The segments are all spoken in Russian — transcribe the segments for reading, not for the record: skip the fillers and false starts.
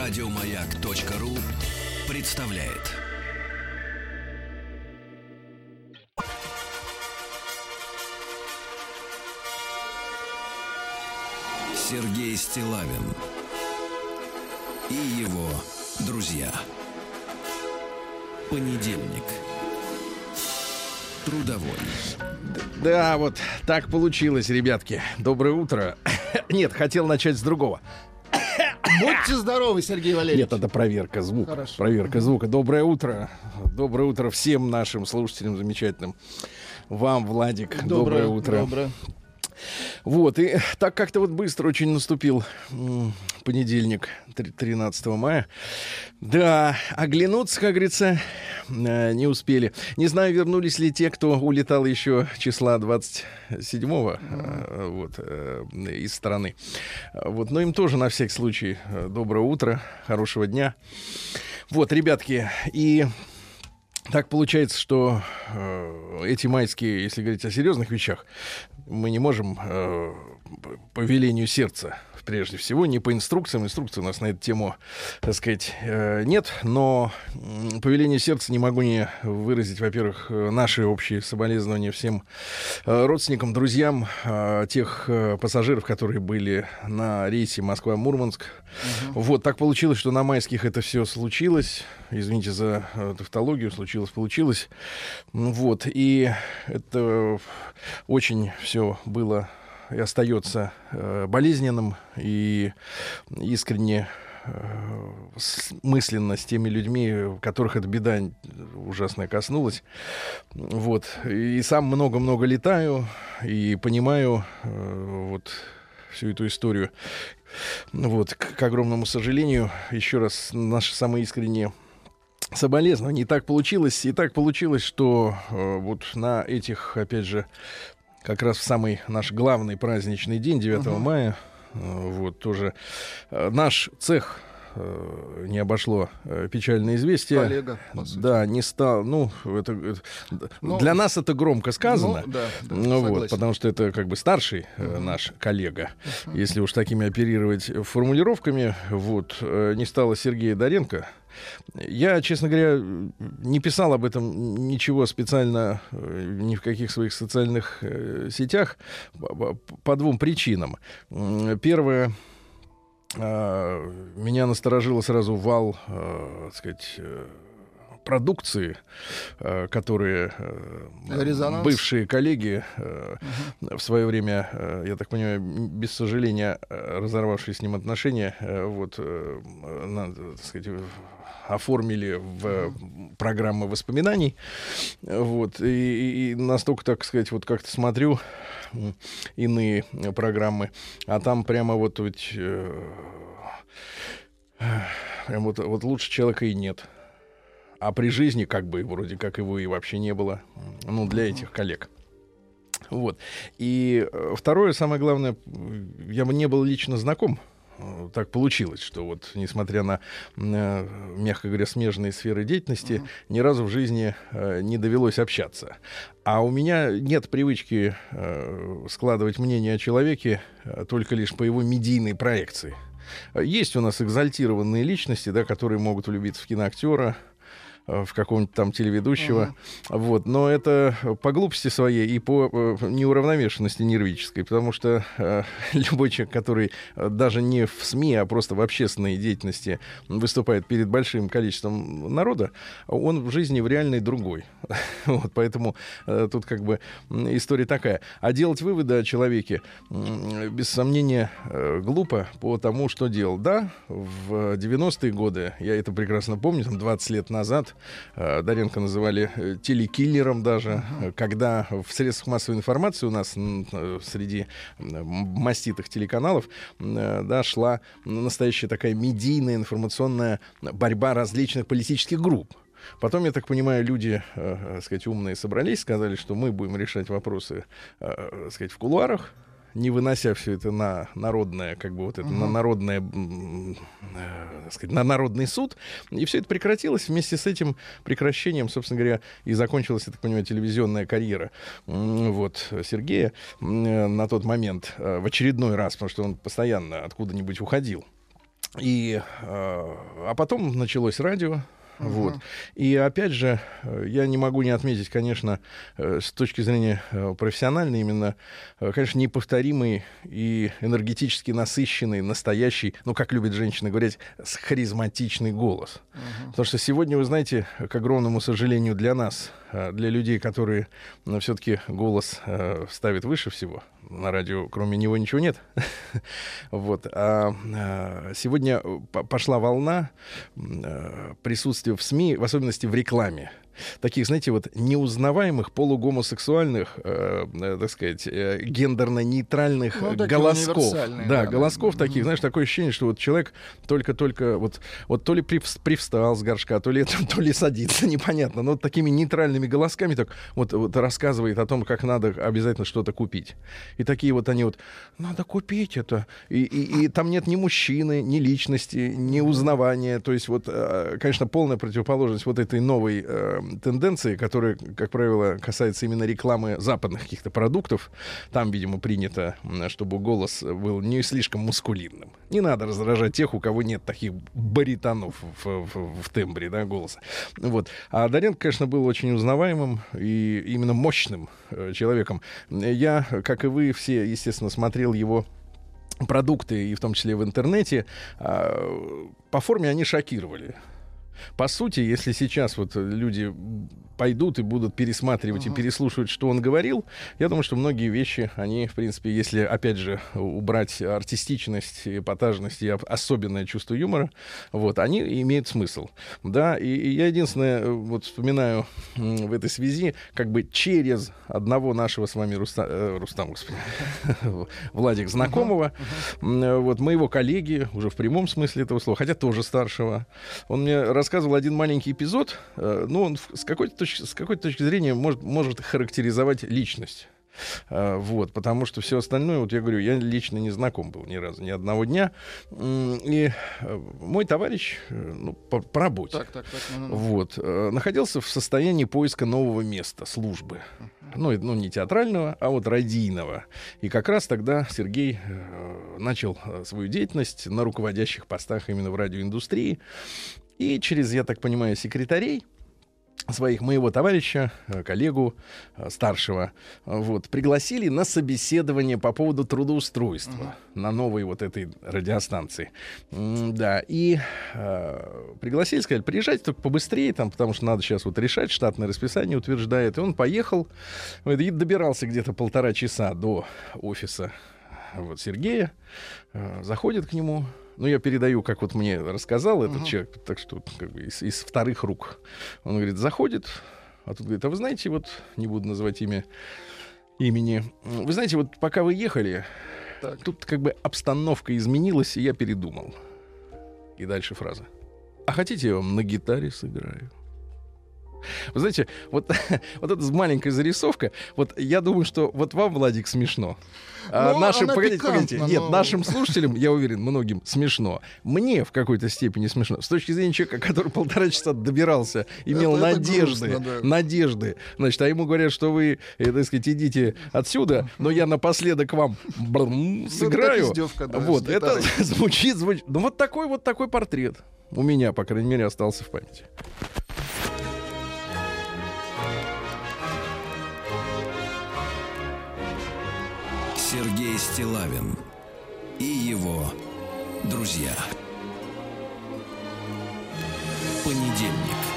Радиомаяк.ру представляет. Сергей Стиллавин и его друзья. Понедельник. Трудовой. Да, вот так получилось, ребятки. Доброе утро. Нет, хотел начать с другого. Будьте здоровы, Сергей Валерьевич. Нет, это проверка звука. Хорошо. Проверка звука. Доброе утро. Доброе утро всем нашим слушателям замечательным. Вам, Владик, доброе утро. Доброе. Вот, и так как-то вот быстро очень наступил понедельник, 13 мая. Да, оглянуться, как говорится, не успели. Не знаю, вернулись ли те, кто улетал еще числа 27-го из страны. Вот, но им тоже на всякий случай доброе утро, хорошего дня. Вот, ребятки, и... Так получается, что эти майские, если говорить о серьезных вещах, мы не можем по велению сердца, прежде всего, не по инструкциям. Инструкции у нас на эту тему, так сказать, нет. Но по велению сердца не могу не выразить, во-первых, наши общие соболезнования всем родственникам, друзьям тех пассажиров, которые были на рейсе Москва-Мурманск. Вот, так получилось, что на майских это все случилось. Извините за тавтологию, получилось. Вот, и это очень все было и остается болезненным, и искренне мысленно с теми людьми, которых эта беда ужасная коснулась. Вот. И сам много-много летаю и понимаю вот всю эту историю. Вот. К огромному сожалению, еще раз наши самые искренние соболезнования. И так получилось, что вот на этих, опять же, как раз в самый наш главный праздничный день, 9 мая, вот тоже наш цех не обошло печальное известие. Коллега, по сути. Да, не стал. Для нас это громко сказано. Вот, потому что это как бы старший наш коллега. Если уж такими оперировать формулировками, вот, не стало Сергея Доренко. Я, честно говоря, не писал об этом ничего специально ни в каких своих социальных сетях по двум причинам. Первое, меня насторожило сразу вал, так сказать, продукции, которые бывшие коллеги в свое время, я так понимаю, без сожаления разорвавшие с ним отношения, вот, так сказать, оформили в программы воспоминаний. Вот, и настолько, так сказать, вот как-то смотрю иные программы, а там прямо вот прям вот лучше человека и нет. А при жизни как бы вроде как его и вообще не было. Ну, для этих коллег. Вот. И второе, самое главное, я бы не был лично знаком. Так получилось, что вот, несмотря на, мягко говоря, смежные сферы деятельности, ни разу в жизни не довелось общаться. А у меня нет привычки складывать мнение о человеке только лишь по его медийной проекции. Есть у нас экзальтированные личности, да, которые могут влюбиться в киноактера, в какого-нибудь там телеведущего, вот, но это по глупости своей и по неуравновешенности нервической, потому что любой человек, который даже не в СМИ, а просто в общественной деятельности выступает перед большим количеством народа, он в жизни в реальной другой. Вот, поэтому тут как бы история такая. А делать выводы о человеке, без сомнения, глупо по тому, что делал. Да, в 90-е годы, я это прекрасно помню, там 20 лет назад, Доренко называли телекиллером даже, когда в средствах массовой информации у нас среди маститых телеканалов шла настоящая такая медийная информационная борьба различных политических групп. Потом, я так понимаю, люди, так сказать, умные собрались, сказали, что мы будем решать вопросы, так сказать, в кулуарах, не вынося все это на народное, как бы вот это, на народное, так сказать, на народный суд. И все это прекратилось. Вместе с этим прекращением, собственно говоря, и закончилась, я так понимаю, телевизионная карьера вот, Сергея на тот момент в очередной раз, потому что он постоянно откуда-нибудь уходил. А потом началось радио. Вот. И опять же, я не могу не отметить, конечно, с точки зрения профессиональной, именно, конечно, неповторимый и энергетически насыщенный, настоящий, ну, как любят женщины говорить, харизматичный голос. Потому что сегодня, вы знаете, к огромному сожалению для нас, для людей, которые все-таки голос ставят выше всего, на радио кроме него ничего нет. Вот. Сегодня пошла волна присутствия в СМИ, в особенности в рекламе, таких, знаете, вот неузнаваемых полугомосексуальных, так сказать, гендерно-нейтральных голосков. Да, голосков таких, знаешь, такое ощущение, что вот человек только-только вот то ли привстал с горшка, то ли садится, непонятно, но вот такими нейтральными голосками так вот рассказывает о том, как надо обязательно что-то купить. И такие вот они вот, надо купить это. И там нет ни мужчины, ни личности, ни узнавания. То есть вот, конечно, полная противоположность вот этой новой тенденции, которая, как правило, касается именно рекламы западных каких-то продуктов. Там, видимо, принято, чтобы голос был не слишком мускулинным. Не надо раздражать тех, у кого нет таких баритонов в тембре, да, голоса. Вот. А Доренко, конечно, был очень узнаваемым и именно мощным человеком. Я, как и вы все, естественно, смотрел его продукты, и в том числе в интернете. По форме они шокировали. По сути, если сейчас вот люди пойдут и будут пересматривать и переслушивать, что он говорил, я думаю, что многие вещи, они, в принципе, если, опять же, убрать артистичность, эпатажность и особенное чувство юмора, вот, они имеют смысл. Да, и я единственное, вот вспоминаю в этой связи, как бы через одного нашего с вами Владик знакомого, вот, моего коллеги, уже в прямом смысле этого слова, хотя тоже старшего, он мне рассказывал один маленький эпизод, ну, он с какой-то точки зрения может характеризовать личность. Вот, потому что все остальное, вот я говорю, я лично не знаком был ни разу, ни одного дня. И мой товарищ, ну, по работе, вот, находился в состоянии поиска нового места, службы. Ну, не театрального, а вот радийного. И как раз тогда Сергей начал свою деятельность на руководящих постах именно в радиоиндустрии. И через, я так понимаю, секретарей моего товарища, коллегу старшего, вот, пригласили на собеседование по поводу трудоустройства на новой вот этой радиостанции. Да, и пригласили, сказали, приезжайте только побыстрее, там, потому что надо сейчас вот решать, штатное расписание утверждает. И он поехал, и добирался где-то 1,5 часа до офиса вот Сергея, заходит к нему. Ну, я передаю, как вот мне рассказал этот человек, так что как бы из вторых рук. Он говорит, заходит, а тут говорит, а вы знаете, вот, не буду называть имени, вы знаете, вот пока вы ехали, тут как бы обстановка изменилась, и я передумал. И дальше фраза. А хотите, я вам на гитаре сыграю? Вы знаете, вот эта маленькая зарисовка, вот я думаю, что вот вам, Владик, смешно. Нашим, погодите, нет, нашим слушателям, я уверен, многим смешно. Мне в какой-то степени смешно. С точки зрения человека, который 1,5 часа добирался, имел надежды. Значит, а ему говорят, что вы, так сказать, идите отсюда, но я напоследок вам сыграю. Вот, это звучит. Ну, вот такой портрет у меня, по крайней мере, остался в памяти. Сергей Стиллавин и его друзья. Понедельник.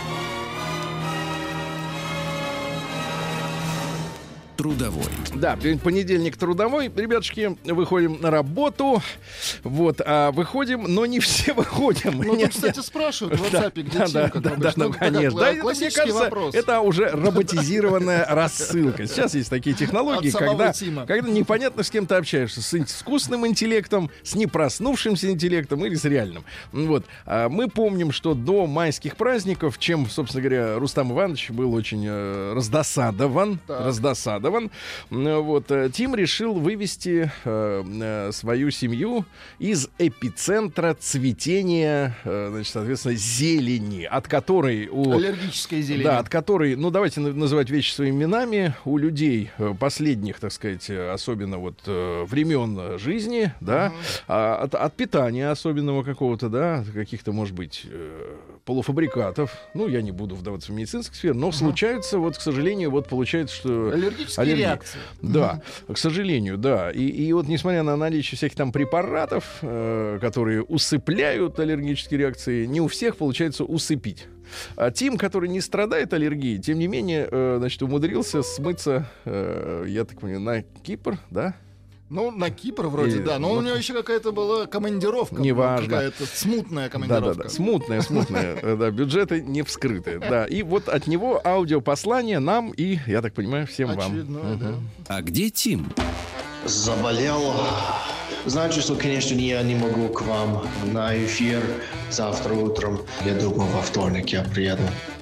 Трудовой. Да, понедельник трудовой. Ребятушки, выходим на работу. Вот, а выходим, но не все выходим. Ну, тут, кстати, спрашивают в WhatsApp, где Тимка. Да, конечно. Да, мне кажется, это уже роботизированная рассылка. Сейчас есть такие технологии, когда непонятно, с кем ты общаешься. С искусственным интеллектом, с непроснувшимся интеллектом или с реальным. Вот. Мы помним, что до майских праздников, чем, собственно говоря, Рустам Иванович был очень раздосадован, обрадован. Вот. Тим решил вывести свою семью из эпицентра цветения, значит, соответственно, зелени, от которой... Аллергической зелени. Да, от которой, ну, давайте называть вещи своими именами, у людей последних, так сказать, особенно вот времен жизни, да, от питания особенного какого-то, да, каких-то, может быть, полуфабрикатов, ну, я не буду вдаваться в медицинскую сферу, но случаются, вот, к сожалению, вот получается, что... Аллергические реакции. Да, к сожалению, да. И вот, несмотря на наличие всяких там препаратов, которые усыпляют аллергические реакции, не у всех получается усыпить. А Тим, который не страдает аллергией, тем не менее, значит, умудрился смыться, я так понимаю, на Кипр, да? Ну, на Кипр вроде, да. Но у него еще какая-то была командировка. Неважно. Какая-то смутная командировка. Да. Смутная. Да, бюджеты не вскрыты. Да, и вот от него аудиопослание нам и, я так понимаю, всем очередное, вам. Да. А где Тим? Заболел. Знаете, что, конечно, я не могу к вам на эфир завтра утром. Я думаю, во вторник я приеду.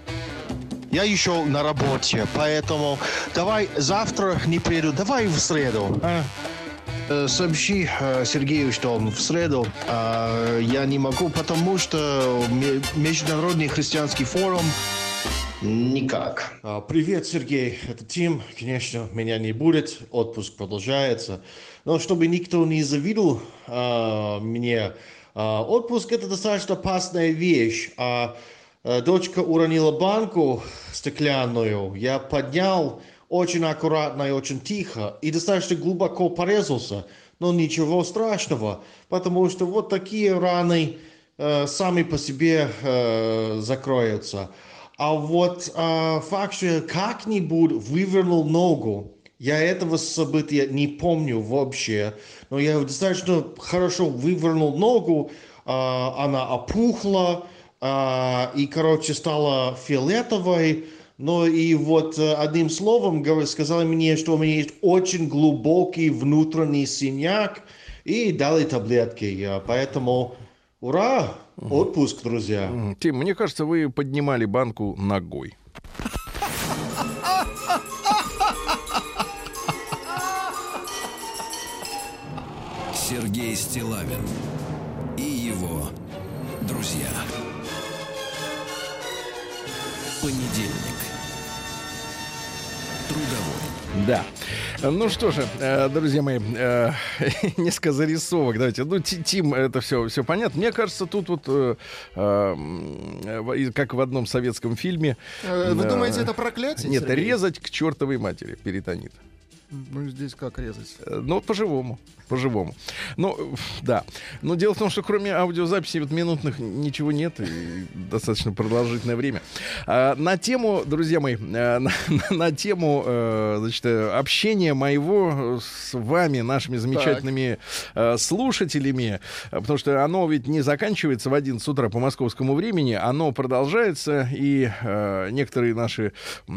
Я еще на работе, поэтому давай завтра не приеду, давай в среду. Сообщи Сергею, что в среду я не могу, потому что Международный христианский форум никак. Привет, Сергей, это Тим. Конечно, меня не будет, отпуск продолжается. Но чтобы никто не завидел мне, отпуск — это достаточно опасная вещь. Дочка уронила банку стеклянную, я поднял очень аккуратно и очень тихо, и достаточно глубоко порезался, но ничего страшного, потому что вот такие раны сами по себе закроются. А вот факт, что я как-нибудь вывернул ногу, я этого события не помню вообще, но я достаточно хорошо вывернул ногу, она опухла, и, короче, стала фиолетовой. Ну и вот одним словом сказали мне, что у меня есть очень глубокий внутренний синяк, и дали таблетки. Поэтому ура! Отпуск, друзья. Тим, мне кажется, вы поднимали банку ногой. Сергей Стиллавин и его друзья. Понедельник. Трудовой. Да. Ну что же, друзья мои, несколько зарисовок. Давайте. Ну, Тим, это все понятно. Мне кажется, тут вот, как в одном советском фильме... Вы думаете, это проклятие, Нет, Сергей? резать к чертовой матери перитонит. Ну, здесь как резать? Ну, по-живому. Ну, да. Но дело в том, что кроме аудиозаписей вот минутных ничего нет, и достаточно продолжительное время. На тему, друзья мои, на тему, значит, общения моего с вами, нашими замечательными слушателями, потому что оно ведь не заканчивается в 11 утра по московскому времени, оно продолжается, и некоторые наши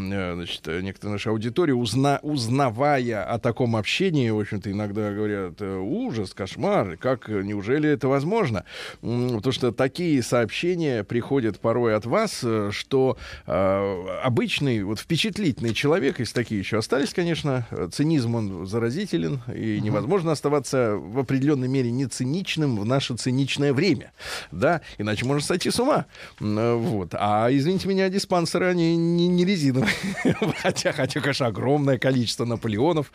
аудитории, узнавая о таком общении, в общем-то, иногда говорят: ужас, кошмар, как, неужели это возможно? Потому что такие сообщения приходят порой от вас, что обычный, вот впечатлительный человек, если такие еще остались, конечно, цинизм, он заразителен, и невозможно оставаться в определенной мере не циничным в наше циничное время, да, иначе можно сойти с ума. Вот. А, извините меня, диспансеры, они не резиновые, хотя, конечно, огромное количество Наполеонов,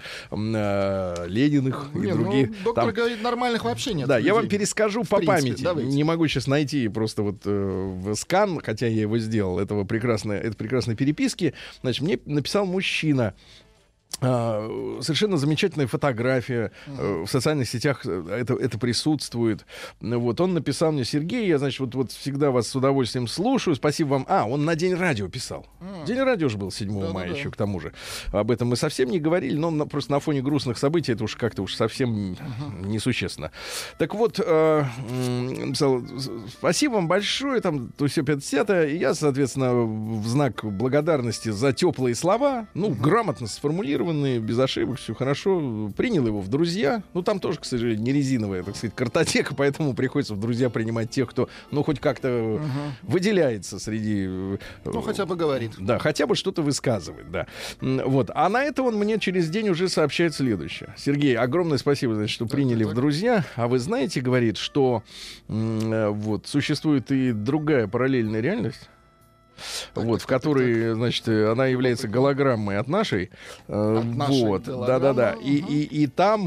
Лениных и других. Доктор там... говорит, нормальных вообще нет. Да, людей. я вам перескажу по памяти. Давайте. Не могу сейчас найти просто вот в скан, хотя я его сделал, этой прекрасной переписки. Значит, мне написал мужчина. Совершенно замечательная фотография. В социальных сетях это присутствует. Вот, он написал мне: Сергей, я, значит, вот всегда вас с удовольствием слушаю. Спасибо вам. Он на День радио писал. День радио же был 7 мая еще, к тому же. Об этом мы совсем не говорили, но просто на фоне грустных событий это уж как-то совсем несущественно. Так вот, написал: спасибо вам большое, там, то все 50-е. И я, соответственно, в знак благодарности за теплые слова, грамотно сформулировал, квалифицированный, без ошибок, все хорошо. Принял его в друзья. Ну, там тоже, к сожалению, не резиновая, так сказать, картотека, поэтому приходится в друзья принимать тех, кто, ну, хоть как-то выделяется среди... Ну, хотя бы говорит. Да, хотя бы что-то высказывает, да. Вот. А на это он мне через день уже сообщает следующее. Сергей, огромное спасибо, значит, что приняли в друзья. А вы знаете, говорит, что вот, существует и другая параллельная реальность, вот, в которой, значит, она является голограммой от нашей. Вот, да. И там,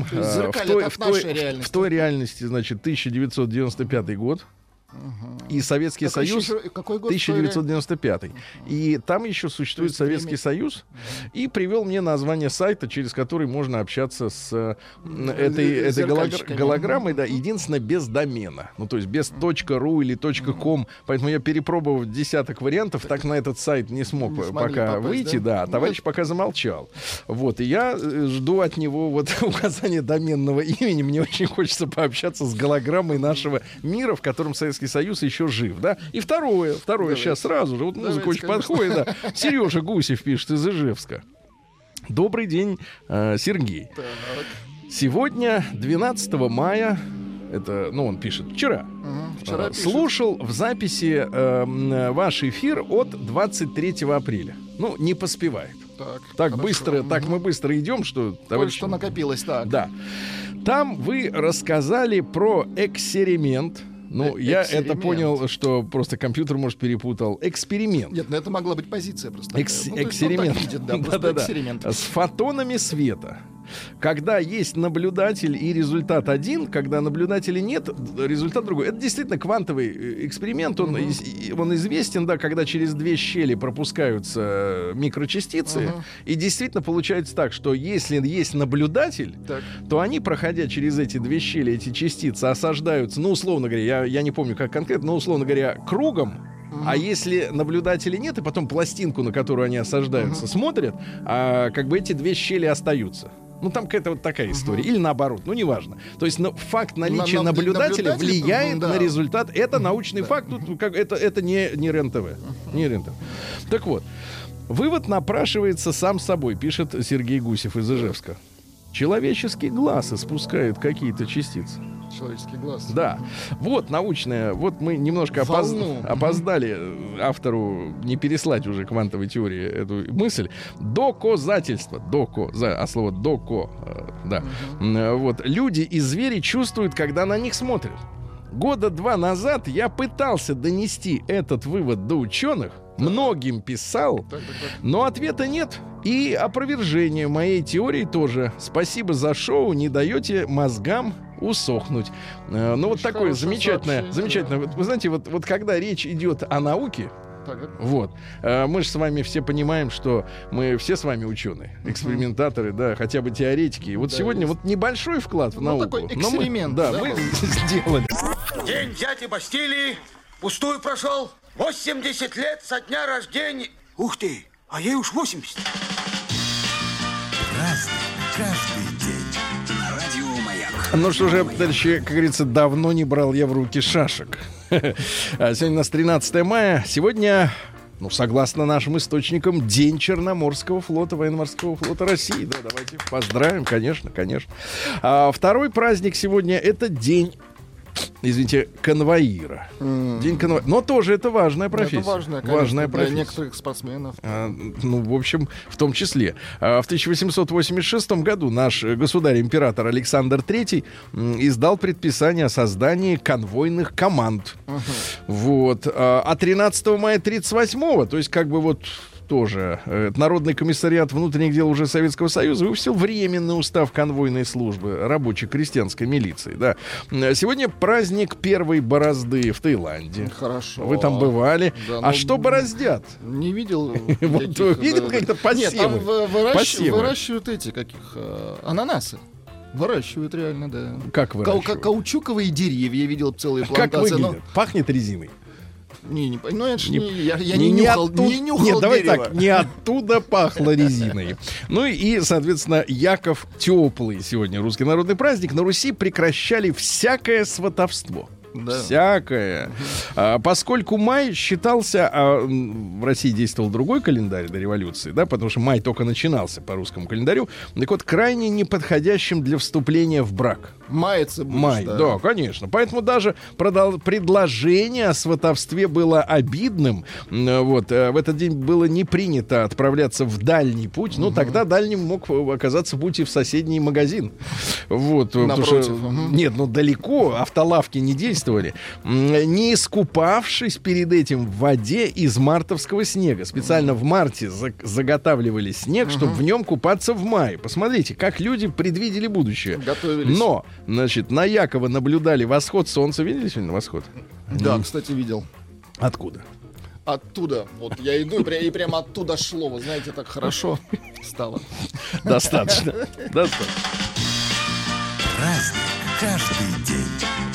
в той реальности, значит, 1995 год. И Советский Союз, какой год 1995. И там еще существует Советский Союз. И привел мне название сайта, через который можно общаться с этой голограммой. Да, единственное, без домена. Ну, то есть без .ru или .com. Поэтому я, перепробовав десяток вариантов, так на этот сайт не смог пока выйти. Да, товарищ пока замолчал. Вот, и я жду от него вот указания доменного имени. Мне очень хочется пообщаться с голограммой нашего мира, в котором Советский Союз еще жив, да? И второе сейчас сразу же, вот музыка очень подходит, да. Сережа Гусев пишет из Ижевска. Добрый день, Сергей. Так. Сегодня, 12 мая, это, ну, он пишет, вчера слушал в записи ваш эфир от 23 апреля. Ну, не поспевает. Так быстро, так мы быстро идем, что... Что накопилось, так. Да. Там вы рассказали про эксперимент. Ну, я это понял, что просто компьютер, может, перепутал. Эксперимент. Нет, ну это могла быть позиция просто. Эксперимент. Эксперимент. С фотонами света. Когда есть наблюдатель и результат один, когда наблюдателя нет, результат другой. Это действительно квантовый эксперимент. Он известен, да, когда через две щели пропускаются микрочастицы. И действительно получается так, что если есть наблюдатель, то они, проходя через эти две щели, эти частицы осаждаются, ну, условно говоря, я не помню, как конкретно, но, условно говоря, кругом. А если наблюдателей нет, и потом пластинку, на которую они осаждаются, смотрят, как бы эти две щели остаются. Ну, там какая-то вот такая история. Или наоборот, ну, неважно. То есть факт наличия наблюдателя влияет на результат. Это научный факт. Тут, это не РЕН-ТВ. Не РЕН-ТВ. Так вот, вывод напрашивается сам собой, пишет Сергей Гусев из Ижевска. Человеческий глаз испускает какие-то частицы. Человеческий глаз. Да. Вот научная. Вот мы немножко опоздали автору не переслать уже квантовой теории эту мысль. Доказательство. Слово доко. Да. Вот. Люди и звери чувствуют, когда на них смотрят. Года 2 назад я пытался донести этот вывод до ученых. Многим писал, но ответа нет. И опровержение моей теории тоже. Спасибо за шоу, не даете мозгам усохнуть. Ну, вот такое замечательное. Вы знаете, вот когда речь идет о науке, вот. Мы же с вами все понимаем, что мы все с вами ученые, экспериментаторы, да, хотя бы теоретики. И вот сегодня вот небольшой вклад в науку. Такой эксперимент. Мы сделали. День дяди Бастилии пустую прошел. 80 лет со дня рождения. Ух ты, а ей уж 80. Разный, каждый день. На радио Маяк. Ну что же, товарищи, как говорится, давно не брал я в руки шашек. Сегодня у нас 13 мая. Сегодня, ну, согласно нашим источникам, День Черноморского флота, Военно-морского флота России. Да, давайте поздравим, конечно. Второй праздник сегодня — это День, извините, конвоира. День конвоира. Но тоже это важная профессия. Это важная профессия. Для некоторых спортсменов. Ну, в общем, в том числе. В 1886 году наш государь-император Александр III издал предписание о создании конвойных команд. Вот. А 13 мая 1938, то есть как бы вот тоже Народный комиссариат внутренних дел уже Советского Союза выпустил временный устав конвойной службы рабоче-крестьянской милиции. Да. Сегодня праздник первой борозды в Таиланде. Хорошо. Вы там бывали. Да, что бороздят? Не видел. Видел какие-то посевы? Нет, там выращивают ананасы. Выращивают реально, да. Как выращивают? Каучуковые деревья, я видел целые плантации. Как выглядят? Пахнет резиной? Я не нюхал Нет, давай так, не оттуда пахло резиной. Ну и, соответственно, Яков Теплый сегодня русский народный праздник. На Руси прекращали всякое сватовство. Всякое. Поскольку май считался... в России действовал другой календарь до революции, да, потому что май только начинался по русскому календарю. Так вот, крайне неподходящим для вступления в брак. Мается будешь, Май, да, конечно. Поэтому даже предложение о сватовстве было обидным. Вот. В этот день было не принято отправляться в дальний путь. Ну, тогда дальним мог оказаться путь и в соседний магазин. Вот. Напротив. Что, нет, ну далеко автолавки не действовали. Не искупавшись перед этим в воде из мартовского снега. Специально в марте заготавливали снег, чтобы в нем купаться в мае. Посмотрите, как люди предвидели будущее. Готовились. Но, значит, на Якова наблюдали восход солнца. Видели сегодня восход? Да, кстати, видел. Откуда? Оттуда. Вот я иду, и прямо оттуда шло. Вы знаете, так хорошо стало. Достаточно. Достаточно. Праздник каждый день.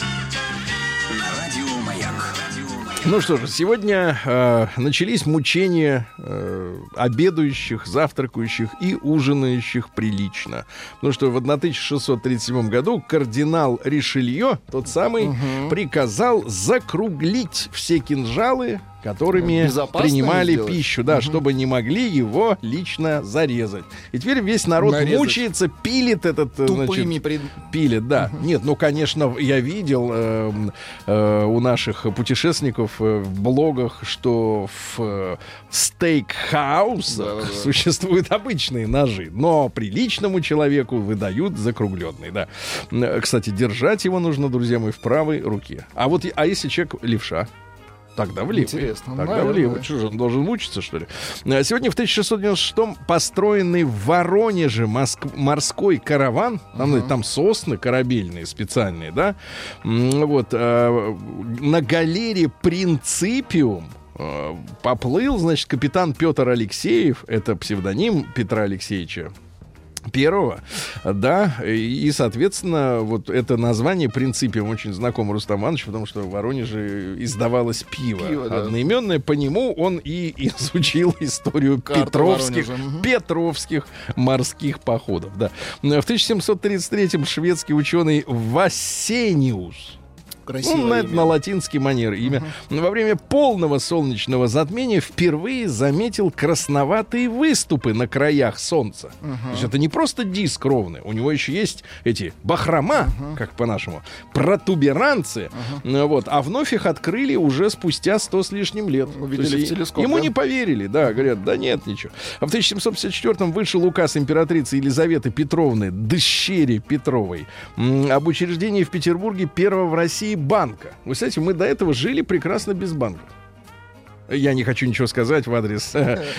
На радио Маяк. Ну что же, сегодня начались мучения обедающих, завтракающих и ужинающих прилично. Потому что в 1637 году кардинал Ришелье, тот самый, приказал закруглить все кинжалы, которыми принимали пищу, да, чтобы не могли его лично зарезать. И теперь весь народ мучается, пилит этот... Тупыми пилит, да. Нет, ну, конечно, я видел у наших путешественников в блогах, что в стейк-хаусах существуют обычные ножи, но приличному человеку выдают закругленный, да. Кстати, держать его нужно, друзья мои, в правой руке. А если человек левша? Тогда в левый. Интересно. Тогда в левый. Что же, он должен мучиться, что ли? Сегодня в 1696-м построенный в Воронеже морской караван. Там сосны корабельные специальные, да? Вот. На галере «Принципиум» поплыл, значит, капитан Петр Алексеев. Это псевдоним Петра Алексеевича Первого, да, и, соответственно, вот это название «Принципиум» очень знакомо Рустаму Ивановичу, потому что в Воронеже издавалось пиво одноименное, по нему он и изучил историю петровских морских походов, да. В 1733-м шведский ученый Вассениус, на латинский манер имя. Во время полного солнечного затмения впервые заметил красноватые выступы на краях Солнца. То есть это не просто диск ровный, у него еще есть эти бахрома, как по-нашему, протуберанцы. Вот, а вновь их открыли уже спустя 100 с лишним лет. Увидели в телескоп, ему не поверили, да, говорят, да нет, ничего. А в 1754-м вышел указ императрицы Елизаветы Петровны, дщери Петровой, об учреждении в Петербурге первого в России банка. Вы знаете, мы до этого жили прекрасно без банков. Я не хочу ничего сказать в адрес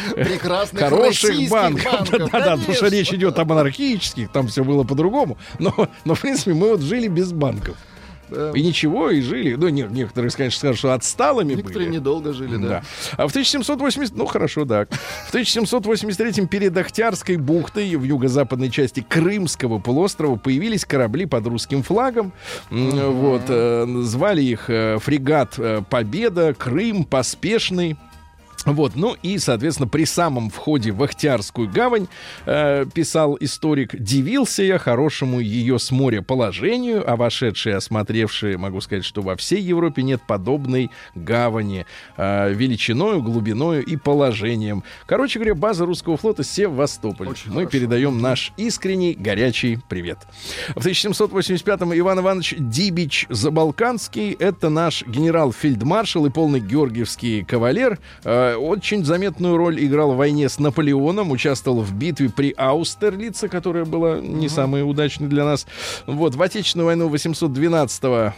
хороших банков. Да, потому что речь идет о монархических, там все было по-другому. Но, в принципе, мы вот жили без банков. Да. И ничего, и жили. Ну, некоторые, конечно, скажут, что отсталыми были. Некоторые недолго жили, да. А в 1780... Ну, хорошо, да. В 1783-м перед Ахтярской бухтой в юго-западной части Крымского полуострова появились корабли под русским флагом. Вот. Звали их фрегат «Победа», «Крым», «Поспешный». Вот, ну и, соответственно, при самом входе в Ахтярскую гавань, писал историк, дивился я хорошему ее с моря положению, а вошедшие, осмотревшие, могу сказать, что во всей Европе нет подобной гавани величиною, глубиною и положением. Короче говоря, база русского флота Севастополь. Очень Мы передаем наш искренний горячий привет. В 1785-м Иван Иванович Дибич Забалканский, это наш генерал-фельдмаршал и полный георгиевский кавалер, очень заметную роль играл в войне с Наполеоном, участвовал в битве при Аустерлице, которая была не самой удачной для нас. Вот, в Отечественную войну 812-го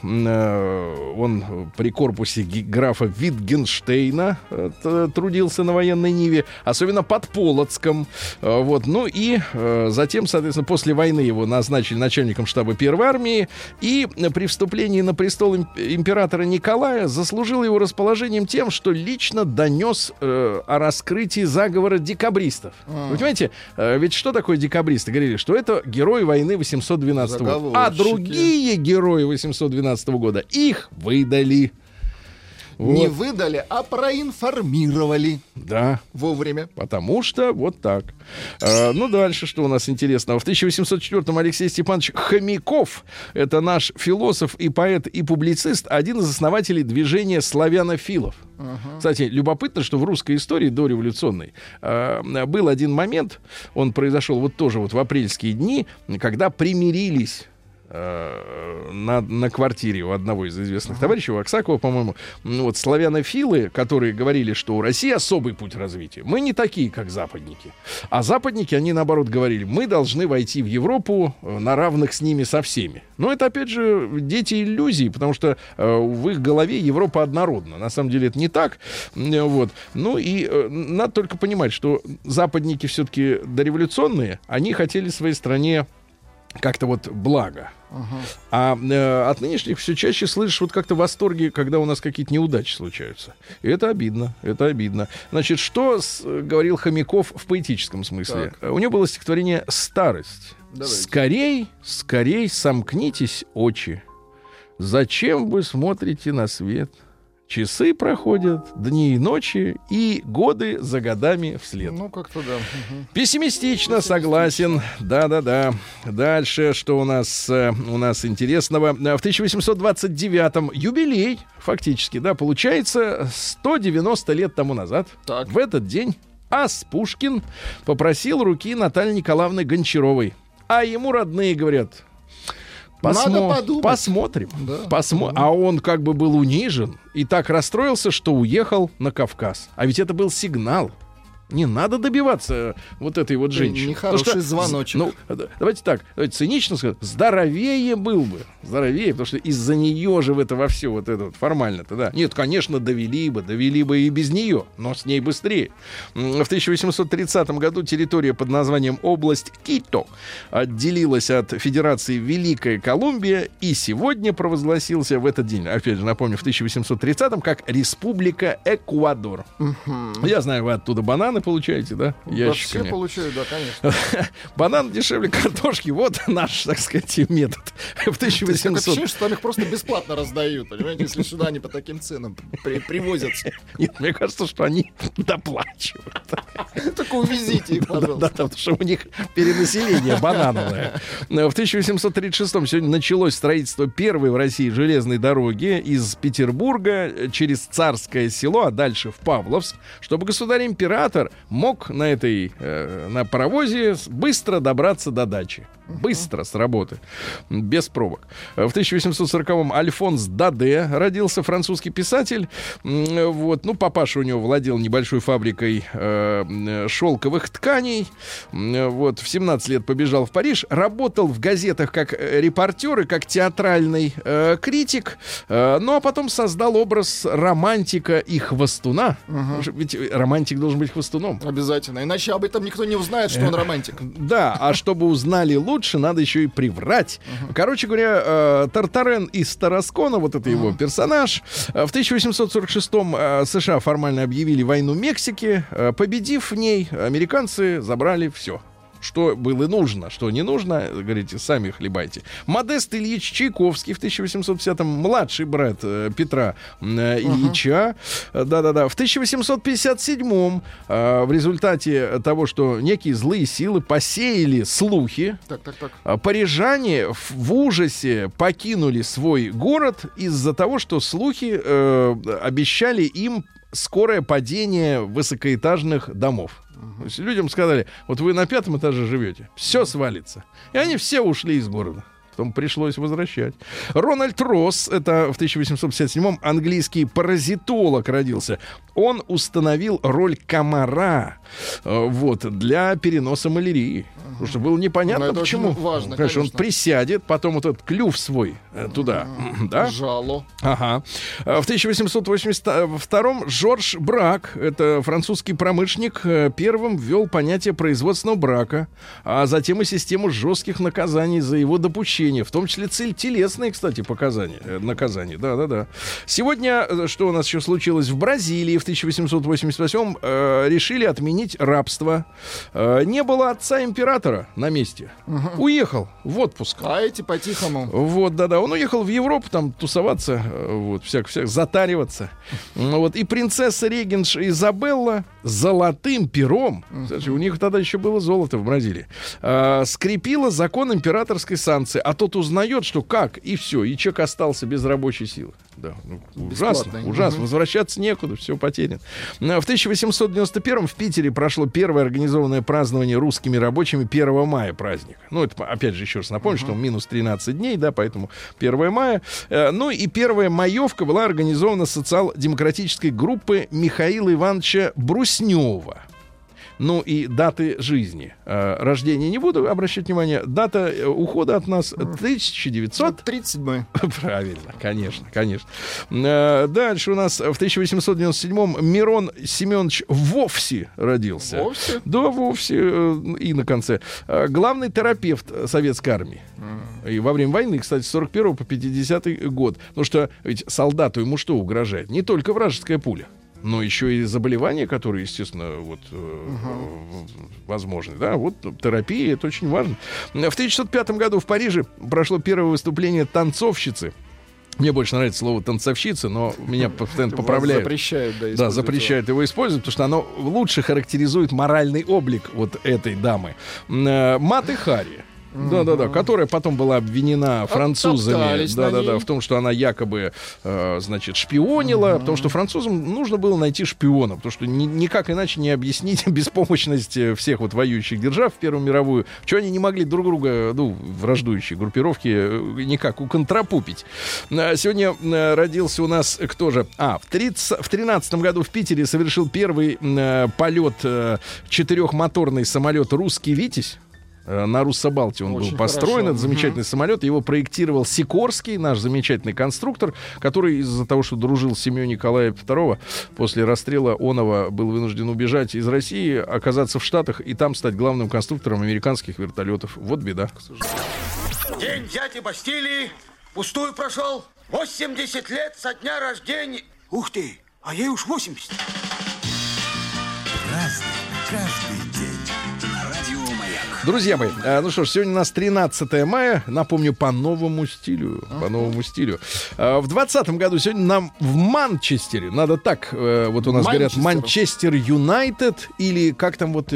он при корпусе графа Витгенштейна трудился на военной ниве, особенно под Полоцком. Вот, ну и затем, соответственно, после войны его назначили начальником штаба Первой армии, и при вступлении на престол императора Николая заслужил его расположением тем, что лично донес о раскрытии заговора декабристов. Вы понимаете, ведь что такое декабристы? Говорили, что это герои войны 812 года. А другие герои 812 года их выдали. Не выдали, а проинформировали. Да. Вовремя. Потому что вот так. Ну, дальше, что у нас интересного. В 1804-м Алексей Степанович Хомяков, это наш философ и поэт и публицист, один из основателей движения славянофилов. Кстати, любопытно, что в русской истории дореволюционной был один момент, он произошел вот тоже вот в апрельские дни, когда примирились на квартире у одного из известных товарищей, у Аксакова, по-моему, вот славянофилы, которые говорили, что у России особый путь развития. Мы не такие, как западники. А западники, они, наоборот, говорили, мы должны войти в Европу на равных с ними со всеми. Но это, опять же, дети иллюзий, потому что в их голове Европа однородна. На самом деле это не так. Вот. Ну и надо только понимать, что западники все-таки дореволюционные, они хотели своей стране как-то вот благо. А от нынешних все чаще слышишь вот как-то восторги, когда у нас какие-то неудачи случаются. И это обидно, это обидно. Значит, что говорил Хомяков в поэтическом смысле? У него было стихотворение «Старость». Давайте. Скорей сомкнитесь очи. Зачем вы смотрите на свет? Часы проходят, дни и ночи, и годы за годами вслед. Ну, как-то да. Пессимистично, согласен. Да-да-да. Дальше, что у нас интересного? В 1829-м юбилей, фактически, да, получается 190 лет тому назад. Так. В этот день ас Пушкин попросил руки Натальи Николаевны Гончаровой. А ему родные говорят... Надо подумать. Посмотрим. Да. А он как бы был унижен и так расстроился, что уехал на Кавказ. А ведь это был сигнал. Не надо добиваться вот этой вот женщины. Нехороший звоночек. Ну, давайте так, давайте цинично сказать, здоровее был бы. Здоровее, потому что из-за нее же в это во все вот это вот формально-то, да. Нет, конечно, довели бы и без нее, но с ней быстрее. В 1830 году территория под названием область Кито отделилась от Федерации Великая Колумбия и сегодня провозгласился в этот день, опять же, напомню, в 1830-м, как Республика Эквадор. Я знаю, вы оттуда бананы получаете, да? Ящиками. Все получают, да, конечно. Банан дешевле картошки. Вот наш, так сказать, метод. В 1800... Ощущение, что там их просто бесплатно раздают, понимаете, если сюда они по таким ценам привозятся. Нет, мне кажется, что они доплачивают. Только увезите их, пожалуйста. Да, потому что у них перенаселение банановое. В 1836-м сегодня началось строительство первой в России железной дороги из Петербурга через Царское Село, а дальше в Павловск, чтобы государь-император мог на паровозе быстро добраться до дачи. Быстро с работы. Без пробок. В 1840-м Альфонс Даде родился, французский писатель. Вот. Ну, папаша у него владел небольшой фабрикой шелковых тканей. Вот. В 17 лет побежал в Париж. Работал в газетах как репортер и как театральный критик. Ну, а потом создал образ романтика и хвостуна. Ведь романтик должен быть хвостуном. Обязательно. Иначе об этом никто не узнает, что он романтик. Да, а чтобы узнали лучше, надо еще и приврать. Короче говоря, Тартарен из Тараскона, вот это его персонаж. В 1846-м США формально объявили войну Мексике. Победив в ней, американцы забрали все. Что было нужно, что не нужно, говорите, сами хлебайте. Модест Ильич Чайковский в 1850-м, младший брат Петра Ильича. Да-да-да. В 1857-м в результате того, что некие злые силы посеяли слухи, парижане в ужасе покинули свой город из-за того, что слухи обещали им скорое падение высокоэтажных домов. То есть людям сказали, вот вы на 5-м этаже живете, все свалится. И они все ушли из города. Потом пришлось возвращать. Рональд Росс, это в 1857-м английский паразитолог родился. Он установил роль комара для переноса малярии. Потому что было непонятно, почему. Важно, конечно, он присядет, потом вот этот клюв свой туда. Да? Жало. Ага. В 1882-м Жорж Брак, это французский промышленник, первым ввел понятие производственного брака, а затем и систему жестких наказаний за его допущение мучения, в том числе телесные, кстати, наказания. Да. Сегодня, что у нас еще случилось? В Бразилии в 1888 решили отменить рабство. Не было отца императора на месте. Уехал в отпуск. А эти по-тихому. Вот, да. Он уехал в Европу там тусоваться, вот, всяк затариваться. Вот. И принцесса регентша Изабелла золотым пером, кстати, у них тогда еще было золото в Бразилии, скрепила закон императорской санкции. А тот узнает, что как, и все, и человек остался без рабочей силы. Да, ужасно. Возвращаться некуда, все потеряно. В 1891 в Питере прошло первое организованное празднование русскими рабочими 1 мая праздника. Ну, это, опять же, еще раз напомню, что минус 13 дней, да, поэтому 1 мая. Ну, и первая маевка была организована социал-демократической группой Михаила Ивановича Бруснева. Ну и даты жизни. Рождения не буду обращать внимание. Дата ухода от нас 1937. Правильно, конечно. Дальше у нас в 1897-м Мирон Семенович Вовсе родился. Вовсе? Да, Вовсе. И на конце. Главный терапевт советской армии. И во время войны, кстати, с 41 по 50 год. Потому что ведь солдату ему что угрожает? Не только вражеская пуля, но еще и заболевания, которые, естественно, вот, возможны. Да? Вот терапия, это очень важно. В 1905 году в Париже прошло первое выступление танцовщицы. Мне больше нравится слово танцовщица, но меня постоянно поправляют. Запрещают его использовать, потому что оно лучше характеризует моральный облик вот этой дамы. Маты Хари. Да, которая потом была обвинена французами, в том, что она якобы, шпионила, потому что французам нужно было найти шпиона, потому что никак иначе не объяснить беспомощность всех вот воюющих держав в Первую мировую, что они не могли друг друга, враждующие группировки, никак уконтрапупить. Сегодня родился у нас кто же? В 13 году в Питере совершил первый полет четырехмоторный самолет «Русский Витязь». На Руссобалте он был построен, этот замечательный самолет. Его проектировал Сикорский, наш замечательный конструктор, который из-за того, что дружил с семьей Николая II, после расстрела Онова был вынужден убежать из России, оказаться в Штатах и там стать главным конструктором американских вертолетов. Вот беда. День дяди Бастилии пустую прошел. 80 лет со дня рождения. Ух ты, а ей уж 80. Разный, каждый день. Друзья мои, ну что ж, сегодня у нас 13 мая, напомню, по новому стилю. В 20-м году сегодня нам в Манчестере, надо так, вот у нас говорят, Манчестер Юнайтед, или как там вот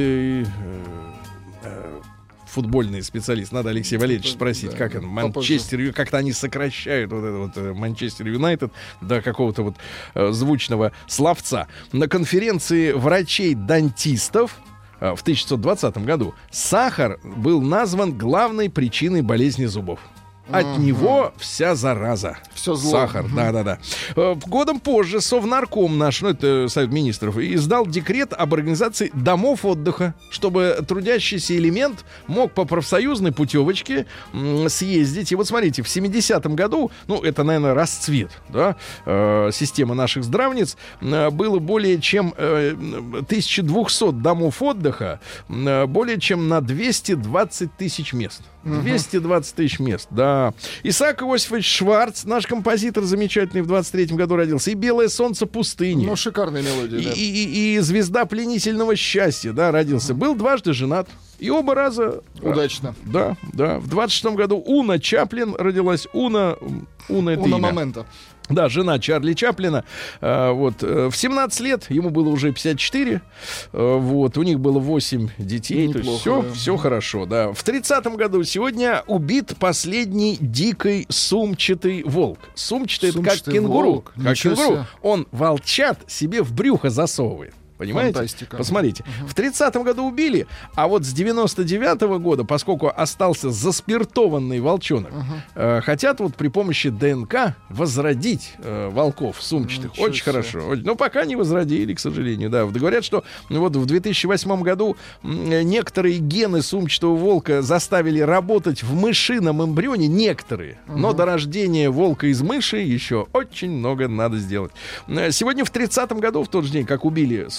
футбольный специалист, надо Алексея Валерьевича спросить, как это, Манчестер, как-то они сокращают вот это вот Манчестер Юнайтед до какого-то вот звучного словца. На конференции врачей-дантистов в 1920 году сахар был назван главной причиной болезни зубов. От него вся зараза. Все зло. Сахар, да. Годом позже Совнарком наш, это Совет Министров, издал декрет об организации домов отдыха, чтобы трудящийся элемент мог по профсоюзной путевочке съездить. И вот смотрите, в 70-м году, это, наверное, расцвет, да, системы наших здравниц, было более чем 1200 домов отдыха, более чем на 220 тысяч мест. 220 тысяч мест, да. Исаак Иосифович Шварц, наш композитор замечательный, в 23-м году родился. И «Белое солнце пустыни». Шикарная мелодия, да. И «Звезда пленительного счастья», да, родился. Был дважды женат. И оба раза... Удачно. Да. В 26-м году Уна Чаплин родилась. Уна это имя. Момента. Да, жена Чарли Чаплина. В 17 лет, ему было уже 54. У них было 8 детей. Неплохо, то есть все хорошо, да. В 30-м году сегодня убит последний дикий сумчатый волк. Сумчатый это как кенгуру. Как кенгуру. Он волчат себе в брюхо засовывает. Понимаете? Фантастика. Посмотрите. В 30-м году убили, а вот с 99-го года, поскольку остался заспиртованный волчонок, хотят вот при помощи ДНК возродить волков сумчатых. Очень хорошо. Но пока не возродили, к сожалению. Да. Говорят, что вот в 2008 году некоторые гены сумчатого волка заставили работать в мышином эмбрионе, некоторые. Но до рождения волка из мыши еще очень много надо сделать. Сегодня в 30-м году, в тот же день, как убили сумчатых,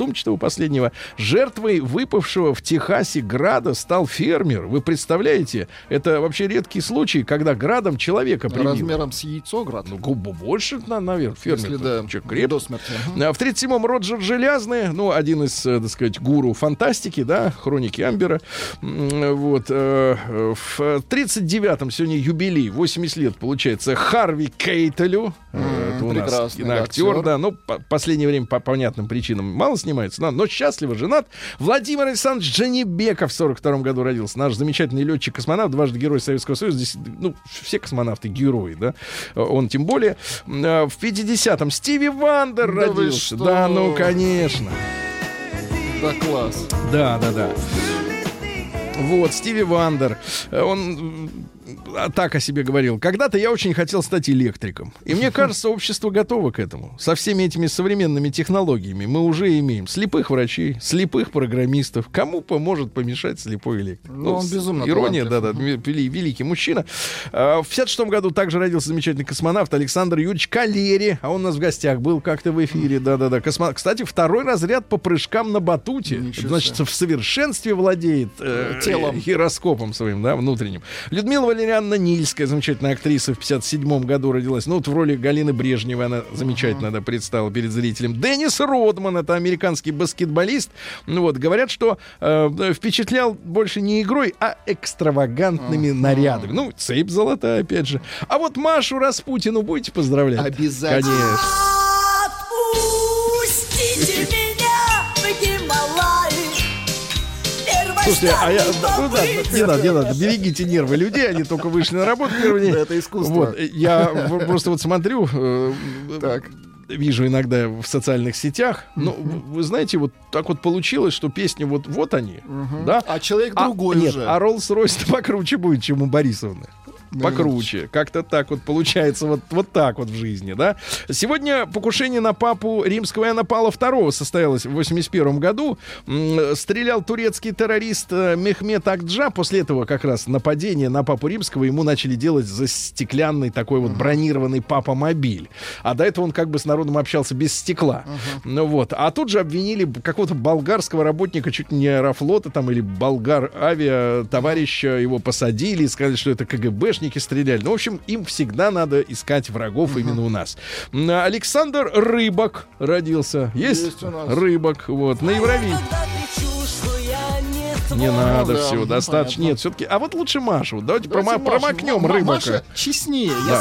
задумчивого последнего. Жертвой выпавшего в Техасе града стал фермер. Вы представляете? Это вообще редкий случай, когда градом человека прибило. Размером с яйцо град. Ну, больше, наверное, фермер. Если да, до смерти. В 1937-м Роджер Желязный, ну, один из, так сказать, гуру фантастики, да, хроники Амбера. Вот. В 1939-м сегодня юбилей, 80 лет, получается, Харви Кейтелю. Это у нас киноактер, да. Ну, по последнее время по понятным причинам мало снимается, но счастливо женат. Владимир Александрович Джанибеков в 1942 году родился. Наш замечательный летчик-космонавт, дважды Герой Советского Союза. Здесь, ну, все космонавты герои, да. Он тем более. В 50-м Стиви Вандер родился. Да, ну, конечно. Да, класс. Да. Вот, Стиви Вандер. Он так о себе говорил. Когда-то я очень хотел стать электриком. И мне кажется, общество готово к этому. Со всеми этими современными технологиями мы уже имеем слепых врачей, слепых программистов. Кому поможет помешать слепой электрик? Ну, он безумно ирония, талантлив. да, великий мужчина. В 56-м году также родился замечательный космонавт Александр Юрьевич Калери. А он у нас в гостях был как-то в эфире. Да. Кстати, второй разряд по прыжкам на батуте. Значит, в совершенстве владеет телом, гироскопом своим, да, внутренним. Людмила Валерьяновна Нильская, замечательная актриса, в 57-м году родилась. Ну, вот в роли Галины Брежневой она замечательно предстала перед зрителем. Деннис Родман, это американский баскетболист. Ну, вот, говорят, что впечатлял больше не игрой, а экстравагантными нарядами. Ну, цепь золотая, опять же. А вот Машу Распутину будете поздравлять? Обязательно. Конечно. Отпустите меня в Гималаи. Слушайте, не надо, берегите нервы людей, они только вышли на работу первый день. Это искусство. Вот, я просто вот смотрю, Так. вижу иногда в социальных сетях, но вы знаете, вот так вот получилось, что песни вот они, да? А человек другой нет, уже. а Роллс-Ройс покруче будет, чем у Борисовны. Покруче. Как-то так вот получается, вот так вот в жизни, да. Сегодня покушение на папу римского Иоанна Павла II состоялось в 81 году. Стрелял турецкий террорист Мехмед Акджа. После этого как раз нападение на папу римского ему начали делать за стеклянный такой вот бронированный папа-мобиль. А до этого он как бы с народом общался без стекла. Ну вот. А тут же обвинили какого-то болгарского работника, чуть не Аэрофлота там, или Болгар-авиа, товарища, его посадили и сказали, что это КГБшники стреляли. Ну, в общем, им всегда надо искать врагов именно у нас. Александр Рыбак родился. Есть у нас. Рыбак. Вот. На Евровидении. Не надо, да, все, достаточно. понятно. Нет, все-таки. А вот лучше Машу. Давайте Давайте Машу. промокнем Рыбака. Маша честнее. Да.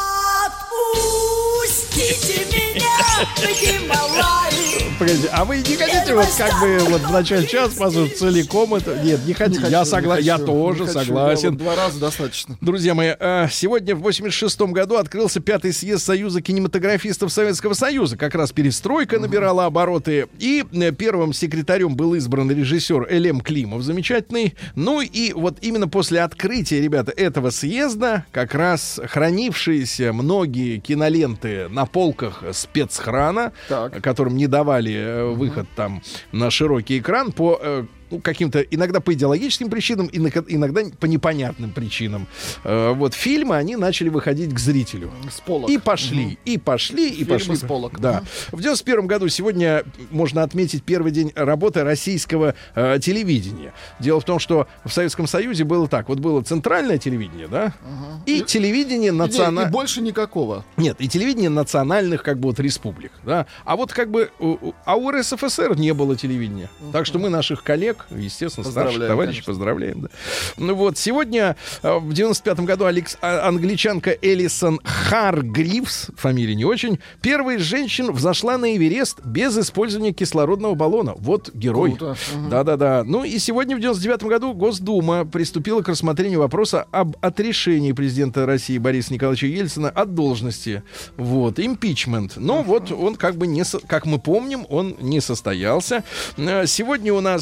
Отпустите меня в Гималаи. Погодите, а вы не хотите вот как бы вот в начале часа послушать целиком это? Нет, не хотите. Я согласен. Я тоже согласен. 2 раза достаточно. Друзья мои, сегодня в 86-м году открылся 5-й съезд Союза кинематографистов Советского Союза. Как раз перестройка набирала обороты. И первым секретарем был избран режиссер Элем Климов, замечательный. Ну и вот именно после открытия, ребята, этого съезда как раз хранившиеся многие киноленты на полках спецхрана, которым не давали выход там на широкий экран по каким-то, иногда по идеологическим причинам, иногда по непонятным причинам. Вот фильмы, они начали выходить к зрителю. С полок. И пошли, и пошли, и пошли. С полок. Да. В 91 году сегодня можно отметить первый день работы российского телевидения. Дело в том, что в Советском Союзе было так. Вот было центральное телевидение, да? И телевидение национальное. И больше никакого. Нет, и телевидение национальных как бы вот республик, да? А вот как бы а у РСФСР не было телевидения. Так что мы наших коллег, естественно, старших товарищей поздравляем. Да. Ну вот, сегодня в 95-м году англичанка Элисон Харгривс, фамилия не очень, первая из женщин взошла на Эверест без использования кислородного баллона. Вот герой. Да-да-да. Ну и сегодня в 99-м году Госдума приступила к рассмотрению вопроса об отрешении президента России Бориса Николаевича Ельцина от должности. Вот, импичмент. Но вот он как бы не, как мы помним, он не состоялся. Сегодня у нас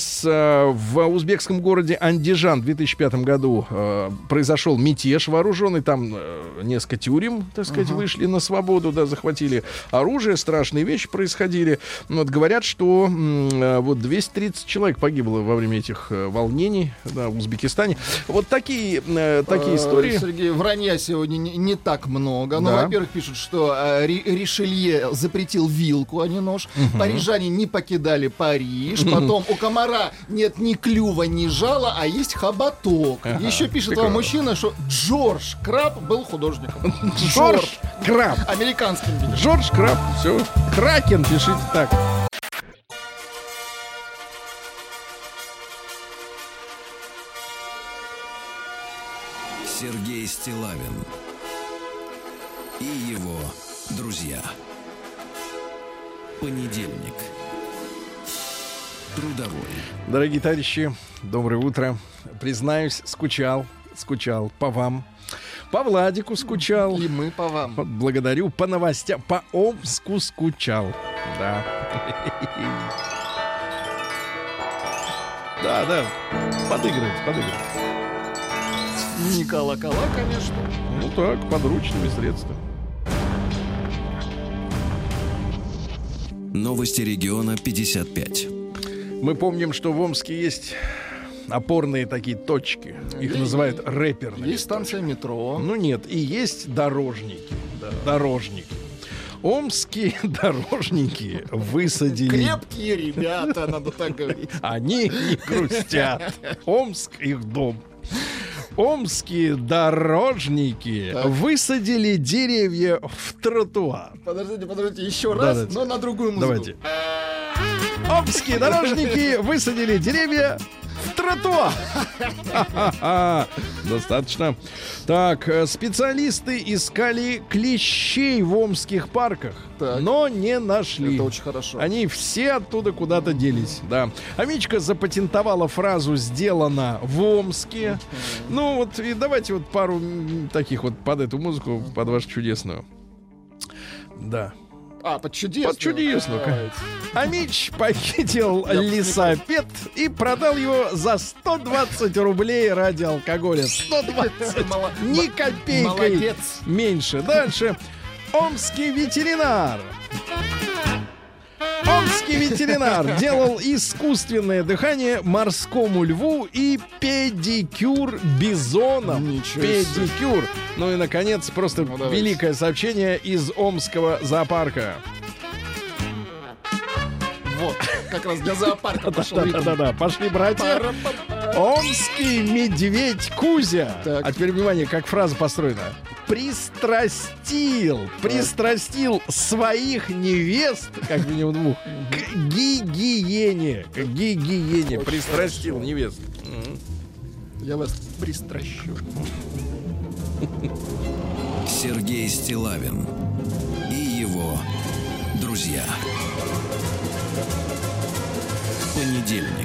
В узбекском городе Андижан в 2005 году произошел мятеж вооруженный. Там несколько тюрем, так сказать, вышли на свободу, да, захватили оружие, страшные вещи происходили. Вот, говорят, что вот 230 человек погибло во время этих волнений, да, в Узбекистане. Вот такие истории. Сергей, вранья сегодня не так много. Ну, Да. во-первых, пишут, что Ришелье запретил вилку, а не нож. Парижане не покидали Париж. Потом у комара нет ни клюва, ни жала, а есть хоботок. Еще пишет вам мужчина, что Джордж Краб был художником. Джордж Краб. Американским, видимо. Джордж Краб. Все. Кракен, пишите так. Сергей Стиллавин и его друзья. Понедельник. Трудовой. Дорогие товарищи, доброе утро. Признаюсь, скучал по вам. По Владику скучал. И мы по вам. Благодарю. По новостям. По Омску скучал. Да. Да. Подыгрывать. Не колокола, конечно. Ну так, подручными средствами. Новости региона 55. Мы помним, что в Омске есть опорные такие точки. Их называют рэперными. Есть станция метро. Ну нет, и есть дорожники. Да, дорожники. Омские дорожники высадили... Крепкие ребята, надо так говорить. Они не грустят. Омск их дом. Омские дорожники высадили деревья в тротуар. Подождите, еще раз, Давайте. но на другую музыку. Давайте. Омские дорожники высадили деревья в тротуар. Ха-ха-ха. Достаточно. Так, специалисты искали клещей в омских парках, Так. но не нашли. Это очень хорошо. Они все оттуда куда-то делись, да. Амичка запатентовала фразу «сделано в Омске». Ну вот, и давайте вот пару таких вот под эту музыку, под вашу чудесную. Да. Под чудесную. Под чудесную. Давайте. Амич похитил лесопед и продал его за 120 рублей ради алкоголя. 120. Ни копейкой Молодец. меньше. Дальше. Омский ветеринар. Омский ветеринар делал искусственное дыхание морскому льву и педикюр бизонам. Ничего себе. Педикюр. Ну и, наконец, просто давайте. великое сообщение из Омского зоопарка. Вот, как раз для зоопарка пошел ритм. Да-да-да, пошли, братья. Омский медведь Кузя. Так. А теперь внимание, как фраза построена. Пристрастил своих невест, как минимум двух, к гигиене. К гигиене. Пристрастил невест. Я вас пристращу. Сергей Стиллавин и его друзья. Понедельник.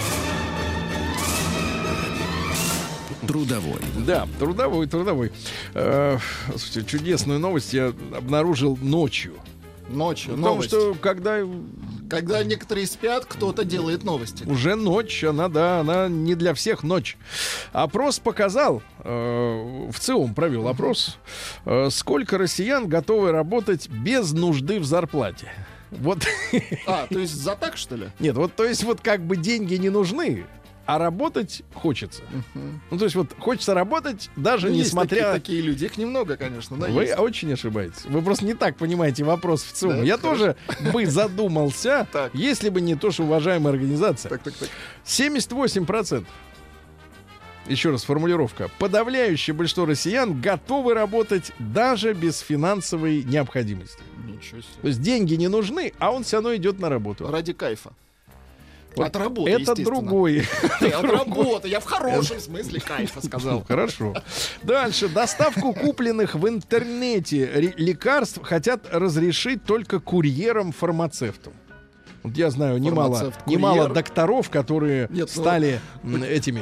Трудовой. Да, трудовой. Слушайте, чудесную новость я обнаружил ночью. Ночью, Потому новость. что когда Когда некоторые спят, кто-то делает новости. уже ночь, она не для всех ночь. Опрос показал, в ЦИОМ провел опрос, сколько россиян готовы работать без нужды в зарплате. Вот. То есть за так, что ли? Нет, вот, то есть вот как бы деньги не нужны, а работать хочется. Ну, то есть вот хочется работать, даже Есть несмотря... такие люди, их немного, конечно, да, Вы есть. очень ошибаетесь. Вы просто не так понимаете вопрос в ЦИОМ. Да, Я хорошо. тоже бы задумался, Так. если бы не то, что уважаемая организация. Так. 78%. Еще раз формулировка. Подавляющее большинство россиян готовы работать даже без финансовой необходимости. Ничего себе. То есть деньги не нужны, а он все равно идет на работу. Ради кайфа. Вот От работы, это естественно. другой. От работы. Я в хорошем смысле кайфа сказал. Хорошо. Дальше. Доставку купленных в интернете лекарств хотят разрешить только курьерам-фармацевтам. Вот я знаю немало Фармацевт-курьер. докторов, которые Нет, ну, стали этими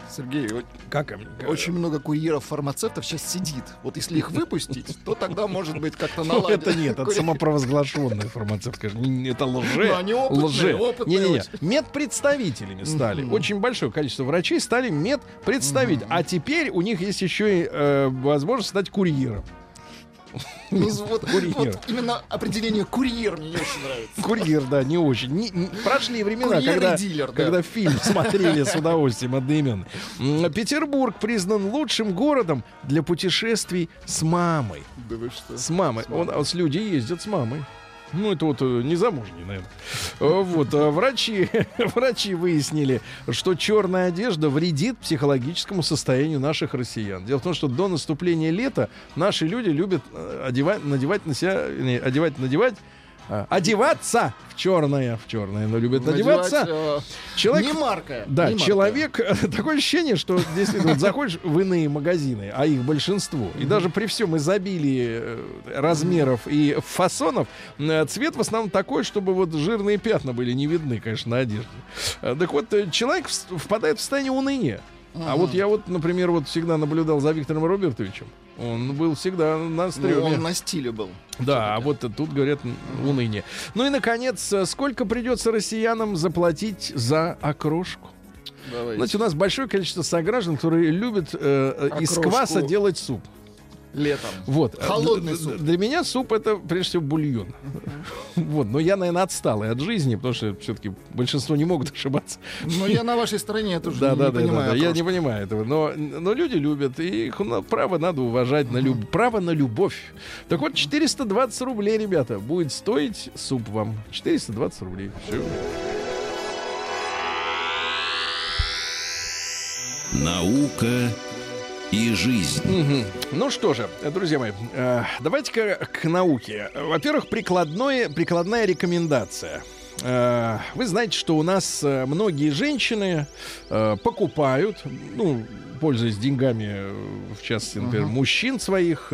Сергей, Как очень много курьеров-фармацевтов сейчас сидит. Вот если их выпустить, то тогда, может быть, как-то Ну, наладить. это нет, это самопровозглашенный фармацевт, скажем. Это Ну, они опытные, опытные Не-не-не. очень. Медпредставителями стали. Очень большое количество врачей стали медпредставителями. А теперь у них есть еще и возможность стать курьером. Ну, вот Курьер. именно определение курьер мне не очень нравится. Курьер, да, не очень. Прошли времена, Курьер и когда, дилер, да. когда фильм смотрели с удовольствием одноименно. Петербург признан лучшим городом для путешествий с мамой. Да вы что? С мамой. С люди ездят с мамой. Ну, это вот незамужние, наверное. Вот, врачи выяснили, что черная одежда вредит психологическому состоянию наших россиян. Дело в том, что до наступления лета наши люди любят одеваться в черное, но любят одеваться. Человек, не марка. да, не марка. человек, такое ощущение, что действительно вот заходишь в иные магазины, а их большинство, и даже при всем изобилии размеров и фасонов, цвет в основном такой, чтобы вот жирные пятна были не видны, конечно, на одежде. Так вот, человек впадает в состояние уныния. А вот я вот, например, вот всегда наблюдал за Виктором Робертовичем. Он был всегда на стреме. Он на стиле был. Да, а вот тут, говорят, уныние. Ну и, наконец, сколько придется россиянам заплатить за окрошку? Давайте. Знаете, у нас большое количество сограждан, которые любят из Окрошку. кваса делать суп. Летом. Вот. Холодный суп. Для меня суп — это, прежде всего, бульон. Вот. Но я, наверное, отсталый от жизни, потому что все-таки большинство не могут ошибаться. Но я на вашей стороне, я тоже Да, не понимаю. я не понимаю этого. Но люди любят, и их право надо уважать. Право на любовь. Так вот, 420 рублей, ребята, будет стоить суп вам. 420 рублей. Все. Наука и жизнь. Ну что же, друзья мои, давайте-ка к науке. Во-первых, прикладная рекомендация. Вы знаете, что у нас многие женщины покупают, ну, пользуясь деньгами, в частности, например, мужчин своих,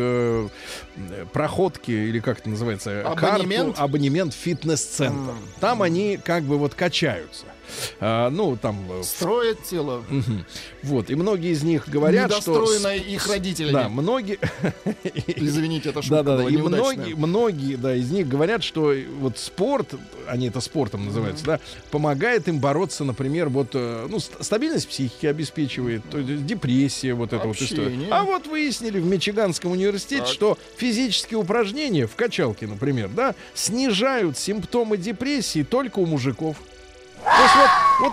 проходки, или как это называется, абонемент в фитнес-центр. Там они как бы вот качаются. Ну, там... Строят тело. Вот, и многие из них говорят, что... Недостроенное их родителями. Да, многие... Извините, это шутка Да, была и неудачная. многие, да, из них говорят, что вот спорт, они это спортом называются, да, помогает им бороться, например, вот, ну, стабильность психики обеспечивает, то есть депрессия, вот эта вот история. А вот выяснили в Мичиганском университете, что физические упражнения в качалке, например, да, снижают симптомы депрессии только у мужиков. То есть вот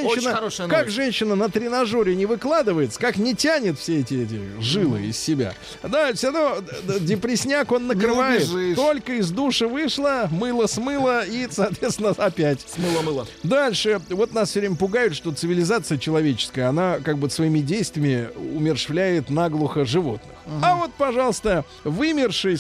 как женщина на тренажере не выкладывается, как не тянет все эти жилы из себя. Да, все равно депрессняк он накрывает. Только из душа вышла, мыло смыло и, соответственно, опять. Смыло-мыло. Дальше. Вот нас все время пугают, что цивилизация человеческая, она как бы своими действиями умерщвляет наглухо животных. А вот, пожалуйста, вымерший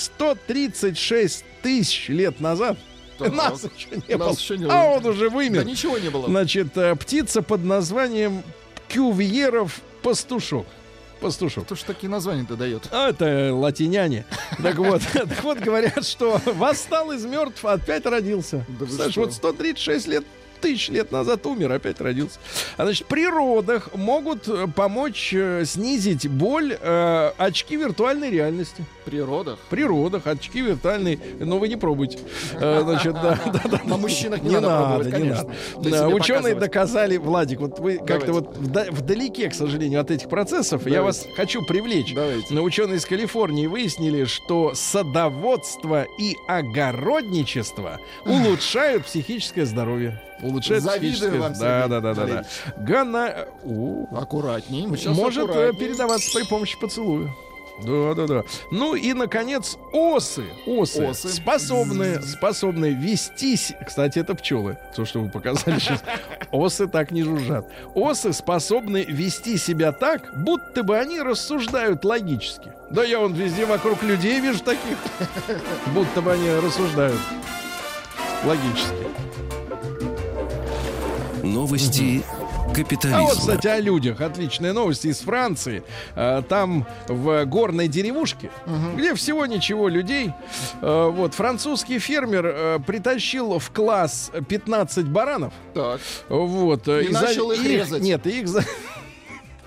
136 тысяч лет назад, нас еще не было. А он уже вымер. Да ничего не было. Значит, птица под названием Кювьеров пастушок. Кто ж такие названия-то дает? А это латиняне. Так вот, говорят, что восстал из мертвых, опять родился. Знаешь, вот 136 тысяч лет назад умер, опять родился. А значит, при родах могут помочь снизить боль очки виртуальной реальности. При родах? При родах очки виртуальной, но вы не пробуйте. Значит, да. На мужчинах не надо пробовать, конечно. Ученые доказали, Владик, вот вы как-то вот вдалеке, к сожалению, от этих процессов, я вас хочу привлечь. Ученые из Калифорнии выяснили, что садоводство и огородничество улучшают психическое здоровье. Улучшает завидую вам, да. Аккуратней. Может передаваться при помощи поцелуя. Да. Ну и, наконец, осы. Способны вестись. Кстати, это пчелы. То, что вы показали сейчас. Осы так не жужжат. Осы способны вести себя так, будто бы они рассуждают логически. Да я вон везде вокруг людей вижу таких. Будто бы они рассуждают логически. Новости капитализма. А вот, кстати, о людях. Отличные новости из Франции. Там в горной деревушке, где всего ничего людей, вот французский фермер притащил в класс 15 баранов. Так. Вот. И начал их резать. Нет, их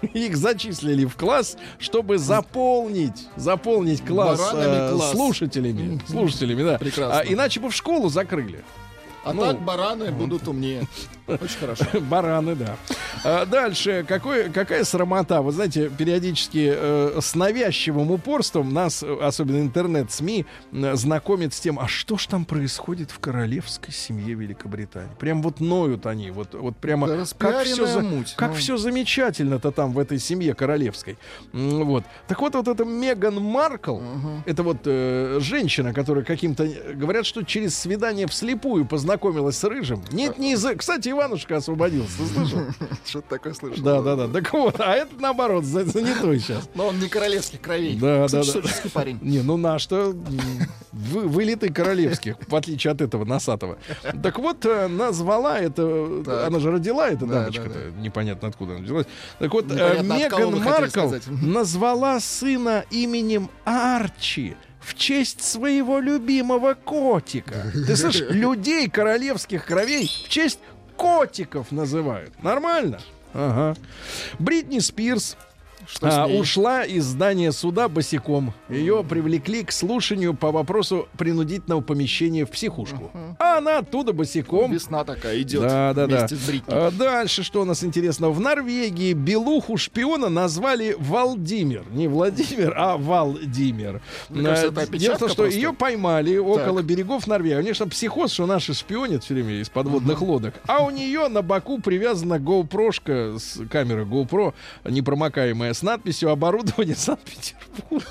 их зачислили в класс, чтобы заполнить класс, Баранами класс. слушателями, да. Прекрасно. Иначе бы в школу закрыли. А так бараны будут умнее. Очень хорошо. Бараны, да. Дальше, какая срамота. Вы знаете, периодически с навязчивым упорством нас, особенно интернет-СМИ, знакомят с тем, а что ж там происходит в королевской семье Великобритании. Прям вот ноют они. Вот прямо Да, распиаренная муть. как все замечательно-то там в этой семье королевской. Вот. Так вот эта Меган Маркл, это вот женщина, которая каким-то... Говорят, что через свидание вслепую познакомилась с рыжим. Нет, не из-за... Кстати, Иванушка освободился, ты слышал? Что-то такое слышал. Да. Так вот, а этот, наоборот, занятой сейчас. Но он не королевских кровей. Да. Сочинский парень. Не, ну наш-то вылитый королевских, в отличие от этого носатого. Так вот, назвала это... Так. Она же родила, эта Да, дамочка-то. Непонятно, откуда она взялась. Так вот, Непонятно, от кого Меган вы хотели Маркл сказать. назвала сына именем Арчи в честь своего любимого котика. Ты слышишь, людей королевских кровей в честь котиков называют. Нормально? Ага. Бритни Спирс Что с ней? ушла из здания суда босиком. Ее привлекли к слушанию по вопросу принудительного помещения в психушку. А она оттуда босиком. Весна такая идет Да. вместе с Бритни. Дальше что у нас интересного? В Норвегии белуху шпиона назвали Валдимир. Не Владимир, а Валдимир. Мне кажется, это Дело в том, опечатка что просто. ее поймали около берегов Норвегии. Конечно, психоз, что наши шпионят все время из подводных лодок. А у нее на боку привязана GoPro-шка с камеры GoPro, непромокаемая, с надписью «Оборудование Санкт-Петербург».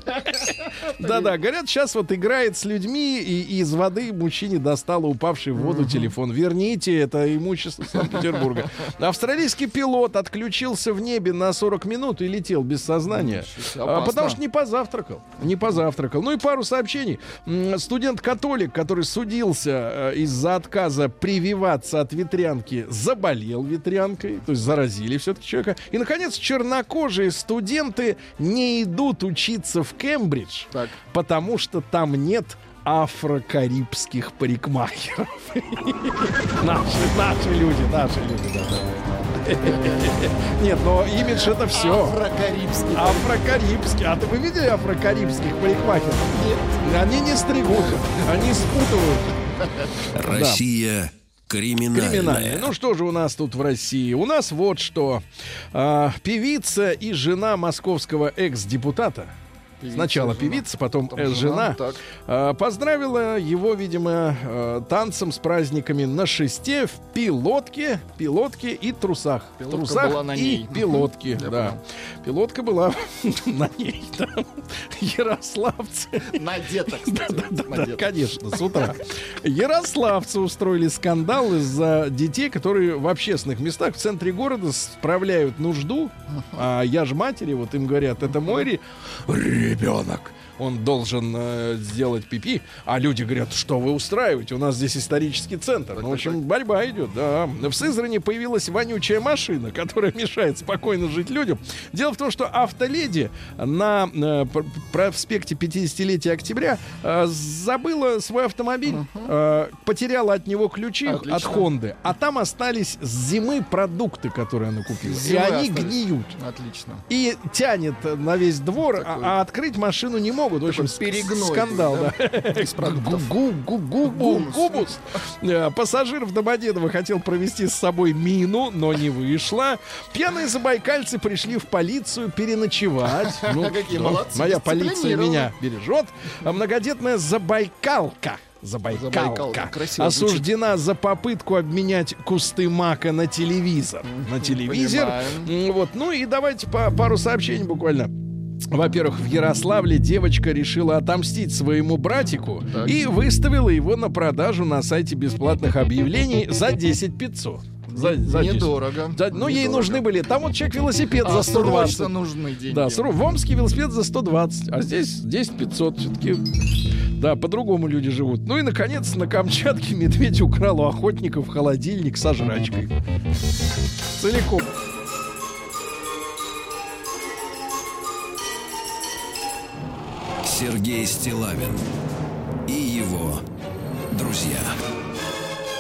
Да-да, говорят, сейчас вот играет с людьми, и из воды мужчине достало упавший в воду телефон. Верните это имущество Санкт-Петербурга. Австралийский пилот отключился в небе на 40 минут и летел без сознания, Опасно. потому что не позавтракал. Ну и пару сообщений. Студент-католик, который судился из-за отказа прививаться от ветрянки, заболел ветрянкой, то есть заразили все-таки человека. И, наконец, чернокожие студенты не идут учиться в Кембридж, Так. потому что там нет афрокарибских парикмахеров. Наши люди, да. Нет, но имидж это все. Афрокарибский. Афрокарибский. А вы видели афрокарибских парикмахеров? Нет. Они не стригут, они спутывают. Россия криминальная. Криминальные. Ну что же у нас тут в России? У нас вот что. Певица и жена московского экс-депутата. Сначала певица, потом жена. Поздравила его, видимо, танцем с праздниками на шесте в пилотке и трусах. Пилотка Трусах была на и ней. пилотке, да. Пилотка была на ней, да. Ярославцы. Надето, кстати. Да, Надето. конечно, с утра. Ярославцы устроили скандал из-за детей, которые в общественных местах в центре города справляют нужду. А я ж матери, вот им говорят, это мой ребенок. Он должен сделать пипи. А люди говорят, что вы устраиваете? У нас здесь исторический центр. Ну, в общем, борьба идет, да. В Сызрани появилась вонючая машина, которая мешает спокойно жить людям. Дело в том, что автоледи на проспекте 50-летия октября забыла свой автомобиль, потеряла от него ключи Отлично. от Хонды, а там остались с зимы продукты, которые она купила. С зимы и они остались. гниют. Отлично. И тянет на весь двор, а открыть машину не могут. В общем, перегной скандал, был, да. Из продуктов. Гумус. Пассажир в Домодедово хотел провести с собой мину, но не вышло. Пьяные забайкальцы пришли в полицию переночевать. Какие молодцы, Моя полиция дисциплинированы. меня бережет. Многодетная забайкалка. Забайкалка. Красиво Осуждена за попытку обменять кусты мака на телевизор. На телевизор. Вот. Ну и давайте пару сообщений буквально. Во-первых, в Ярославле девочка решила отомстить своему братику и выставила его на продажу на сайте бесплатных объявлений за 10 500. За 10. Недорого. Ну, ей нужны были. Там вот человек велосипед за А 120. срочно нужны деньги. Да, в Омске велосипед за 120, а здесь 10 500 все-таки. Да, по-другому люди живут. Ну и, наконец, на Камчатке медведь украл у охотников холодильник со жрачкой. Целиком. Сергей Стиллавин и его друзья.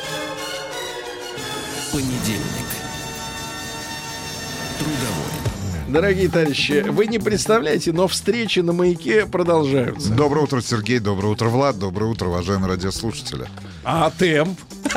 Понедельник. Трудовой. Дорогие товарищи, вы не представляете, но встречи на Маяке продолжаются. Доброе утро, Сергей. Доброе утро, Влад. Доброе утро, уважаемые радиослушатели. А темп?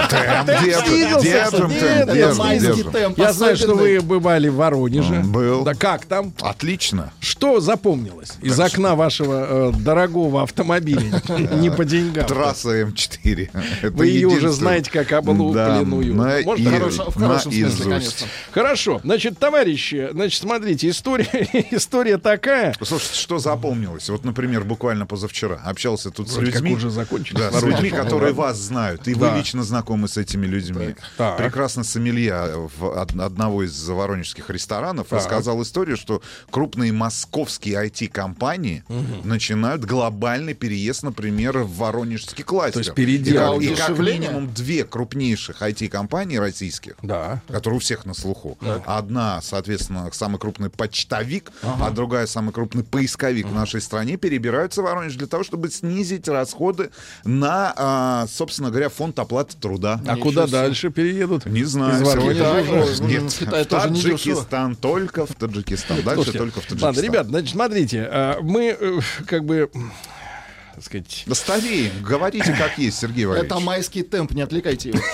Держим. Майский темп. Я знаю, что особенный. вы бывали в Воронеже. Был. Да как там? Отлично. Что запомнилось из окна вашего дорогого автомобиля? Не по деньгам. Трасса М4. Это Вы ее уже единственное. знаете как облупленную. Можно? В хорошем смысле, конечно. Хорошо. Значит, товарищи, смотрите, история такая. Слушайте, что запомнилось? Вот, например, буквально позавчера общался тут с Вроде как людьми. уже закончили. Да, с Воронеж. людьми, которые вас знают. И Да. вы лично знакомы с этими людьми. Так. Прекрасно сомелье одного из воронежских ресторанов рассказал историю, что крупные московские IT-компании начинают глобальный переезд, например, в воронежский кластер. То есть переделывают. И как Удешевление? минимум 2 крупнейших IT-компании российских, Да. которые у всех на слуху. Одна, соответственно, самый крупный почтовик, а другая самый крупный поисковик в нашей стране перебираются в Воронеж для того, чтобы снизить расходы на, собственно говоря, фонд оплаты труда. А куда дальше переедут? Не знаю. Из Воронежа? Нет, В Китае в тоже не Таджикистан, только в Таджикистан. Дальше Слушайте, только в Таджикистан. Ладно, ребят, значит, смотрите, мы как бы, так сказать... Да стареем, говорите как есть, Сергей Валерьевич. Это майский темп, не отвлекайте его.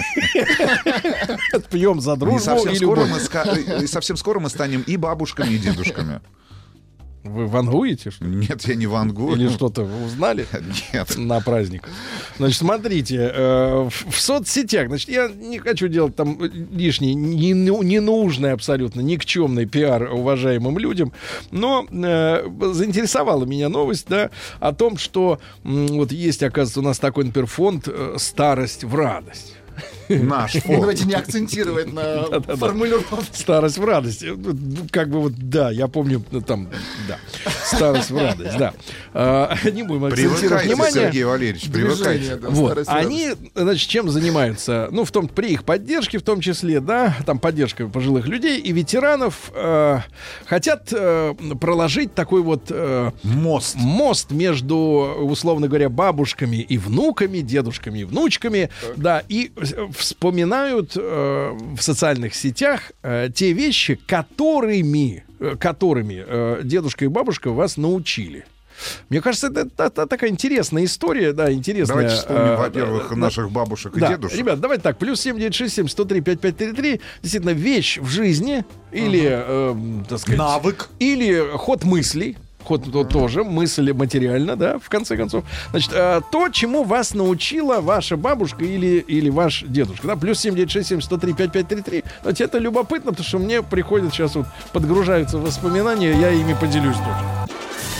Пьем за И дружбу совсем, и скоро любовь. и совсем скоро мы станем и бабушками, и дедушками. Вы вангуете, что ли? Нет, я не вангую. Или что-то вы узнали Нет. на праздник? Значит, смотрите, в соцсетях, значит, я не хочу делать там лишний, ненужный абсолютно, никчемный пиар уважаемым людям, но заинтересовала меня новость, да, о том, что вот есть, оказывается, у нас такой, например, фонд «Старость в радость». Наш фонд. Давайте не акцентировать на формулировке. Старость в радость. Как бы вот, да, я помню, там, да. Старость в радость, да. Не будем акцентировать Привыкайте, внимание. Сергей Валерьевич, Движение, привыкайте. да, Вот. старость, Они, значит, чем занимаются? Ну, при их поддержке, в том числе, да, там поддержка пожилых людей и ветеранов хотят проложить такой вот мост между, условно говоря, бабушками и внуками, дедушками и внучками, да, и вспоминают в социальных сетях те вещи, которыми дедушка и бабушка вас научили. Мне кажется, это такая интересная история, да, интересная. Давайте вспомним, во-первых, наших бабушек и да, дедушек. ребят, давайте так, плюс 7967-103-5533, действительно, вещь в жизни или, так сказать... Навык. Или ход мыслей. Тоже мысль материально, да, в конце концов. Значит, то, чему вас научила ваша бабушка или ваш дедушка, да, плюс 7967-103-5533. Знаете, это любопытно, потому что мне приходят сейчас вот, подгружаются воспоминания, я ими поделюсь тоже.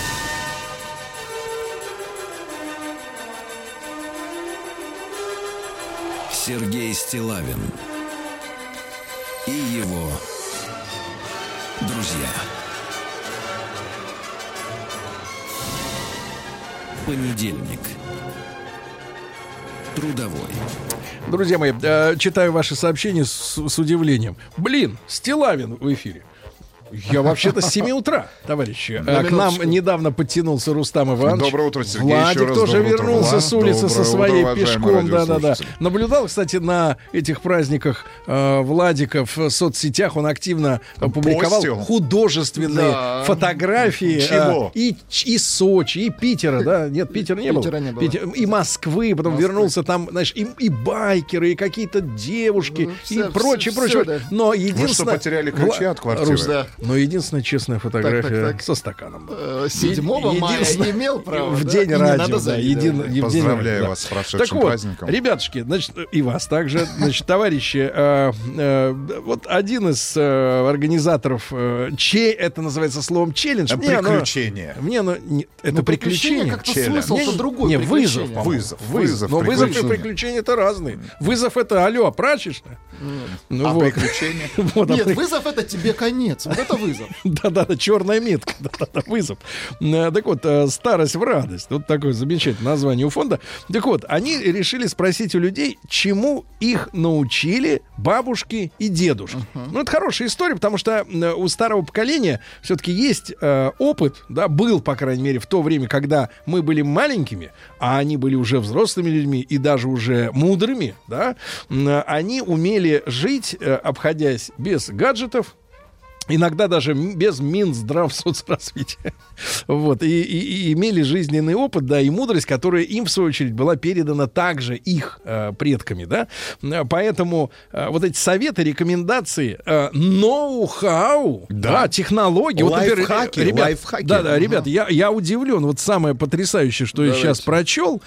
Сергей Стиллавин и его друзья. Понедельник. Трудовой. Друзья мои, читаю ваши сообщения с удивлением. Блин, Стиллавин в эфире. Я вообще-то с 7 утра, товарищи. К нам недавно подтянулся Рустам Иванович. Доброе утро, Сергей. Владик Еще раз тоже доброе утро, вернулся Влад. с улицы Доброе со утро, своей уважаемые пешком. Да. радиослушатели. Наблюдал, кстати, на этих праздниках Владика в соцсетях. Он активно публиковал Постил? художественные фотографии. Чего? И Сочи, и Питера, да? Нет, Питера не было. Питера не было. И Москвы. Потом вернулся там, знаешь, и байкеры, и какие-то девушки, и все, прочее, все, прочее. да. Но Вы что, единственное... потеряли ключи от квартиры? Рус, Да. но единственная честная фотография так. со стаканом была. 7 мая Единственное, имел право. в да? день И не радио, надо да, завидовать, да. в день Поздравляю радио, вас с да. прошедшим Так вот, праздником. ребятушки, значит, и вас также, значит, товарищи, вот один из организаторов, это называется словом челлендж. Приключение. Это приключение. Как-то Челлендж. смысл-то другой. Не, вызов, приключение. по-моему. Вызов, Но вызов и приключение. приключения это разные. Вызов это алло, прачечная. Ну А вот. приключения? Вот, Нет, вызов это тебе конец. Вот это вызов. Да-да-да, черная метка. Да-да-да, вызов. Так вот, старость в радость. Вот такое замечательное название у фонда. Так вот, они решили спросить у людей, чему их научили бабушки и дедушки. Ну, это хорошая история, потому что у старого поколения все-таки есть опыт, да, был, по крайней мере, в то время, когда мы были маленькими, а они были уже взрослыми людьми и даже уже мудрыми, да, они умели жить, обходясь без гаджетов, иногда даже без Минздравсоцразвития. Вот, и имели жизненный опыт, да, и мудрость, которая им, в свою очередь, была передана также их предками, да. Поэтому вот эти советы, рекомендации, ноу-хау, да, технологии. Лайфхаки, вот, например, лайфхаки. Да, ребят, я удивлен. Вот самое потрясающее, что я сейчас прочел,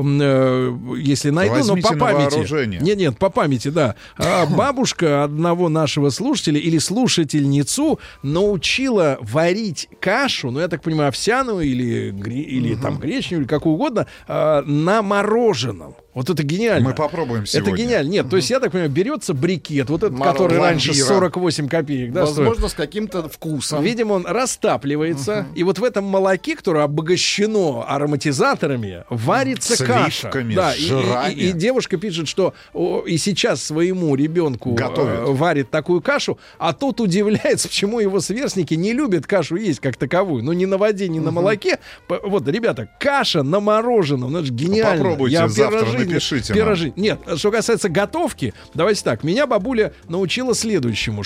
если найду, Возьмите но по на памяти. вооружение. Нет, по памяти, да. Бабушка одного нашего слушателя или слушательницу научила варить кашу, ну, я так понимаю, овсяную или там гречневую, или какую угодно, на мороженом. Вот это гениально. Мы попробуем сегодня. Это гениально. Нет, то есть, я так понимаю, берется брикет, вот этот, который раньше 48 копеек, да, Возможно, с каким-то вкусом. видимо, он растапливается, и вот в этом молоке, которое обогащено ароматизаторами, варится Сливками, каша. Да, жирами. и девушка пишет, что и сейчас своему ребенку Готовит. варит такую кашу, а тот удивляется, почему его сверстники не любят кашу есть как таковую. Ну, ни на воде, ни на молоке. Вот, ребята, каша на мороженом, ну, это же гениально. Попробуйте Я завтра, первый раз в жизни- напишите первый нам. раз в жизни- Нет, что касается готовки, давайте так. Меня бабуля научила следующему,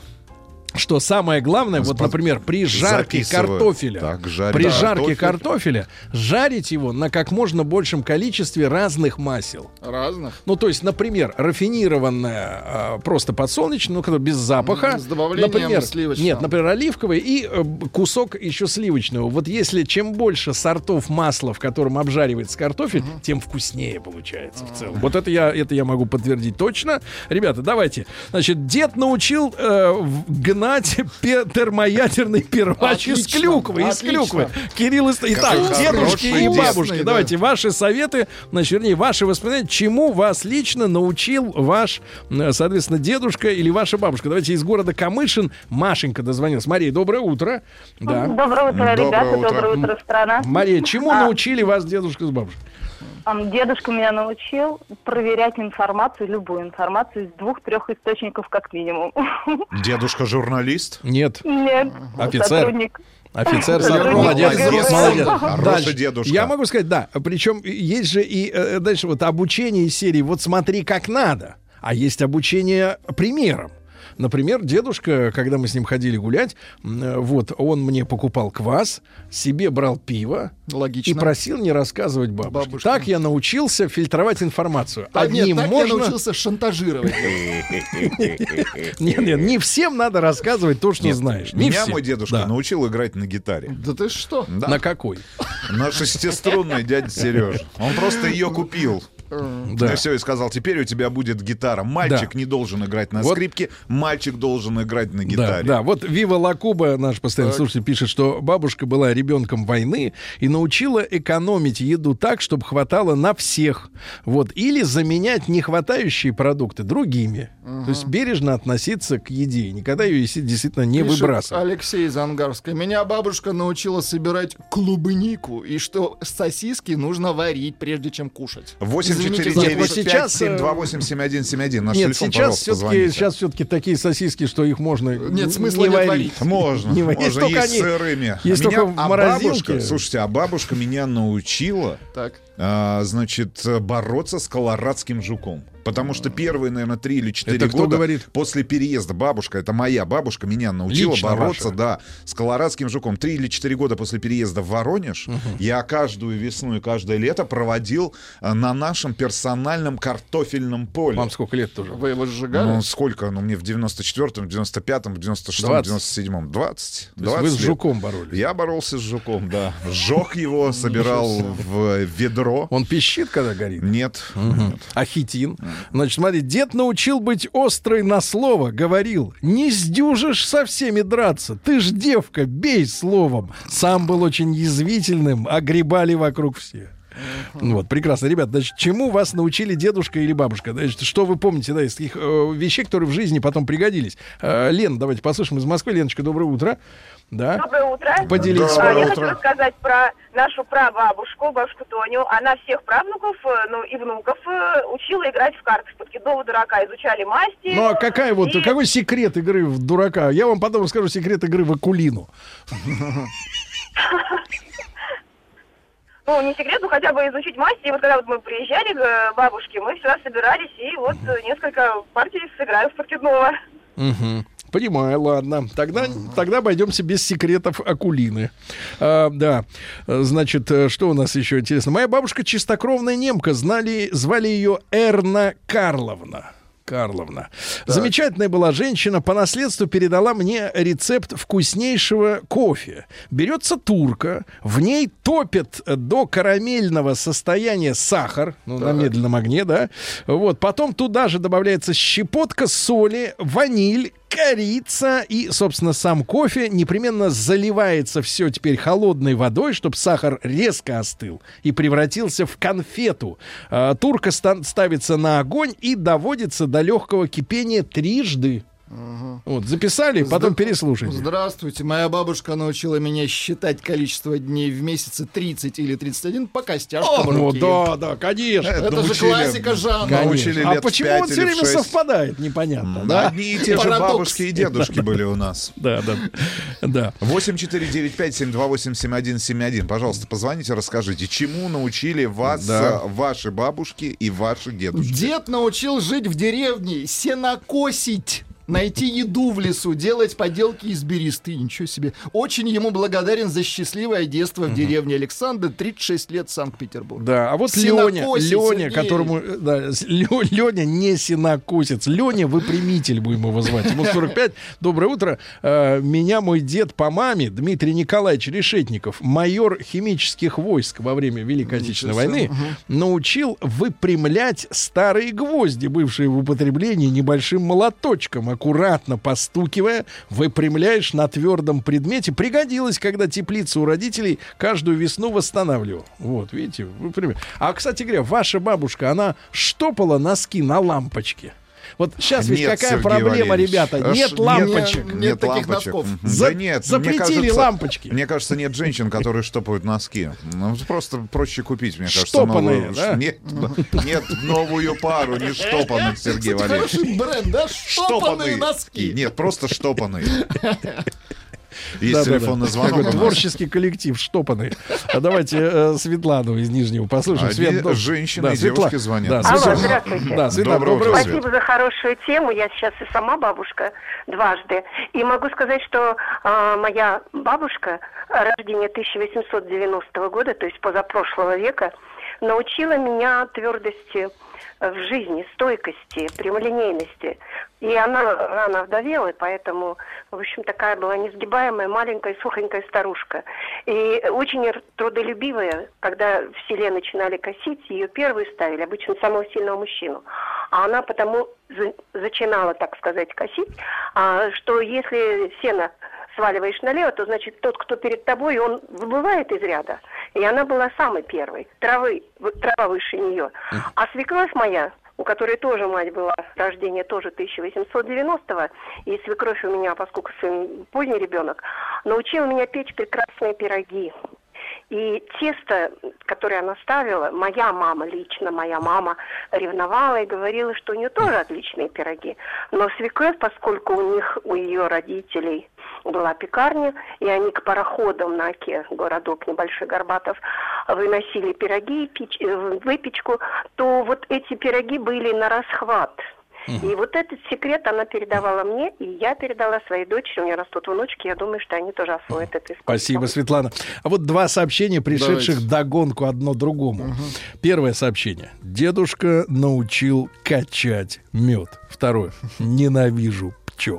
что самое главное, вот, например, при жарке Записываю. картофеля, Так, жарить при жарке картофель. картофеля жарить его на как можно большем количестве разных масел. Разных. Ну, то есть, например, рафинированное просто подсолнечное, ну, которое без запаха. С добавлением например, сливочного. Нет, например, оливковое и кусок еще сливочного. Вот если чем больше сортов масла, в котором обжаривается картофель, тем вкуснее получается в целом. Вот это я могу подтвердить точно. Ребята, давайте. Значит, дед научил гнать термоядерный первач из Отлично, клюквы. Из отлично. клюквы. Кирилл из... Итак, Какой дедушки хороший и дед. бабушки, Вкусный, давайте ваши советы, значит, вернее, ваши воспоминания, чему вас лично научил ваш, соответственно, дедушка или ваша бабушка. Давайте из города Камышин. Машенька дозвонилась. Мария, доброе утро. Да. Доброе утро, Доброе ребята, утро. доброе утро, страна. Мария, чему научили вас дедушка с бабушкой? Дедушка меня научил проверять информацию, любую информацию из 2-3 источников как минимум. Дедушка журналист? Нет. Нет, Офицер. сотрудник. Офицер, Молодец, молодец. Хороший Дальше. дедушка. Я могу сказать, да. Причем есть же и дальше вот обучение из серии «Вот смотри, как надо». А есть обучение примером. Например, дедушка, когда мы с ним ходили гулять, вот, он мне покупал квас, себе брал пиво Логично. и просил не рассказывать бабушке. Бабушке. Так я научился фильтровать информацию. Так, нет, Одним так можно... я научился шантажировать. Нет, не всем надо рассказывать то, что знаешь. Не Меня всем. мой дедушка Да. научил играть на гитаре. Да ты что? Да. На какой? На шестиструнной дядя Сережа. Он просто ее купил. Да. И все, и сказал, теперь у тебя будет гитара. Мальчик не должен играть на Вот. скрипке, мальчик должен играть на Да, гитаре. да, вот Вива Лакуба, наш постоянный слушатель, пишет, что бабушка была ребенком войны и научила экономить еду так, чтобы хватало на всех. Вот. Или заменять нехватающие продукты другими. То есть бережно относиться к еде. И никогда ее действительно не Пишет выбрасывать. Алексей из Ангарска. Меня бабушка научила собирать клубнику, и что сосиски нужно варить, прежде чем кушать. 8-4-9-5-7-2-8-7-1-7-1. Наш Нет, телефон, сейчас пожалуйста, все-таки, звоните. такие сосиски, что их можно Нет смысла не нет варить. варить. Можно, Не варить. можно Только есть они- сырыми. есть Меня- только в морозилке. бабушка, слушайте, а бабушка меня научила, Так. значит, бороться с колорадским жуком. Потому что первые, наверное, 3 или 4 Это кто года говорит? после переезда бабушка, это моя бабушка, меня научила Лично бороться, ваша? да, с колорадским жуком. 3 или 4 года после переезда в Воронеж я каждую весну и каждое лето проводил на нашем персональном картофельном поле. Вам сколько лет тоже? Вы его сжигали? Ну, сколько? Ну, мне в 94-м, в 95-м, в 96-м, 20. 97-м. 20. То есть вы 20 с лет. жуком боролись? Я боролся с жуком, да. Сжег его, собирал в ведро. Он пищит, когда горит? Нет. А хитин? Значит, смотри, дед научил быть острой на слово. Говорил, не сдюжишь со всеми драться. Ты ж девка, бей словом. Сам был очень язвительным, огребали вокруг все. Вот, прекрасно. Ребят, значит, чему вас научили дедушка или бабушка? Значит, что вы помните, да, из таких вещей, которые в жизни потом пригодились? Лен, давайте послушаем из Москвы. Леночка, доброе утро. Да. Доброе утро. Поделитесь. Доброе Я утро. хочу рассказать про нашу прабабушку, бабушку Тоню. Она всех правнуков, и внуков учила играть в карты. В подкидного дурака изучали масти. Ну, а какой И- секрет игры в дурака? Я вам потом расскажу секрет игры в Акулину. Ну, не секрет, но хотя бы изучить масти. И вот когда вот мы приезжали к бабушке, мы всегда собирались и вот несколько партий сыграем в подкидного. Мгм. Понимаю, ладно. Тогда обойдемся без секретов Акулины. Да. Значит, что у нас еще интересно? Моя бабушка чистокровная немка. Звали ее Эрна Карловна. Замечательная была женщина, по наследству передала мне рецепт вкуснейшего кофе. Берется турка, в ней топят до карамельного состояния сахар, на медленном огне, да. Вот, потом туда же добавляется щепотка соли, ваниль, корица и, собственно, сам кофе. Непременно заливается все теперь холодной водой, чтобы сахар резко остыл и превратился в конфету. Турка ставится на огонь и доводится до легкого кипения трижды. Вот, записали, потом переслушайте. Здравствуйте. Моя бабушка научила меня считать количество дней в месяце 30 или 31 по костяшкам руки. Да, конечно. Это же классика жанра. А почему он все время совпадает? Непонятно. Да? Одни и те же бабушки и дедушки были у нас. Да. 8495-728-7171. Пожалуйста, позвоните, расскажите, чему научили вас ваши бабушки и ваши дедушки? Дед научил жить в деревне, сенокосить. Найти еду в лесу, делать поделки из бересты. Ничего себе. Очень ему благодарен за счастливое детство в деревне. Александр, 36 лет, Санкт-Петербург. Да, а вот Леня, которому... Да, Леня не сенокосец. Леня выпрямитель, будем его звать. Ему 45. Доброе утро. Меня мой дед по маме, Дмитрий Николаевич Решетников, майор химических войск во время Великой Отечественной войны, научил выпрямлять старые гвозди, бывшие в употреблении, небольшим молоточком. Аккуратно постукивая, выпрямляешь на твердом предмете. Пригодилось, когда теплицу у родителей каждую весну восстанавливал. Вот, видите, выпрямляю. А, кстати говоря, ваша бабушка, она штопала носки на лампочке. Вот сейчас ведь какая Сергей проблема, Валерьевич. ребята? Нет лампочек. Нет таких лампочек. носков. Запретили лампочки. Мне кажется, нет женщин, которые штопают носки. Ну, просто проще купить, мне кажется, Штопанные, новую. да? Нет, новую пару не штопанных, Сергей Валерьевич. Хороший бренд, да? Штопанные носки. Нет, просто штопанные. Есть телефонный звонок. Такой творческий коллектив штопанный. А давайте Светлану из Нижнего послушаем. Женщины и девушки звонят. Алло, здравствуйте. Да, Светлана, доброе утро. Спасибо за хорошую тему. Я сейчас и сама бабушка дважды. И могу сказать, что моя бабушка, рождения 1890 года, то есть позапрошлого века, научила меня твердости в жизни, стойкости, прямолинейности. И она рано вдовела, и поэтому, в общем, такая была несгибаемая, маленькая, сухонькая старушка. И очень трудолюбивая, когда в селе начинали косить, ее первую ставили, обычно самого сильного мужчину. А она потому зачинала, так сказать, косить, что если сено сваливаешь налево, то, значит, тот, кто перед тобой, он выбывает из ряда. И она была самой первой. Трава выше нее. А свекровь моя, у которой тоже мать была, рождение тоже 1890-го, и свекровь у меня, поскольку сын поздний ребенок, научила меня печь прекрасные пироги. И тесто, которое она ставила, моя мама ревновала и говорила, что у нее тоже отличные пироги. Но свекровь, поскольку у ее родителей была пекарня, и они к пароходам на Оке, городок небольшой Горбатов, выносили пироги, выпечку, то вот эти пироги были на расхват. И вот этот секрет она передавала мне, и я передала своей дочери. У меня растут внучки, я думаю, что они тоже освоят это искусство. Спасибо, Светлана. А вот два сообщения, пришедших вдогонку одно другому. Первое сообщение. Дедушка научил качать мед. Второе. Ненавижу пчел.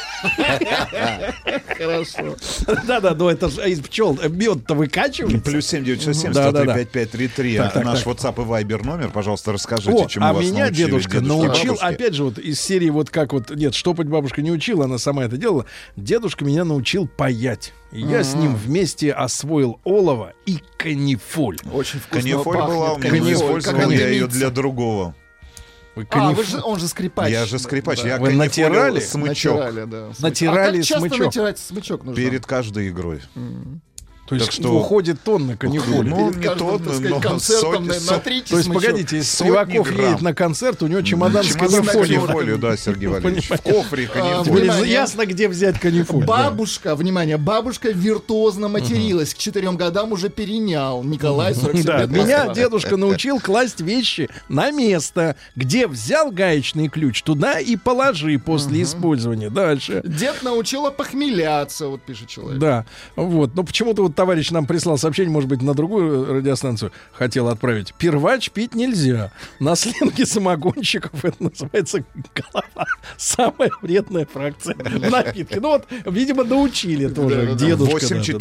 Хорошо. Да, ну это же из пчел мед-то выкачивается. Плюс 7-967-103-5533. Наш WhatsApp и Viber номер, пожалуйста, расскажите, чему вас меня научили дедушка научил, бабушки. опять же, вот из серии вот как вот, нет, штопать бабушка не учила, она сама это делала. Дедушка меня научил паять. И я с ним вместе освоил олово и канифоль. Очень вкусно Канифоль была у меня, использовал я ее для другого. Он же скрипач. Я же скрипач. Да. Я Вы натирали? смычок. Натирали как часто смычок. натирать смычок нужно? Перед каждой игрой. То есть Так что- уходит тонна канифоли. Ну, Перед не каждым, тонны, так сказать, но концертом сотни- натритесь То есть, смычок. погодите, если сотни Сливаков грамм. едет на концерт, у него чемодан с Чемодан с канифолью. канифолью, да, Сергей Валерьевич. В кофре канифоль. Теперь Внимание. ясно, где взять канифоль. да. Бабушка, внимание, бабушка виртуозно материлась. К 4 годам уже перенял. Николай, 47 Да, лет. меня Москва. дедушка научил класть вещи на место. Где взял гаечный ключ, туда и положи после использования. Дальше. Дед научила похмеляться, вот пишет человек. Да, вот. Но почему-то вот товарищ нам прислал сообщение, может быть, на другую радиостанцию хотел отправить. Первач пить нельзя. На сленге самогонщиков это называется голова. Самая вредная фракция в напитке. Ну вот, видимо, научили тоже дедушка.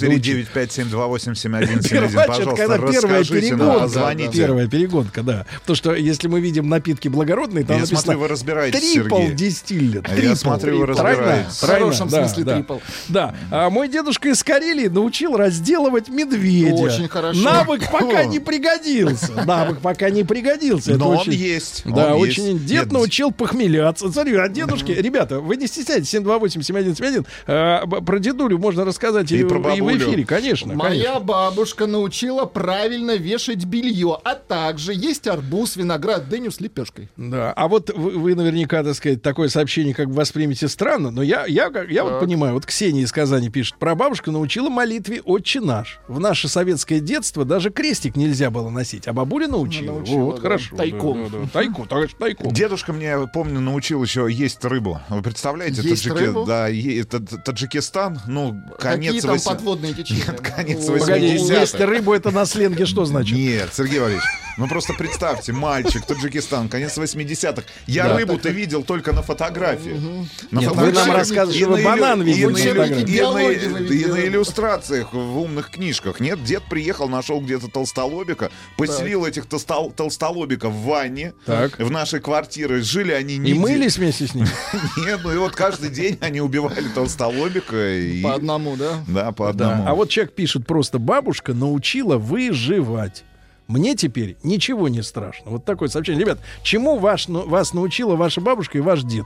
8-4-9-5-7-2-8-7-1-7-1. Первач, это Пожалуйста, когда первая расскажите нам, перегонка. позвоните. Первая перегонка, да. То, что если мы видим напитки благородные, там Я написано смотрю, вы разбираетесь, трипл Сергей. дистиллет. Я смотрю, вы разбираетесь. В хорошем смысле да. трипл. Да. А мой дедушка из Карелии научил разделывать медведя. Очень хорошо. Навык пока не пригодился. Навык пока не пригодился. Это Но он очень- есть. Да, он очень. есть. Дед Нет, научил похмеляться. Смотри, а дедушки, ребята, вы не стесняйтесь, 728-7171. Про дедулю можно рассказать И про в бабулю. эфире, конечно. Моя бабушка научила правильно вешать белье, а также есть арбуз, виноград, дыню с лепешкой. Да, а вот вы наверняка, так сказать, такое сообщение как бы воспримете странно, но я вот понимаю, вот Ксения из Казани пишет, прабабушка научила молитве «Отче наш». В наше советское детство даже крестик нельзя было носить, а бабуля научила. Научила, Вот, да. хорошо. Тайком. Да. Тайком, товарищ, тайком. Дедушка меня, помню, научил еще есть рыбу. Вы представляете? Есть рыбу? Да, Таджикистан, ну, Какие конец... там вось- подводные течения? Нет, конец Ой. Погоди, 80-х. есть рыбу, это на сленге что значит? Нет, Сергей Валерьевич, ну просто представьте, мальчик, Таджикистан, конец 80-х. Я Да. рыбу-то видел только на фотографии. На Нет, вы нам фотографиях рассказываете, и что вы на банан иллю- видели и на на фотографии. иллю- и на- Биологию вы И видели. на иллюстрациях в умных книжках. Нет, дед приехал, нашел где-то толстолобика, поселил этих толстолобиков в ванне Так. в нашей квартире. Жили они И неделю. мылись вместе с ним? Нет, ну и вот каждый день они убивали толстолобика. И... По одному, да? Да, по Да. одному. А вот человек пишет просто: бабушка научила выживать. Мне теперь ничего не страшно. Вот такое сообщение. Ребят, чему вас научила ваша бабушка и ваш дед?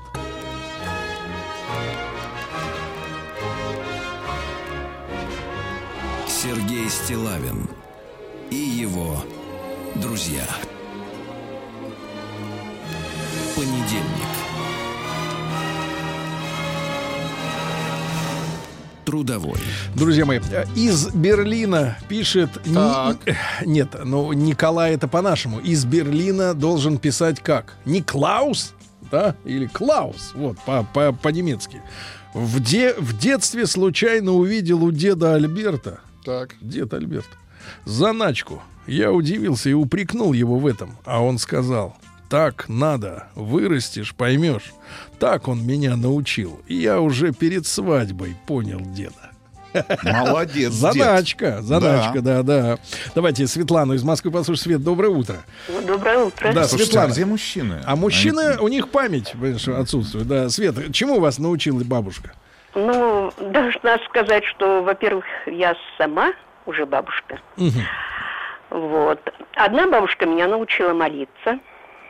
Сергей Стиллавин и его друзья. Понедельник. Трудовой. Друзья мои, из Берлина пишет... Так. Нет, ну Николай это по-нашему. Из Берлина должен писать как? Никлаус? Да? Или Клаус? Вот, по-немецки. В детстве случайно увидел у деда Альберта, Так. дед Альберт, заначку. Я удивился и упрекнул его в этом. А он сказал: так надо, вырастешь, поймешь. Так он меня научил. И я уже перед свадьбой понял деда. Молодец, дед. Заначка, да. Давайте Светлану из Москвы послушаем. Свет, доброе утро. Доброе утро. Да, Слушайте, Светлана. а где мужчины? А мужчины, у них память, понимаешь, отсутствует. Да, Свет, чему вас научила бабушка? Ну, должна сказать, что, во-первых, я сама уже бабушка. Вот. Одна бабушка меня научила молиться.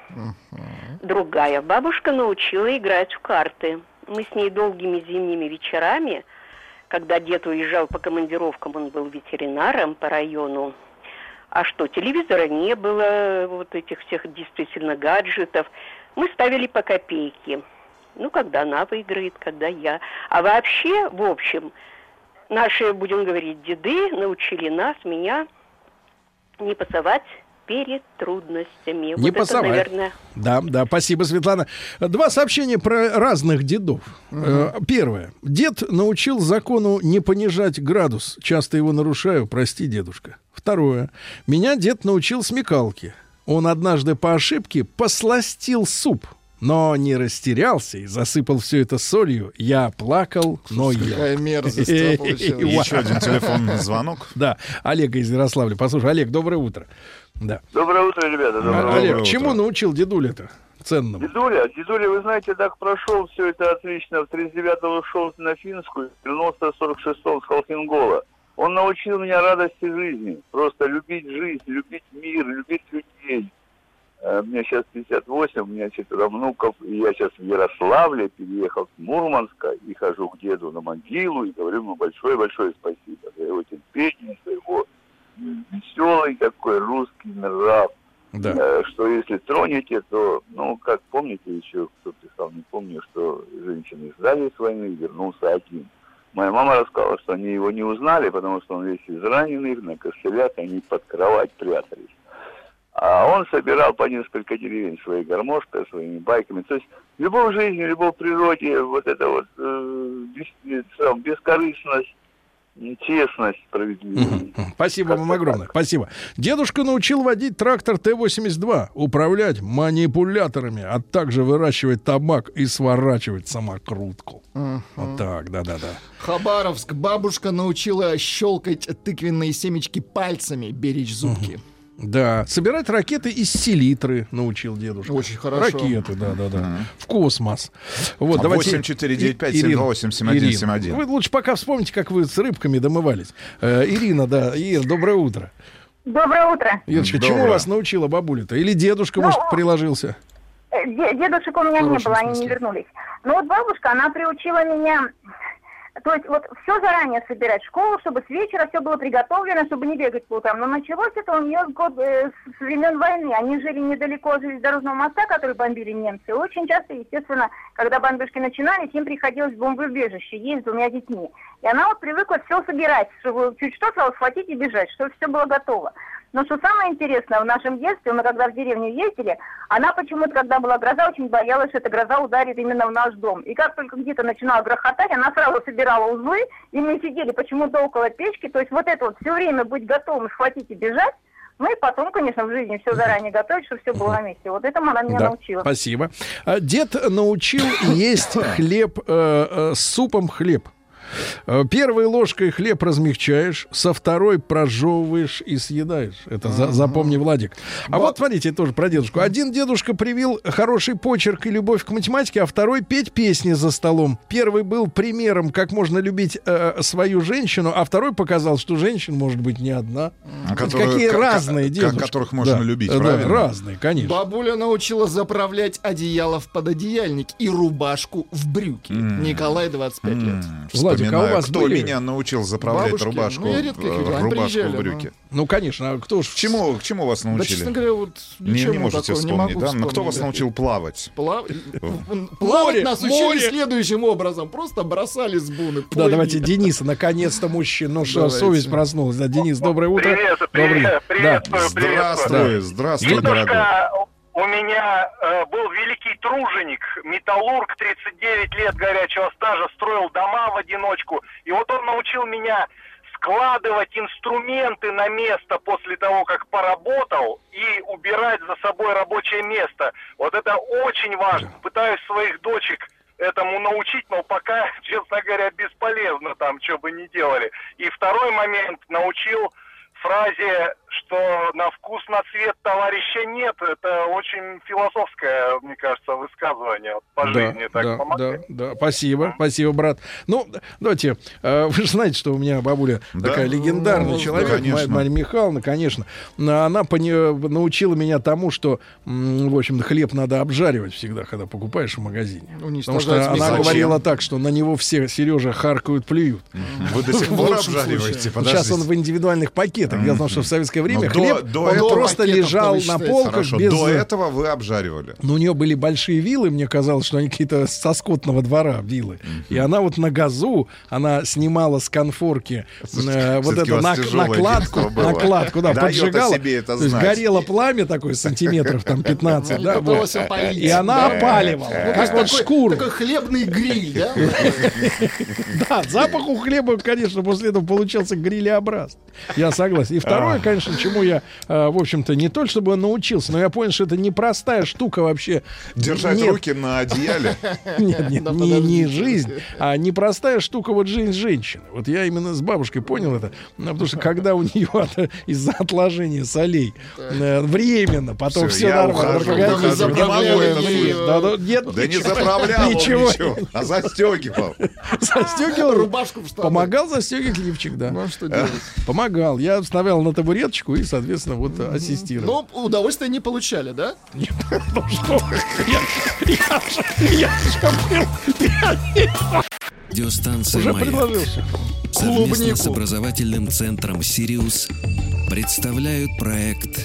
Другая бабушка научила играть в карты. Мы с ней долгими зимними вечерами, когда дед уезжал по командировкам, он был ветеринаром по району. А что, телевизора не было, вот этих всех действительно гаджетов. Мы ставили по копейке. Ну, когда она выиграет, когда я. А вообще, в общем, наши, будем говорить, деды научили нас, меня, не пасовать перед трудностями. Не вот пасовать. это, наверное... Да, спасибо, Светлана. Два сообщения про разных дедов. Первое. Дед научил закону не понижать градус. Часто его нарушаю, прости, дедушка. Второе. Меня дед научил смекалке. Он однажды по ошибке посластил суп, но не растерялся и засыпал все это солью. Я плакал, но ел. Какая мерзость да, получилась. Еще один телефонный звонок. Да, Олега из Ярославля. Послушай, Олег, доброе утро. Да. Доброе утро, ребята. Доброе утро. Олег, утро. чему научил дедуля-то ценному? Дедуля, вы знаете, так прошел все это отлично. В 39-го ушел на финскую, вернулся в 46-м с Холхенгола. Он научил меня радости жизни. Просто любить жизнь, любить мир, любить людей. Мне сейчас 58, у меня 4 внуков. И я сейчас в Ярославле переехал с Мурманска и хожу к деду на могилу и говорю ему большое-большое спасибо за его терпение, веселый такой русский нрав. Да. Что если тронете, то, ну, как помните еще, кто писал, не помню, что женщины ждали с войны, вернулся один. Моя мама рассказала, что они его не узнали, потому что он весь израненный, на костылях, они под кровать прятались. А он собирал по несколько деревень своей гармошкой, своими байками. То есть любовь к жизни, любовь к природе, вот это вот бескорыстность, честность, справедливость. Спасибо вам огромное. Спасибо. Дедушка научил водить трактор Т-82, управлять манипуляторами, а также выращивать табак и сворачивать самокрутку. Вот так, да-да-да. Хабаровск. Бабушка научила щелкать тыквенные семечки пальцами, беречь зубки. Да, собирать ракеты из селитры научил дедушка. Очень хорошо. Ракеты, да. В космос. Вот, давайте. 8-4-9-5-7-2-8-7-1-7-1. Вы лучше пока вспомните, как вы с рыбками домывались. Ирина, да. Ир, доброе утро. Доброе утро. Ирочка, чему вас научила бабуля-то? Или дедушка, может, приложился? Дедушек у меня не было, они не вернулись. Но вот бабушка, она приучила меня... То есть вот все заранее собирать в школу, чтобы с вечера все было приготовлено, чтобы не бегать по утрам. Но началось это у нее с времен войны. Они жили недалеко от железнодорожного моста, который бомбили немцы. Очень часто, естественно, когда бомбежки начинались, им приходилось в бомбоубежище ездить с 2 детьми. И она вот привыкла все собирать, чтобы чуть что сразу схватить и бежать, чтобы все было готово. Но что самое интересное, в нашем детстве, мы когда в деревню ездили, она почему-то, когда была гроза, очень боялась, что эта гроза ударит именно в наш дом. И как только где-то начинала грохотать, она сразу собирала узлы, и мы сидели почему-то около печки. То есть вот это вот все время быть готовым, схватить и бежать. Ну и потом, конечно, в жизни все заранее готовить, чтобы все было на месте. Вот этому она меня научила. Спасибо. Дед научил есть хлеб с супом хлеб. Первой ложкой хлеб размягчаешь, со второй прожевываешь и съедаешь. Это запомни, Владик. А вот смотрите, тоже про дедушку. Один дедушка привил хороший почерк и любовь к математике, а второй петь песни за столом. Первый был примером, как можно любить свою женщину, а второй показал, что женщин может быть не одна. Какие разные дедушки. Которых можно любить, правильно? Разные, конечно. Бабуля научила заправлять одеяло в пододеяльник и рубашку в брюки. Николай, 25 лет. Владик, а у вас кто были? меня научил заправлять Бабушки? рубашку, Ну, я редко их видел, они приезжали, в брюки? Ну, конечно, а кто ж... К чему вас Да, научили? честно говоря, вот Не можете такого, вспомнить, могу да? Но кто вспомнить, вас да. научил плавать? Плавать нас учили следующим образом. Просто бросали с буны. Да, давайте Дениса, наконец-то мужчина. Ну что, совесть проснулась. Да, Денис, доброе утро. Здравствуй, дорогой. У меня был великий труженик, металлург, 39 лет горячего стажа, строил дома в одиночку. И вот он научил меня складывать инструменты на место после того, как поработал, и убирать за собой рабочее место. Вот это очень важно. Пытаюсь своих дочек этому научить, но пока, честно говоря, бесполезно там, что бы ни делали. И второй момент, научил фразе, что на вкус, на цвет товарища нет. Это очень философское, мне кажется, высказывание по жизни. Так помогает. Да, спасибо, брат. Ну, давайте, вы же знаете, что у меня бабуля такая легендарный человек, Марья Михайловна, конечно. Она научила меня тому, что, в общем-то, хлеб надо обжаривать всегда, когда покупаешь в магазине. Потому что она говорила так, что на него все, Сережа, харкают, плюют. Вы до сих пор обжариваете? Сейчас он в индивидуальных пакетах. Дело в том, что в советское время хлеб просто лежал на полках. До этого вы обжаривали. Но у нее были большие вилы, мне казалось, что они какие-то со скотного двора вилы. И она вот на газу, она снимала с конфорки вот эту накладку, да, поджигала. То есть горело пламя такое, сантиметров там 15, да, и она опаливала. Как вот шкуру. Такой хлебный гриль, да? Да, запах у хлеба, конечно, после этого получался грилеобразный. Я согласен. И второе, конечно, чему я, в общем-то, не то чтобы научился, но я понял, что это непростая штука вообще. Держать руки на одеяле? Нет, не жизнь, а непростая штука вот жизнь женщины. Вот я именно с бабушкой понял это, потому что когда у нее из-за отложения солей временно, потом все нормально. Да не заправлял ничего, а застегивал. Застегивал рубашку в штаны. Помогал застегивать лифчик, да. Ну, что делать? Помогал. Я вставлял на табуреточку и, соответственно, вот ассистировал. Но удовольствия не получали, да? Нет, ну что я же был. Радиостанция Уже «Маяк» предложился. совместно с образовательным центром «Сириус» представляют проект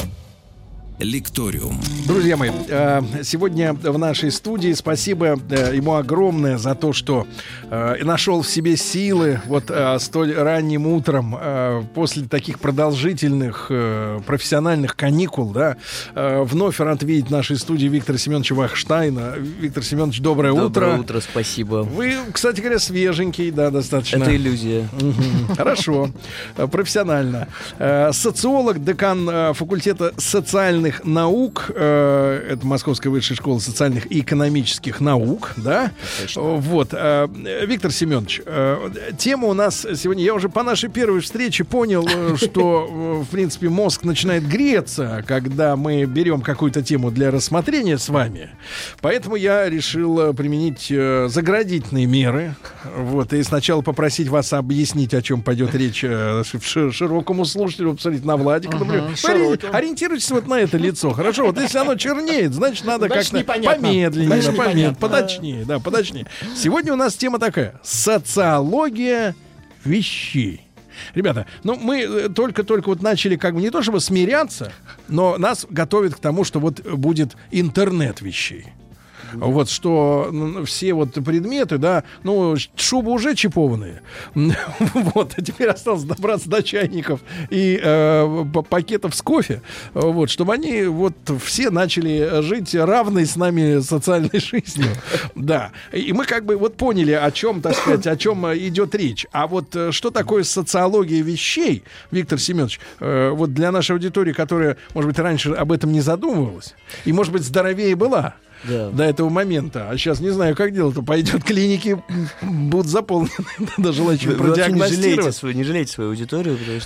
«Лекториум». Друзья мои, сегодня в нашей студии спасибо ему огромное за то, что нашел в себе силы вот столь ранним утром после таких продолжительных профессиональных каникул, да, вновь рад видеть в нашей студии Виктора Семеновича Вахштайна. Виктор Семенович, доброе утро. Доброе утро, спасибо. Вы, кстати говоря, свеженький, да, достаточно. Это иллюзия. Хорошо, профессионально. Социолог, декан факультета социальных наук, это Московская высшая школа социальных и экономических наук, да? Вот, Виктор Семенович, тема у нас сегодня, я уже по нашей первой встрече понял, что, в принципе, мозг начинает греться, когда мы берем какую-то тему для рассмотрения с вами, поэтому я решил применить заградительные меры, вот, и сначала попросить вас объяснить, о чем пойдет речь широкому слушателю, посмотрите на Владика, например. Ориентируйтесь вот на это лицо, хорошо? Вот если оно чернеет, значит, надо как-то помедленнее, поточнее, да, поточнее. Сегодня у нас тема такая: социология вещей. Ребята, ну мы только-только вот начали как бы не то чтобы смиряться, но нас готовят к тому, что вот будет интернет вещей. Вот что все вот предметы, да, ну, шубы уже чипованные. Вот, а теперь осталось добраться до чайников и пакетов с кофе. Вот, чтобы они вот все начали жить равной с нами социальной жизнью. Да. И мы как бы вот поняли, о чем, так сказать, о чем идет речь. А вот что такое социология вещей, Виктор Семенович, вот для нашей аудитории, которая, может быть, раньше об этом не задумывалась, и, может быть, здоровее была, да, до этого момента. А сейчас не знаю, как дело-то пойдет. Клиники будут заполнены до желающих продиагностировать. Не жалейте свою аудиторию, потому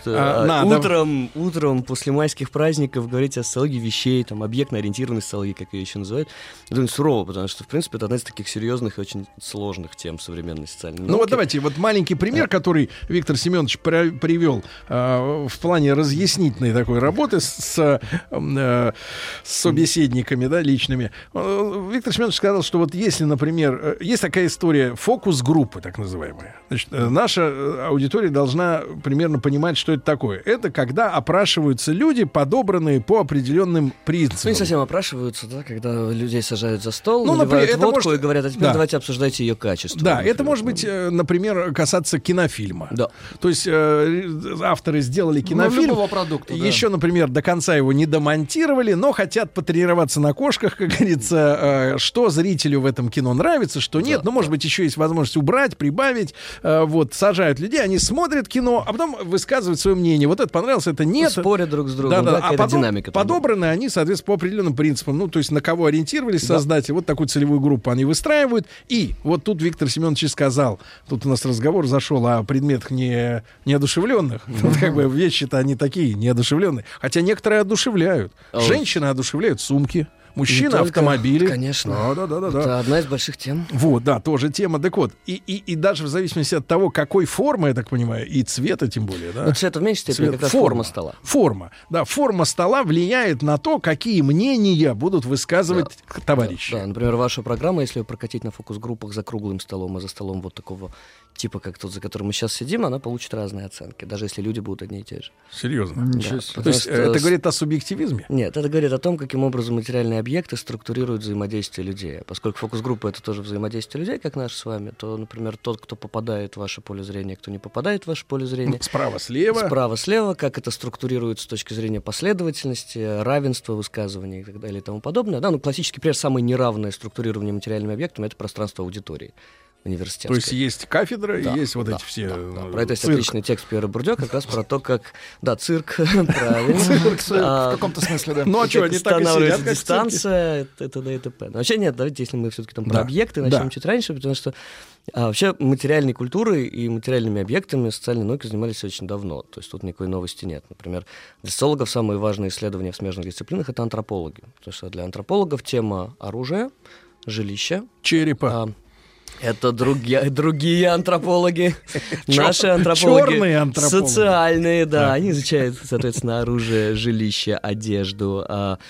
что утром после майских праздников говорить о социологии вещей, там, объектно-ориентированной социологии, как ее еще называют, довольно сурово, потому что, в принципе, это одна из таких серьезных и очень сложных тем современной социальной науки. Ну вот давайте, вот маленький пример, который Виктор Семенович привел в плане разъяснительной такой работы с собеседниками, да, личными. Виктор Семенович сказал, что вот если, например, есть такая история фокус-группы, так называемая. Значит, наша аудитория должна примерно понимать, что это такое. Это когда опрашиваются люди, подобранные по определенным принципам. Ну, не совсем опрашиваются, да, когда людей сажают за стол, наливают водку и говорят, а теперь давайте обсуждайте ее качество. Да, это может быть, например, касаться кинофильма. Да. То есть авторы сделали кинофильм, любого продукта, еще, например, до конца его не домонтировали, но хотят потренироваться на кошках, как говорится, что зрителю в этом кино нравится, что нет. Ну, может быть, еще есть возможность убрать, прибавить. Вот, сажают людей, они смотрят кино, а потом высказывают свое мнение. Вот это понравилось, это нет. Спорят друг с другом. Да, а динамика. Подобраны они, соответственно, по определенным принципам. Ну, то есть на кого ориентировались создатели. Вот такую целевую группу они выстраивают. И вот тут Виктор Семенович сказал, тут у нас разговор зашел о предметах неодушевленных. Тут как бы вещи-то они такие, неодушевленные. Хотя некоторые одушевляют. Женщины одушевляют сумки. Мужчины, автомобили. Конечно. Да. Это одна из больших тем. Вот, да, тоже тема. Так вот, и даже в зависимости от того, какой формы, я так понимаю, и цвета тем более, да. Но цвет в меньшей степени как раз форма стола. Форма стола влияет на то, какие мнения будут высказывать товарищи. Да, например, ваша программа, если ее прокатить на фокус-группах за круглым столом, а за столом вот такого типа, как тот, за которым мы сейчас сидим, она получит разные оценки, даже если люди будут одни и те же. Серьезно? Ничего себе. То есть это говорит о субъективизме? Нет, это говорит о том, каким образом материальные объекты структурируют взаимодействие людей. Поскольку фокус-группа — это тоже взаимодействие людей, как наш с вами, то, например, тот, кто попадает в ваше поле зрения, кто не попадает в ваше поле зрения. Справа-слева, как это структурируется с точки зрения последовательности, равенства высказываний и так далее и тому подобное. Да, ну, классический пример, самое неравное структурирование материальными объектами — это пространство аудитории университетской. То есть есть кафедра, и есть вот эти все... Про это есть отличный текст Пьера Бурдё, как раз про то, как... Да, цирк, правильно. Цирк, в каком-то смысле, да. Ну, а что, они так и сидят, как дистанция, т.д. и т.п. Вообще нет, давайте, если мы все-таки там про объекты начнем чуть раньше, потому что вообще материальной культурой и материальными объектами социальные науки занимались очень давно. То есть тут никакой новости нет. Например, для социологов самые важные исследования в смежных дисциплинах — это антропологи. Потому что для антропологов тема оружия, жилища, черепа. Это другие антропологи. Наши антропологи. Черные антропологи. Социальные, да. Они изучают, соответственно, оружие, жилище, одежду,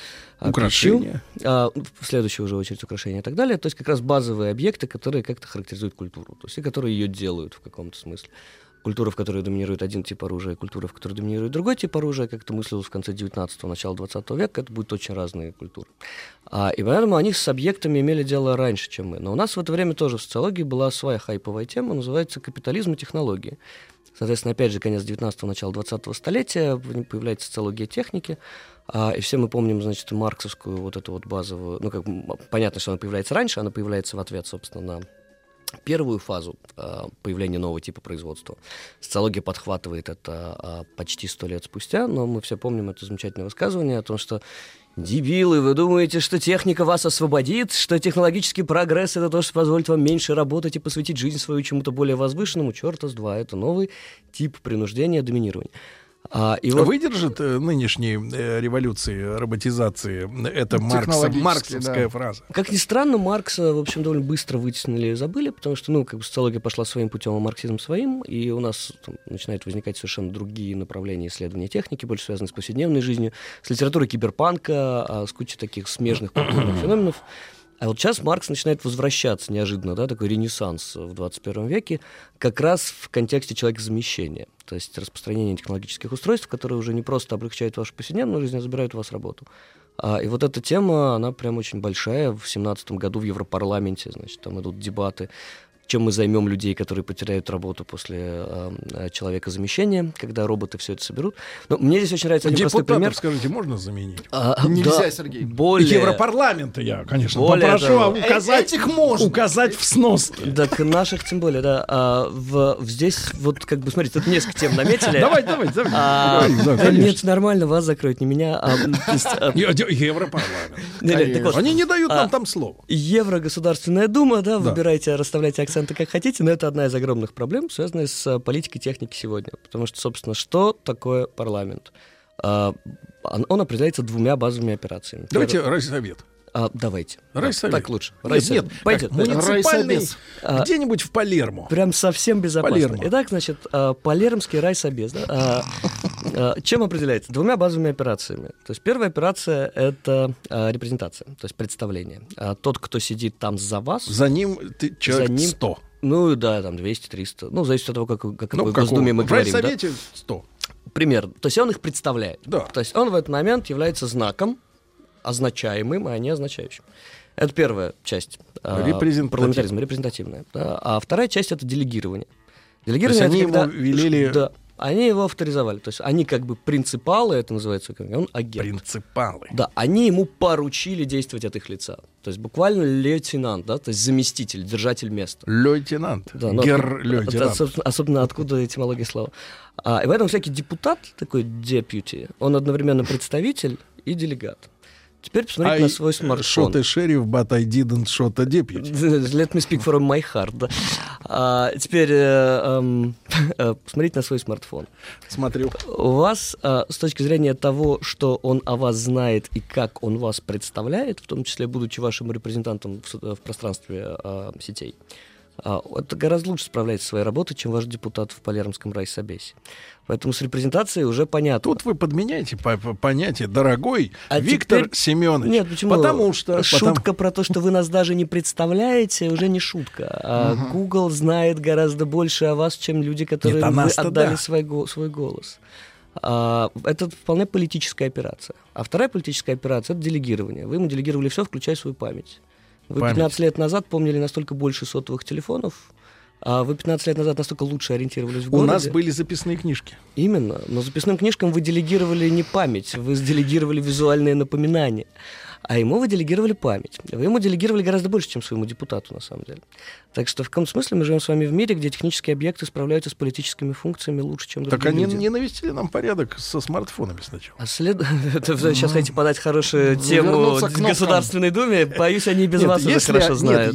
украшения. В следующую уже очередь украшения и так далее. То есть как раз базовые объекты, которые как-то характеризуют культуру. То есть и которые ее делают в каком-то смысле. Культура, в которой доминирует один тип оружия, и культура, в которой доминирует другой тип оружия, как это мыслилось в конце 19-го, начало 20 века, это будут очень разные культуры. И поэтому они с объектами имели дело раньше, чем мы. Но у нас в это время тоже в социологии была своя хайповая тема, называется «Капитализм и технологии». Соответственно, опять же, конец 19-го, начало 20-го столетия, появляется социология техники, и все мы помним, значит, марксовскую вот эту вот базовую, ну, как понятно, что она появляется раньше, она появляется в ответ, собственно, на первую фазу появления нового типа производства. Социология подхватывает это почти 100 лет спустя, но мы все помним это замечательное высказывание о том, что дебилы, вы думаете, что техника вас освободит, что технологический прогресс — это то, что позволит вам меньше работать и посвятить жизнь свою чему-то более возвышенному? Черта с два, это новый тип принуждения, доминирования. Выдержит нынешней революции, роботизации эта марксовская фраза? Как ни странно, Маркса, в общем, довольно быстро вытеснили и забыли, потому что, ну, как бы социология пошла своим путем, а марксизм своим, и у нас там начинают возникать совершенно другие направления исследования техники, больше связанные с повседневной жизнью, с литературой киберпанка, с кучей таких смежных культурных феноменов. А вот сейчас Маркс начинает возвращаться неожиданно, да, такой ренессанс в 21 веке, как раз в контексте человекозамещения, то есть распространение технологических устройств, которые уже не просто облегчают вашу повседневную жизнь, а забирают у вас работу. И вот эта тема, она прям очень большая. В 2017 году в Европарламенте, значит, там идут дебаты, чем мы займем людей, которые потеряют работу после человекозамещения, когда роботы все это соберут. Но мне здесь очень нравится один простой пример. Скажите, можно заменить? Нельзя, да, Сергей. Европарламента я, конечно, попрошу указать в сноске. Так наших тем более, да. Здесь вот как бы, смотрите, тут несколько тем наметили. Давай. Нет, нормально, вас закроют, не меня. Европарламент. Они не дают нам там слова. Еврогосударственная дума, да, выбирайте, расставляйте акценты как хотите, но это одна из огромных проблем, связанная с политикой техники сегодня. Потому что, собственно, что такое парламент? Он определяется двумя базовыми операциями. Давайте райсовет. Давайте. Райсовет. Так лучше. Нет, пойдет. Муниципальный, где-нибудь в Палермо. Прям совсем безопасно. Палермо. Итак, значит, Палермский райсобес. Да? Чем определяется? Двумя базовыми операциями. То есть первая операция — это репрезентация, то есть представление. Тот, кто сидит там за вас... За ним человек 100. Ну да, там 200-300. Ну, зависит от того, какой Госдуме мы говорим. В райсовете 100. Примерно. То есть он их представляет. Да. То есть он в этот момент является знаком, означаемым, а не означающим. Это первая часть парламентаризма, репрезентативная. Да. А вторая часть — это делегирование. Делегирование — то есть они ему велели... Да, они его авторизовали. То есть они как бы принципалы, это называется, он агент. Принципалы. Да, они ему поручили действовать от их лица. То есть буквально лейтенант, да, то есть заместитель, держатель места. Лейтенант. Да, Гер-лейтенант. Особенно откуда этимология слова. И поэтому всякий депутат, такой deputy, он одновременно представитель и делегат. Теперь посмотрите на свой смартфон. Shot a sheriff, but I didn't shot a deputy. Let me speak from my heart. Да. Теперь посмотрите на свой смартфон. Смотрю. У вас, с точки зрения того, что он о вас знает и как он вас представляет, в том числе будучи вашим репрезентантом в пространстве сетей, это гораздо лучше справляется со своей работой, чем ваш депутат в Палермском райсобесе. Поэтому с репрезентацией уже понятно. Тут вы подменяете понятие «дорогой Виктор Семенович». Нет, почему? Потому что... Шутка про то, что вы нас даже не представляете, уже не шутка. Google знает гораздо больше о вас, чем люди, которые вы отдали свой голос. Это вполне политическая операция. А вторая политическая операция — это делегирование. Вы ему делегировали все, включая свою память. Вы 15 лет назад помнили настолько больше сотовых телефонов, а вы 15 лет назад настолько лучше ориентировались в городе. У нас были записные книжки. Именно. Но записным книжкам вы делегировали не память, вы делегировали визуальные напоминания. А ему вы делегировали память. Вы ему делегировали гораздо больше, чем своему депутату, на самом деле. Так что в каком смысле мы живем с вами в мире, где технические объекты справляются с политическими функциями лучше, чем другие люди. Так они не навестили нам порядок со смартфонами сначала. Сейчас хотите подать хорошую тему Государственной Думе? Боюсь, они без вас уже хорошо знают.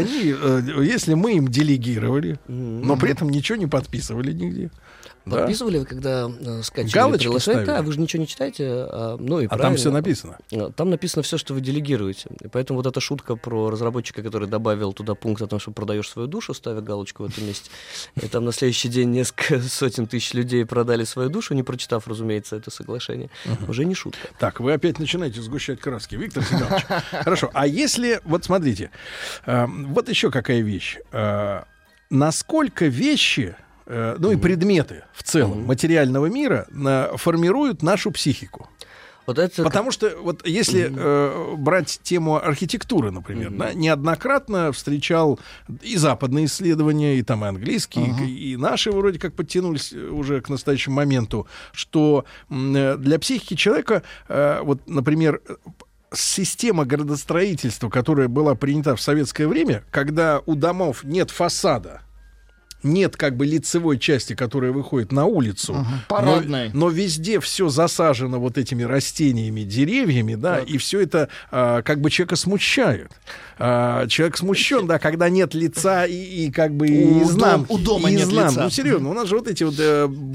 Если мы им делегировали, но при этом ничего не подписывали нигде. Подписывали вы, когда скачивали приложение? Да, вы же ничего не читаете. Там все написано. Там написано все, что вы делегируете. И поэтому вот эта шутка про разработчика, который добавил туда пункт о том, что продаешь свою душу, ставя галочку в этом месте, и там на следующий день несколько сотен тысяч людей продали свою душу, не прочитав, разумеется, это соглашение, уже не шутка. Так, вы опять начинаете сгущать краски, Виктор Семенович. Хорошо, а если, вот смотрите, вот еще какая вещь. Насколько вещи ну и предметы в целом материального мира формируют нашу психику. Вот это... Потому что вот если брать тему архитектуры, например, да, неоднократно встречал и западные исследования, и там и английские, и наши вроде как подтянулись уже к настоящему моменту, что для психики человека, вот, например, система градостроительства, которая была принята в советское время, когда у домов нет фасада, нет как бы лицевой части, которая выходит на улицу, парадной. Но везде все засажено вот этими растениями, деревьями, да, и все это как бы человека смущает. Человек смущен, да, когда нет лица и как бы у дома нет лица. Ну, серьезно, у нас же вот эти вот...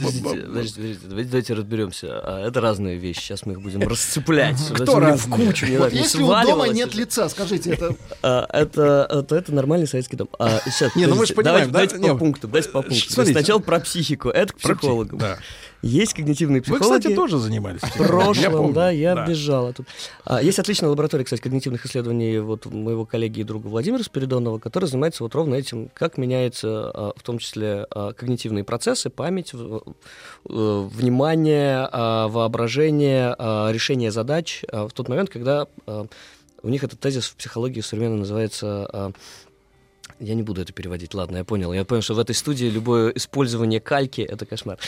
Давайте разберемся. Это разные вещи. Сейчас мы их будем расцеплять. Кто разные? В кучу. Вот если у дома нет лица, скажите, это... Это нормальный советский дом. Не, ну мы же понимаем, да? Давайте по пунктам. Сначала про психику. Это к психологам. Есть когнитивные психологи. Вы, кстати, тоже занимались. В прошлом, я бежал оттуда. Есть отличная лаборатория, кстати, когнитивных исследований вот моего коллеги и друга Владимира Спиридонова, который занимается вот ровно этим, как меняются в том числе когнитивные процессы, память, внимание, воображение, решение задач в тот момент, когда у них этот тезис в психологии современно называется... Я не буду это переводить, ладно, я понял. Я понял, что в этой студии любое использование кальки — это кошмар.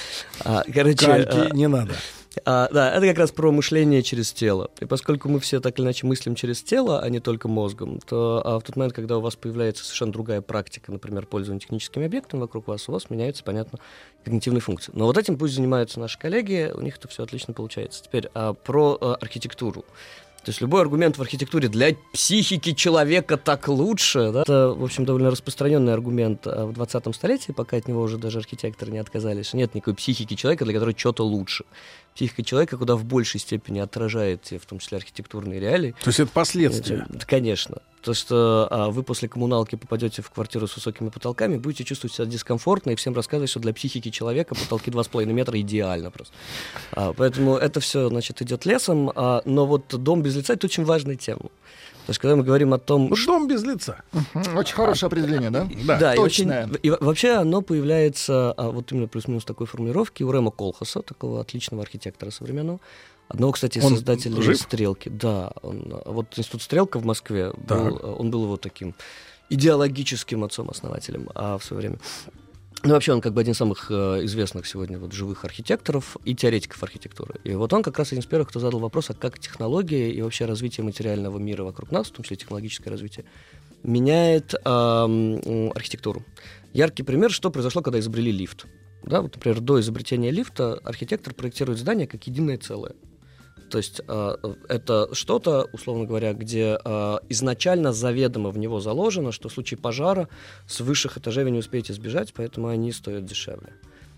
Кальки не надо. Да, это как раз про мышление через тело. И поскольку мы все так или иначе мыслим через тело, а не только мозгом, то в тот момент, когда у вас появляется совершенно другая практика, например, пользования техническими объектами вокруг вас, у вас меняются, понятно, когнитивные функции. Но вот этим пусть занимаются наши коллеги, у них это все отлично получается. Теперь про архитектуру. То есть любой аргумент в архитектуре для психики человека так лучше, да? Это, в общем, довольно распространенный аргумент в 20-м столетии, пока от него уже даже архитекторы не отказались, что нет никакой психики человека, для которой что-то лучше. Психика человека куда в большей степени отражает, в том числе, архитектурные реалии. То есть это последствия? Конечно. То, что вы после коммуналки попадете в квартиру с высокими потолками, будете чувствовать себя дискомфортно и всем рассказывать, что для психики человека потолки 2,5 метра идеально просто. Поэтому это все, значит, идет лесом. Но вот дом без лица — это очень важная тема. То есть, когда мы говорим о том... Дом без лица. Очень хорошее определение, да? Да, точное. И вообще оно появляется вот именно плюс-минус такой формулировки у Рема Колхаса, такого отличного архитектора современного. Одного, кстати, из создателей жив? «Стрелки». Да, вот институт «Стрелка» в Москве, он был его таким идеологическим отцом-основателем в свое время. Ну, вообще, он как бы один из самых известных сегодня вот живых архитекторов и теоретиков архитектуры. И вот он как раз один из первых, кто задал вопрос, а как технология и вообще развитие материального мира вокруг нас, в том числе технологическое развитие, меняет архитектуру. Яркий пример, что произошло, когда изобрели лифт. Да, вот, например, до изобретения лифта архитектор проектирует здание как единое целое. То есть это что-то, условно говоря, где изначально заведомо в него заложено, что в случае пожара с высших этажей вы не успеете сбежать, поэтому они стоят дешевле.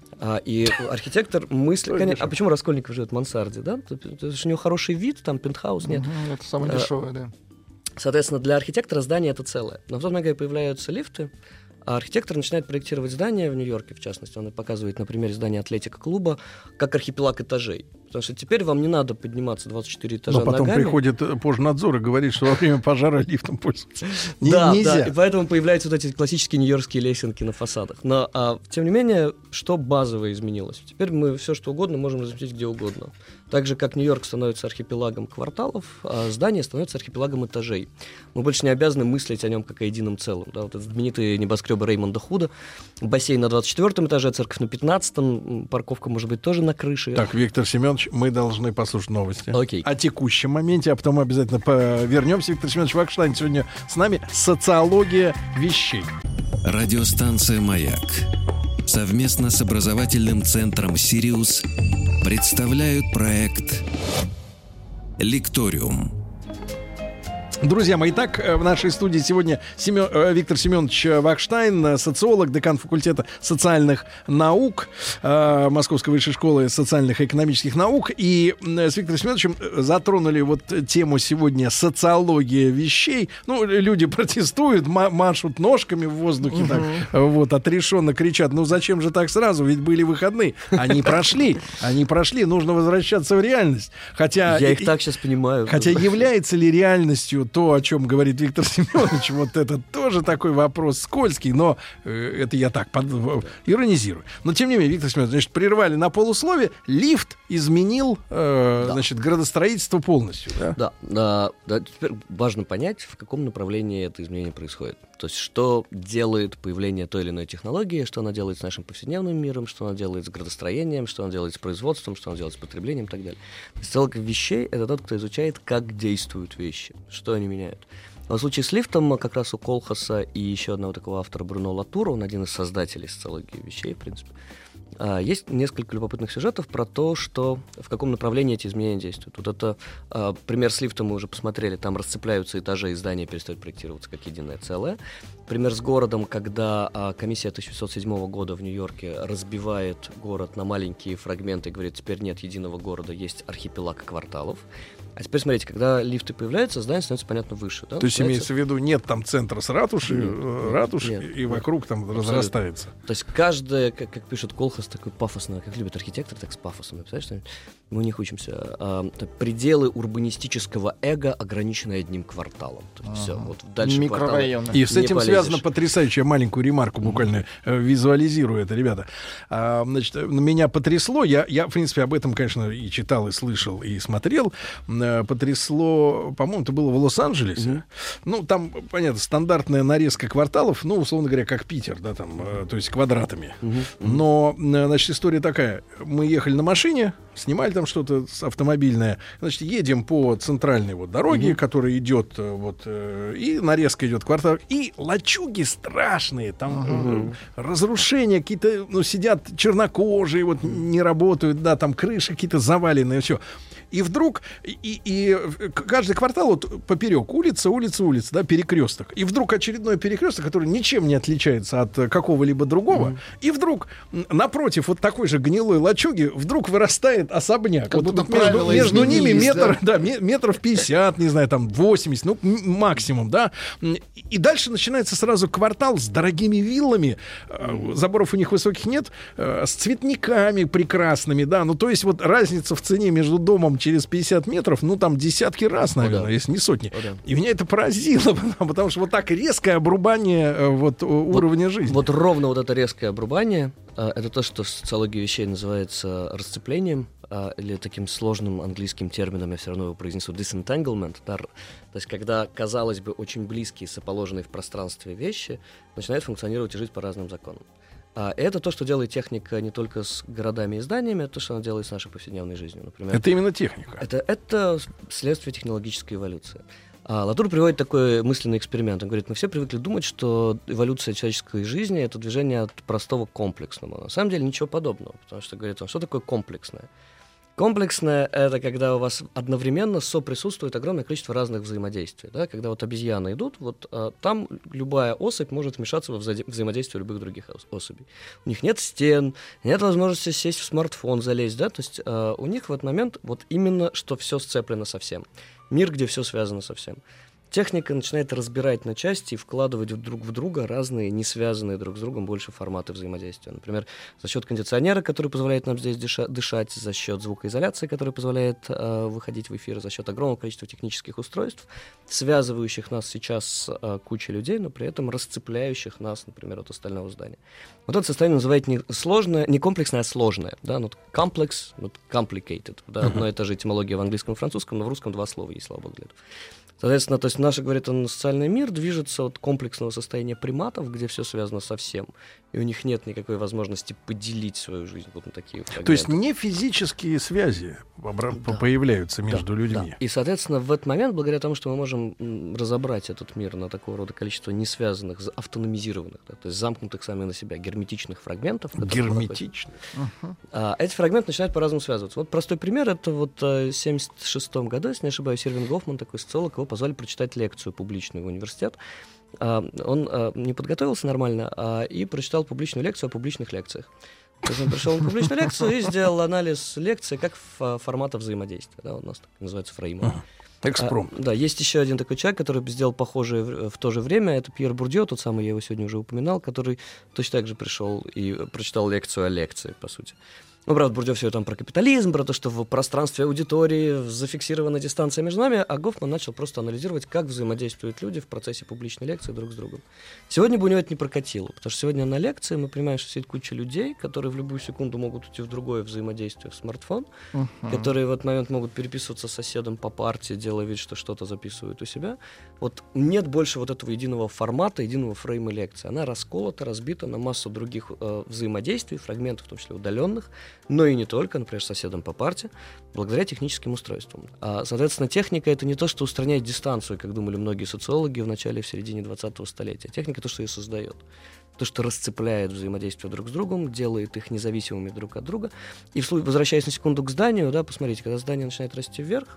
И архитектор мыслит... А почему Раскольников живет в мансарде? Да? Потому что у него хороший вид, там пентхаус нет. Это самое дешевое, да. Соответственно, для архитектора здание — это целое. Но в тот момент, когда появляются лифты, архитектор начинает проектировать здания в Нью-Йорке, в частности. Он показывает на примере здания Атлетика-клуба как архипелаг этажей. Потому что теперь вам не надо подниматься 24 этажа ногами. Но потом приходит Пожнадзор и говорит, что во время пожара лифтом пользоваться нельзя. Да, и поэтому появляются вот эти классические нью-йоркские лесенки на фасадах. Но, тем не менее, что базово изменилось? Теперь мы все, что угодно, можем разместить где угодно. Так же, как Нью-Йорк становится архипелагом кварталов, здание становится архипелагом этажей. Мы больше не обязаны мыслить о нем как о едином целом. Да, вот знаменитые небоскребы Реймонда Худа, бассейн на 24 этаже, церковь на 15-м, парковка, может быть, тоже на крыше. Так, Виктор Семенович, мы должны послушать новости. Окей. О текущем моменте, а потом мы обязательно вернемся. Виктор Семенович Вахштайн сегодня с нами. Социология вещей. Радиостанция «Маяк» совместно с образовательным центром «Сириус» представляют проект «Лекториум». Друзья мои, итак, в нашей студии сегодня Виктор Семенович Вахштайн, социолог, декан факультета социальных наук Московской высшей школы социальных и экономических наук. И с Виктором Семеновичем затронули вот тему сегодня социология вещей. Ну, люди протестуют, машут ножками в воздухе, так, вот, отрешенно кричат. Ну, зачем же так сразу? Ведь были выходные. Они прошли, нужно возвращаться в реальность. Хотя, я их так сейчас понимаю. Хотя является ли реальностью то, о чем говорит Виктор Семенович, вот это тоже такой вопрос скользкий, но это я так иронизирую. Но тем не менее, Виктор Семенович, значит, прервали на полуслове, лифт изменил, значит, градостроительство полностью. Да, теперь важно понять, в каком направлении это изменение происходит. То есть, что делает появление той или иной технологии, что она делает с нашим повседневным миром, что она делает с градостроением, что она делает с производством, что она делает с потреблением и так далее. Социолог вещей — это тот, кто изучает, как действуют вещи, что они меняют. В случае с лифтом как раз у Колхаса и еще одного такого автора Бруно Латура, он один из создателей социологии вещей, в принципе, есть несколько любопытных сюжетов про то, что в каком направлении эти изменения действуют. Вот это пример с лифтом мы уже посмотрели, там расцепляются этажи, и здания перестают проектироваться как единое целое. Пример с городом, когда комиссия 1907 года в Нью-Йорке разбивает город на маленькие фрагменты и говорит, теперь нет единого города, есть архипелаг кварталов. А теперь смотрите, когда лифты появляются, здание становится, понятно, выше. Да? То есть имеется в виду, нет там центра с ратуши, и вокруг там разрастается. То есть каждое, как пишет Колхас, такой пафосно, как любят архитекторы, так с пафосом написать, что мы у них учимся. Пределы урбанистического эго ограничены одним кварталом. То есть все, вот дальше микрорайоны. И с этим связана потрясающая маленькую ремарку, буквально визуализирую это, ребята. Значит, меня потрясло, я, в принципе, об этом, конечно, и читал, и слышал, и смотрел. Потрясло, по-моему, это было в Лос-Анджелесе. Ну, там, понятно, стандартная нарезка кварталов, ну, условно говоря, как Питер, да, там, то есть квадратами. Но, значит, история такая. Мы ехали на машине, снимали там что-то автомобильное. Значит, едем по центральной вот дороге, которая идет вот, и нарезка идет квартал. И лачуги страшные, там разрушения какие-то, ну, сидят чернокожие, вот, не работают, да, там крыши какие-то заваленные, все. И вдруг, и каждый квартал вот поперек улица, да, перекресток. И вдруг очередной перекресток, который ничем не отличается от какого-либо другого. И вдруг напротив вот такой же гнилой лачуги вдруг вырастает особняк. Вот между ними метр, да, метров 50, не знаю, там 80, ну, максимум, да. И дальше начинается сразу квартал с дорогими виллами. Заборов у них высоких нет, с цветниками прекрасными, да. Ну, то есть вот разница в цене между домом через 50 метров, ну, там десятки раз, наверное, если не сотни. И меня это поразило, потому что вот так резкое обрубание вот уровня жизни. Вот ровно вот это резкое обрубание, это то, что в социологии вещей называется расцеплением, или таким сложным английским термином, я все равно его произнесу, disentanglement, да, то есть когда, казалось бы, очень близкие, соположенные в пространстве вещи начинают функционировать и жить по разным законам. Это то, что делает техника не только с городами и зданиями, это то, что она делает с нашей повседневной жизнью. Например, это именно техника. Это следствие технологической эволюции. Латур приводит такой мысленный эксперимент. Он говорит, мы все привыкли думать, что эволюция человеческой жизни — это движение от простого к комплексному. На самом деле ничего подобного, потому что, говорит он, что такое комплексное? Комплексное — это когда у вас одновременно соприсутствует огромное количество разных взаимодействий. Да? Когда вот обезьяны идут, вот там любая особь может вмешаться во взаимодействие любых других особей. У них нет стен, нет возможности сесть в смартфон, залезть. Да? То есть у них в этот момент вот именно, что все сцеплено со всем. Мир, где все связано со всем. Техника начинает разбирать на части и вкладывать друг в друга разные, не связанные друг с другом больше форматы взаимодействия. Например, за счет кондиционера, который позволяет нам здесь дышать, за счет звукоизоляции, который позволяет выходить в эфир, за счет огромного количества технических устройств, связывающих нас сейчас с кучей людей, но при этом расцепляющих нас, например, от остального здания. Вот это состояние называют не сложное, не комплексное, а сложное. Да? Not complex, not complicated. Да? Одно и та же этимология в английском и французском, но в русском два слова есть, слава богу, для этого. Соответственно, то есть наш, говорит он, социальный мир движется от комплексного состояния приматов, где все связано со всем, и у них нет никакой возможности поделить свою жизнь вот на такие фрагменты. То есть не физические связи появляются между людьми. Да. И, соответственно, в этот момент, благодаря тому, что мы можем разобрать этот мир на такого рода количество несвязанных, автономизированных, да, то есть замкнутых сами на себя герметичных фрагментов. Герметичных? Эти фрагменты начинают по-разному связываться. Вот простой пример, это вот в 1976 году, если не ошибаюсь, Ирвин Гофман, такой социолог, его позвали прочитать лекцию публичную в университет. Он не подготовился нормально и прочитал публичную лекцию о публичных лекциях. То есть он пришел на публичную лекцию и сделал анализ лекции как формата взаимодействия. Да, у нас так называется фреймворк. Экспромт. Да, есть еще один такой человек, который сделал похожее в то же время. Это Пьер Бурдье, тот самый, я его сегодня уже упоминал, который точно так же пришел и прочитал лекцию о лекции, по сути. Ну, правда, Бурдёв все там про капитализм, про то, что в пространстве аудитории зафиксирована дистанция между нами, а Гофман начал просто анализировать, как взаимодействуют люди в процессе публичной лекции друг с другом. Сегодня бы у него это не прокатило, потому что сегодня на лекции мы понимаем, что сидит куча людей, которые в любую секунду могут уйти в другое взаимодействие в смартфон, которые в этот момент могут переписываться с соседом по парте, делая вид, что что-то записывают у себя. Вот нет больше вот этого единого формата, единого фрейма лекции. Она расколота, разбита на массу других взаимодействий, фрагментов, в том числе удаленных, но и не только, например, с соседом по парте, благодаря техническим устройствам. Соответственно, техника — это не то, что устраняет дистанцию, как думали многие социологи в начале и в середине 20-го столетия. Техника — то, что ее создает. То, что расцепляет взаимодействие друг с другом, делает их независимыми друг от друга. И, возвращаясь на секунду к зданию, да, посмотрите, когда здание начинает расти вверх,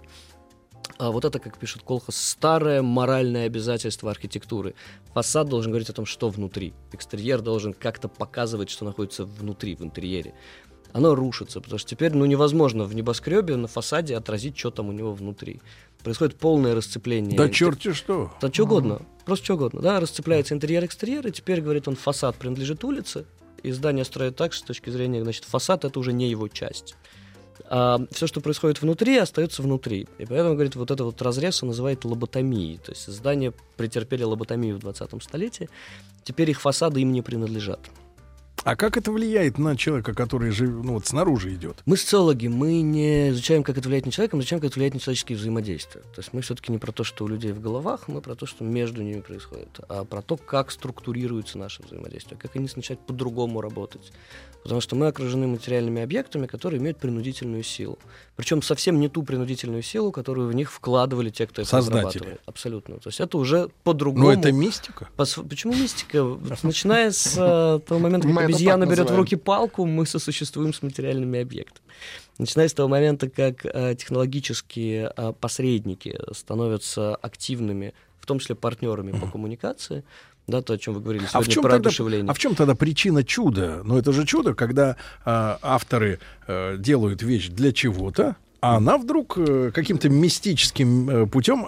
вот это, как пишет Колхас, старое моральное обязательство архитектуры. Фасад должен говорить о том, что внутри. Экстерьер должен как-то показывать, что находится внутри, в интерьере. Оно рушится, потому что теперь невозможно в небоскребе на фасаде отразить, что там у него внутри. Происходит полное расцепление. Да черти что. Да что угодно, просто что угодно. Да, расцепляется интерьер-экстерьер, и теперь, говорит он, фасад принадлежит улице, и здание строят так, что с точки зрения, значит, фасад — это уже не его часть. А все, что происходит внутри, остается внутри. И поэтому, говорит, вот это вот разрез он называет лоботомией. То есть здания претерпели лоботомию в 20 столетии, теперь их фасады им не принадлежат. А как это влияет на человека, который вот снаружи идет? Мы социологи, мы не изучаем, как это влияет на человека, мы изучаем, как это влияет на человеческие взаимодействия. То есть мы все-таки не про то, что у людей в головах, мы про то, что между ними происходит, а про то, как структурируется наше взаимодействие, как они начинают по-другому работать. Потому что мы окружены материальными объектами, которые имеют принудительную силу. Причем совсем не ту принудительную силу, которую в них вкладывали те, кто это разрабатывает. Абсолютно. То есть это уже по-другому. Но это мистика? Почему мистика? Начиная с того момента, как обезьяна берет в руки палку, мы сосуществуем с материальными объектами. Начиная с того момента, как технологические посредники становятся активными, в том числе партнерами по коммуникации, да, то, о чем вы говорили сегодня, про одушевление. А в чем тогда причина чуда? Ну, это же чудо, когда авторы делают вещь для чего-то, а она вдруг каким-то мистическим путем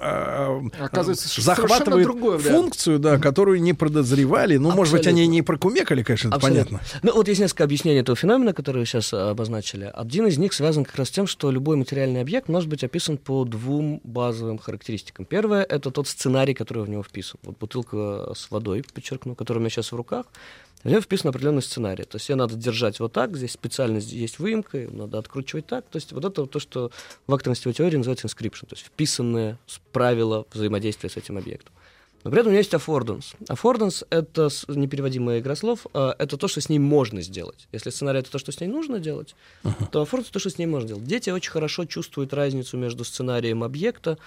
захватывает другое, функцию, да, которую не подозревали. Ну, может быть, они не прокумекали, конечно, это понятно. Ну, вот есть несколько объяснений этого феномена, которые вы сейчас обозначили. Один из них связан как раз с тем, что любой материальный объект может быть описан по двум базовым характеристикам. Первое — это тот сценарий, который в него вписан. Вот бутылка с водой, подчеркну, которая у меня сейчас в руках, в нее вписан определенный сценарий. То есть ее надо держать вот так, здесь специально есть выемка, ее надо откручивать так. То есть вот это то, что в акторной сетевой теории называется inscription, то есть вписанное правило взаимодействия с этим объектом. Но при этом у меня есть аффорданс. Аффорданс — это непереводимая игра слов, это то, что с ней можно сделать. Если сценарий — это то, что с ней нужно делать, то аффорданс — то, что с ней можно делать. Дети очень хорошо чувствуют разницу между сценарием объекта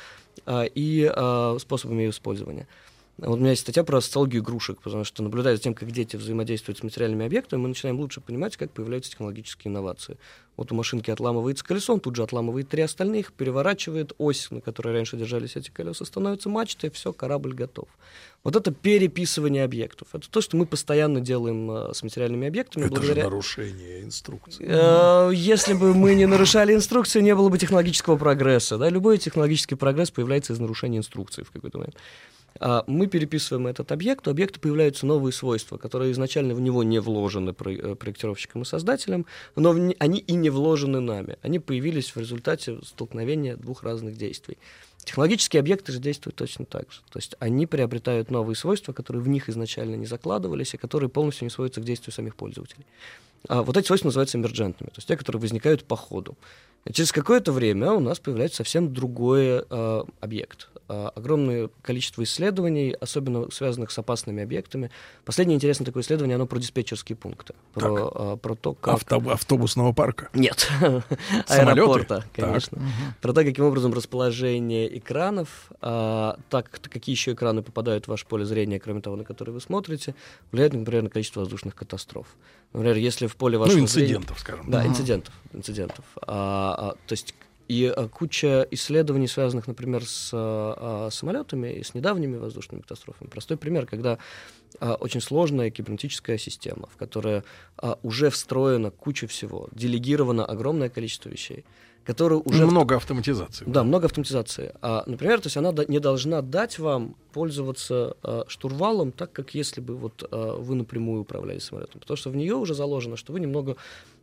и способами ее использования. Вот у меня есть статья про социологию игрушек, потому что, наблюдая за тем, как дети взаимодействуют с материальными объектами, мы начинаем лучше понимать, как появляются технологические инновации. Вот у машинки отламывается колесо, он тут же отламывает 3 остальных, переворачивает ось, на которой раньше держались эти колеса, становится мачтой, все, корабль готов. Вот это переписывание объектов. Это то, что мы постоянно делаем с материальными объектами. Это же нарушение инструкции. Если бы мы не нарушали инструкцию, не было бы технологического прогресса. Да? Любой технологический прогресс появляется из нарушения инструкции в какой-то момент. Мы переписываем этот объект, у объекта появляются новые свойства, которые изначально в него не вложены проектировщиком и создателем, но они и не вложены нами. Они появились в результате столкновения двух разных действий. Технологические объекты же действуют точно так же. То есть они приобретают новые свойства, которые в них изначально не закладывались, и которые полностью не сводятся к действию самих пользователей. Вот эти свойства называются эмерджентными, то есть те, которые возникают по ходу. И через какое-то время у нас появляется совсем другой объект. Огромное количество исследований, особенно связанных с опасными объектами. Последнее интересное такое исследование, оно про диспетчерские пункты. Про то, как... Автобусного парка? Нет. Аэропорта, конечно. Про то, каким образом расположение экранов, какие еще экраны попадают в ваше поле зрения, кроме того, на который вы смотрите, влияет, например, на количество воздушных катастроф. Например, если в поле вашего инцидентов, зрения... скажем. Да, инцидентов. То есть и куча исследований, связанных, например, с самолетами и с недавними воздушными катастрофами. Простой пример, когда очень сложная кибернетическая система, в которой уже встроена куча всего, делегировано огромное количество вещей, которые уже... Много автоматизации. Да, много автоматизации. Например, то есть она не должна дать вам пользоваться штурвалом так, как если бы вы напрямую управляли самолетом. Потому что в нее уже заложено, что вы немного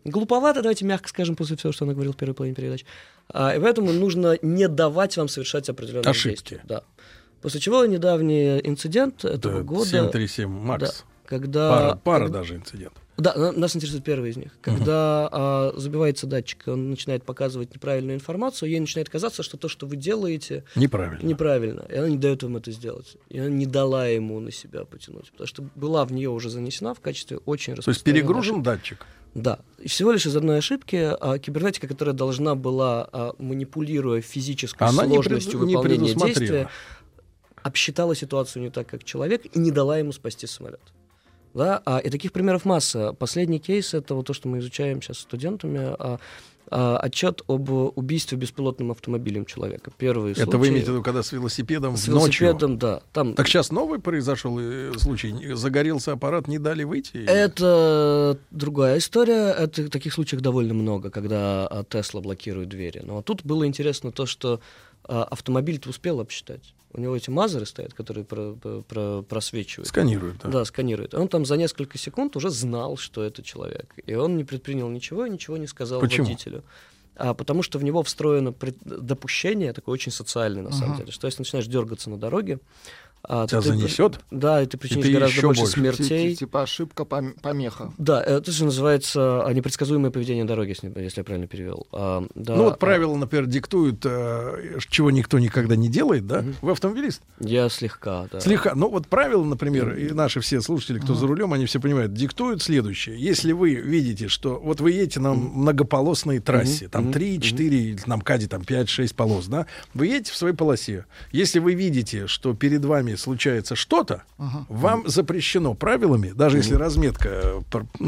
глуповато, давайте мягко скажем, после всего, что она говорила в первой половине передачи. И поэтому нужно не давать вам совершать определенные действия. Да. После чего недавний инцидент этого года... 737 Макс. Да, когда... Пара даже инцидентов. Да, нас интересует первый из них. Когда забивается датчик, он начинает показывать неправильную информацию, ей начинает казаться, что то, что вы делаете... Неправильно. И она не дает вам это сделать. И она не дала ему на себя потянуть. Потому что была в нее уже занесена в качестве очень распространенной... То есть перегружен датчик? Да. И всего лишь из одной ошибки кибернетика, которая должна была, манипулируя физической сложностью выполнения действия, обсчитала ситуацию не так, как человек, и не дала ему спасти самолет. Да? И таких примеров масса. Последний кейс — это вот то, что мы изучаем сейчас с студентами, отчет об убийстве беспилотным автомобилем человека. Первый случай... Это вы имеете в виду, когда с велосипедом с ночью? Велосипедом, да. Так сейчас новый произошел случай? Загорелся аппарат, не дали выйти? Это другая история. Это таких случаев довольно много, когда Тесла блокирует двери. Но тут было интересно то, что автомобиль-то успел обсчитать. У него эти мазеры стоят, которые просвечивают. Сканируют, да. Да, сканируют. Он там за несколько секунд уже знал, что это человек. И он не предпринял ничего и ничего не сказал водителю. Потому что в него встроено допущение, такое очень социальное на самом деле, что если начинаешь дергаться на дороге, тебя занесет? Да, и ты причинишь гораздо больше смертей. Типа ошибка, помеха. Да, это же называется непредсказуемое поведение дороги, если я правильно перевел. Ну вот правила, например, диктуют, чего никто никогда не делает, да? Вы автомобилист? Я слегка, да. Слегка. Ну вот правила, например, и наши все слушатели, кто за рулем, они все понимают, диктуют следующее. Если вы видите, что вот вы едете на многополосной трассе, там 3, 4, или на МКАДе там 5-6 полос, да? Вы едете в своей полосе. Если вы видите, что перед вами случается что-то, вам запрещено правилами, даже если разметка,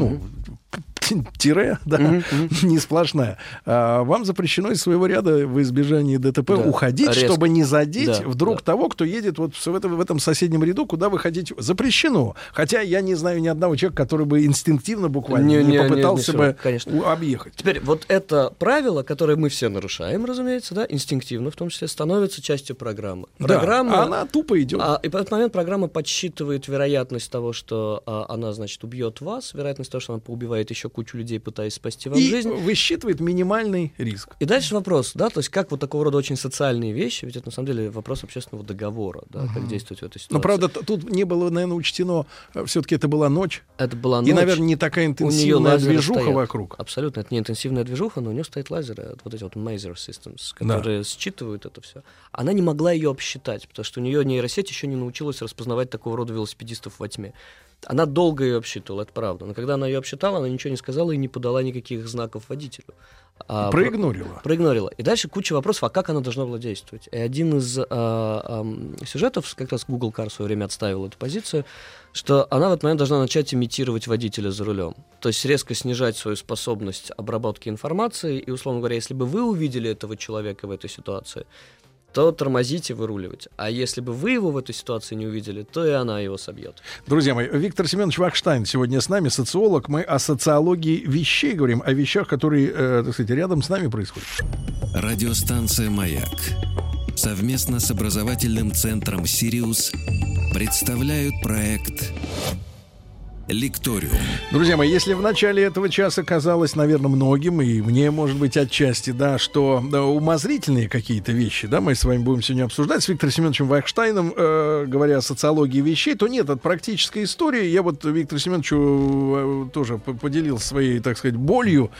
тире, да, не сплошная, вам запрещено из своего ряда в избежании ДТП уходить, чтобы не задеть вдруг того, кто едет вот в этом соседнем ряду, куда вы хотите. Запрещено. Хотя я не знаю ни одного человека, который бы инстинктивно буквально не попытался бы объехать. Теперь вот это правило, которое мы все нарушаем, разумеется, да, инстинктивно в том числе, становится частью программы. Программа, она тупо идет. И в этот момент программа подсчитывает вероятность того, что она, значит, убьет вас, вероятность того, что она поубивает еще кучу людей, пытаясь спасти вам жизнь. И высчитывает минимальный риск. И дальше вопрос, да, то есть как вот такого рода очень социальные вещи, ведь это на самом деле вопрос общественного договора, да, как действовать в этой ситуации. Но, правда, тут не было, наверное, учтено, все-таки это была ночь. Это была ночь. И, наверное, не такая интенсивная движуха вокруг. Абсолютно, это не интенсивная движуха, но у нее стоят лазеры, вот эти вот Maser Systems, которые считывают это все. Она не могла ее обсчитать, потому что у нее нейросеть еще не научилась распознавать такого рода велосипедистов во тьме. Она долго ее обсчитывала, это правда. Но когда она ее обсчитала, она ничего не сказала и не подала никаких знаков водителю. Проигнорила. И дальше куча вопросов, а как она должна была действовать. И один из сюжетов, как раз Google Car в свое время отставил эту позицию, что она в этот момент должна начать имитировать водителя за рулем. То есть резко снижать свою способность обработки информации. И, условно говоря, если бы вы увидели этого человека в этой ситуации, то тормозите, выруливайте. А если бы вы его в этой ситуации не увидели, то и она его собьет. Друзья мои, Виктор Семенович Вахштайн сегодня с нами, социолог. Мы о социологии вещей говорим, о вещах, которые, так сказать, рядом с нами происходят. Радиостанция «Маяк» совместно с образовательным центром «Сириус» представляют проект «Лекториум». Друзья мои, если в начале этого часа казалось, наверное, многим, и мне, может быть, отчасти, да, что умозрительные какие-то вещи, да, мы с вами будем сегодня обсуждать с Виктором Семеновичем Вахштайном, говоря о социологии вещей, то нет, это практическая история. Я вот Виктору Семеновичу тоже поделился своей, так сказать, болью.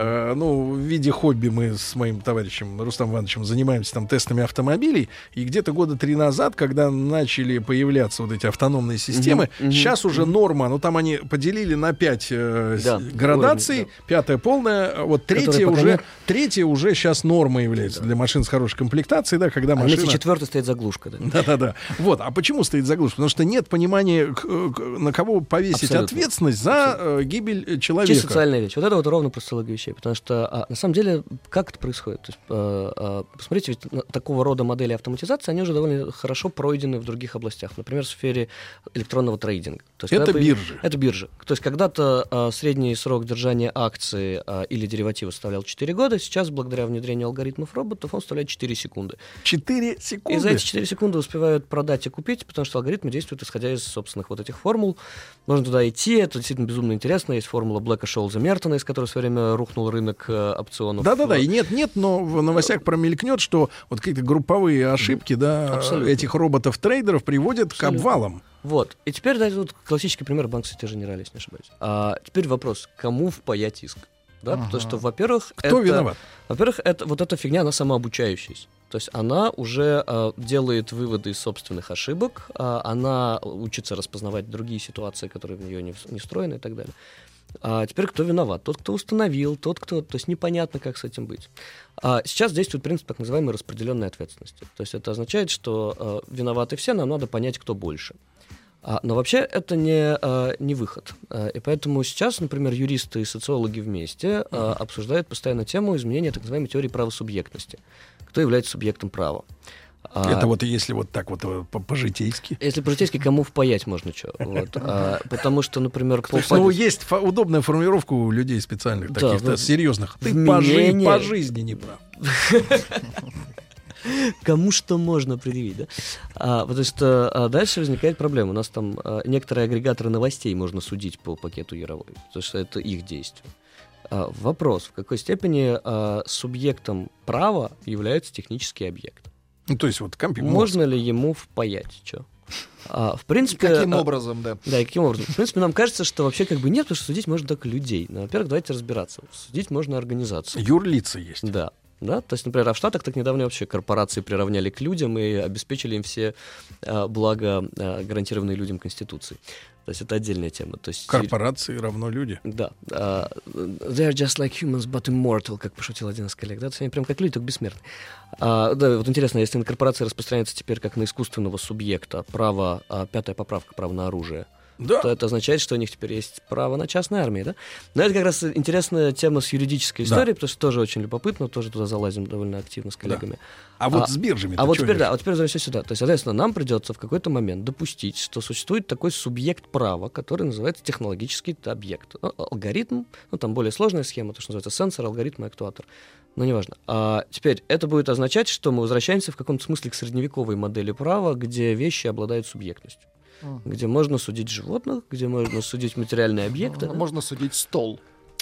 В виде хобби мы с моим товарищем Рустамом Ивановичем занимаемся там тестами автомобилей, и где-то года 3 назад, когда начали появляться вот эти автономные системы, сейчас уже норма, там они поделили на 5 градаций, 5-я полная, вот 3-я уже сейчас норма является для машин с хорошей комплектацией, да, когда машина... 4-й стоит заглушка, да. Да. Вот, а почему стоит заглушка? Потому что нет понимания, на кого повесить ответственность за гибель человека. Чисто социальная вещь. Вот это вот ровно про социологию вещей, потому что на самом деле как это происходит? То есть, посмотрите, ведь такого рода модели автоматизации, они уже довольно хорошо пройдены в других областях, например, в сфере электронного трейдинга. То есть, это биржи. Это это биржа. То есть когда-то средний срок держания акции или дериватива составлял 4 года, сейчас, благодаря внедрению алгоритмов роботов, он составляет 4 секунды. 4 секунды? И за эти 4 секунды успевают продать и купить, потому что алгоритмы действуют, исходя из собственных вот этих формул. Можно туда идти, это действительно безумно интересно. Есть формула Блэка, Шоулза, Мертона, из которой в свое время рухнул рынок опционов. Да-да-да, и нет, но в новостях промелькнет, что вот какие-то групповые ошибки, да, этих роботов-трейдеров приводят к обвалам. Вот. И теперь дайте вот классический пример банка Сити Женераль, если не ошибаюсь. Теперь вопрос, кому впаять иск? Да? Потому что, во-первых... Кто виноват? Во-первых, вот эта фигня, она самообучающаяся. То есть она уже делает выводы из собственных ошибок, она учится распознавать другие ситуации, которые в нее не встроены и так далее. А теперь кто виноват? Тот, кто установил, тот, кто... То есть непонятно, как с этим быть. Сейчас действует принцип так называемой распределенной ответственности. То есть это означает, что виноваты все, нам надо понять, кто больше. Но вообще это не выход. И поэтому сейчас, например, юристы и социологи вместе обсуждают постоянно тему изменения так называемой теории правосубъектности. Кто является субъектом права? Это вот если вот так вот по-житейски. Если по-житейски, кому впаять можно что? Вот. Потому что, например... Ну, есть удобная формулировка у людей специальных, таких серьезных. Ты по жизни не прав. Кому что можно предъявить, да? Потому что дальше возникает проблема. У нас там некоторые агрегаторы новостей можно судить по пакету Яровой, потому что это их действие. Вопрос, в какой степени субъектом права является технический объект? Ну, то есть вот компьютер. Можно ли ему впаять что? В принципе... Каким образом, да? Да, и каким образом? В принципе, нам кажется, что вообще как бы нет, потому что судить можно только людей. Но, во-первых, давайте разбираться. Судить можно организацию. Юрлица есть. Да. Да? То есть, например, в Штатах так недавно вообще корпорации приравняли к людям и обеспечили им все блага, гарантированные людям Конституцией. То есть это отдельная тема. То есть, корпорации равно люди. Да. They are just like humans, but immortal, как пошутил один из коллег. Да? То есть они прям как люди, только бессмертные. Да, вот интересно, если на корпорации распространяется теперь как на искусственного субъекта право, 5-я поправка, право на оружие, да, то это означает, что у них теперь есть право на частную армию, да? Но это как раз интересная тема с юридической историей, потому что тоже очень любопытно, тоже туда залазим довольно активно с коллегами. Да. А вот с биржами... вот теперь возвращаясь сюда. То есть, соответственно, нам придется в какой-то момент допустить, что существует такой субъект права, который называется технологический объект. Алгоритм, там более сложная схема, то, что называется сенсор, алгоритм и актуатор. Но неважно. Теперь это будет означать, что мы возвращаемся в каком-то смысле к средневековой модели права, где вещи обладают субъектностью. Где можно судить животных, где можно судить материальные объекты. Можно судить стол.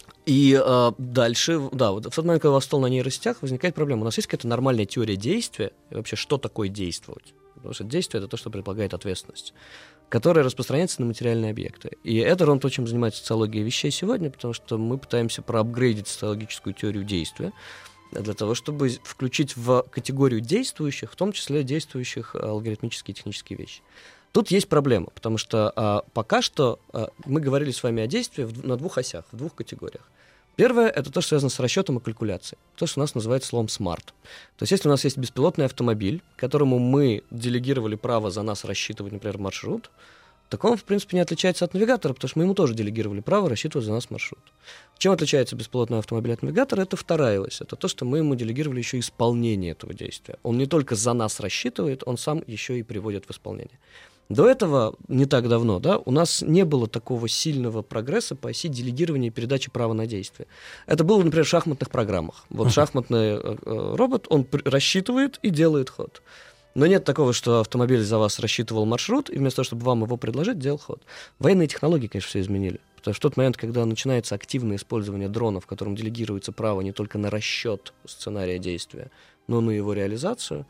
И дальше, да, вот в тот момент, когда у вас стол на нейросетях, возникает проблема. У нас есть какая-то нормальная теория действия, и вообще, что такое действовать? Потому что действие — это то, что предполагает ответственность, которая распространяется на материальные объекты. И это ровно то, чем занимается социология вещей сегодня, потому что мы пытаемся проапгрейдить социологическую теорию действия для того, чтобы включить в категорию действующих, в том числе действующих алгоритмические и технические вещи. Тут есть проблема, потому что пока что мы говорили с вами о действии на двух осях, в двух категориях. Первое — это то, что связано с расчетом и калькуляцией. То, что у нас называется словом «смарт». То есть если у нас есть беспилотный автомобиль, которому мы делегировали право за нас рассчитывать, например, маршрут, так он, в принципе, не отличается от навигатора, потому что мы ему тоже делегировали право рассчитывать за нас маршрут. Чем отличается беспилотный автомобиль от навигатора? Это вторая ось. Это то, что мы ему делегировали еще исполнение этого действия. Он не только за нас рассчитывает, он сам еще и приводит в исполнение. До этого, не так давно, да, у нас не было такого сильного прогресса по оси делегирования и передачи права на действие. Это было, например, в шахматных программах. Вот шахматный робот, он рассчитывает и делает ход. Но нет такого, что автомобиль за вас рассчитывал маршрут, и вместо того, чтобы вам его предложить, делал ход. Военные технологии, конечно, все изменили. Потому что в тот момент, когда начинается активное использование дронов, которым делегируется право не только на расчет сценария действия, но и на его реализацию,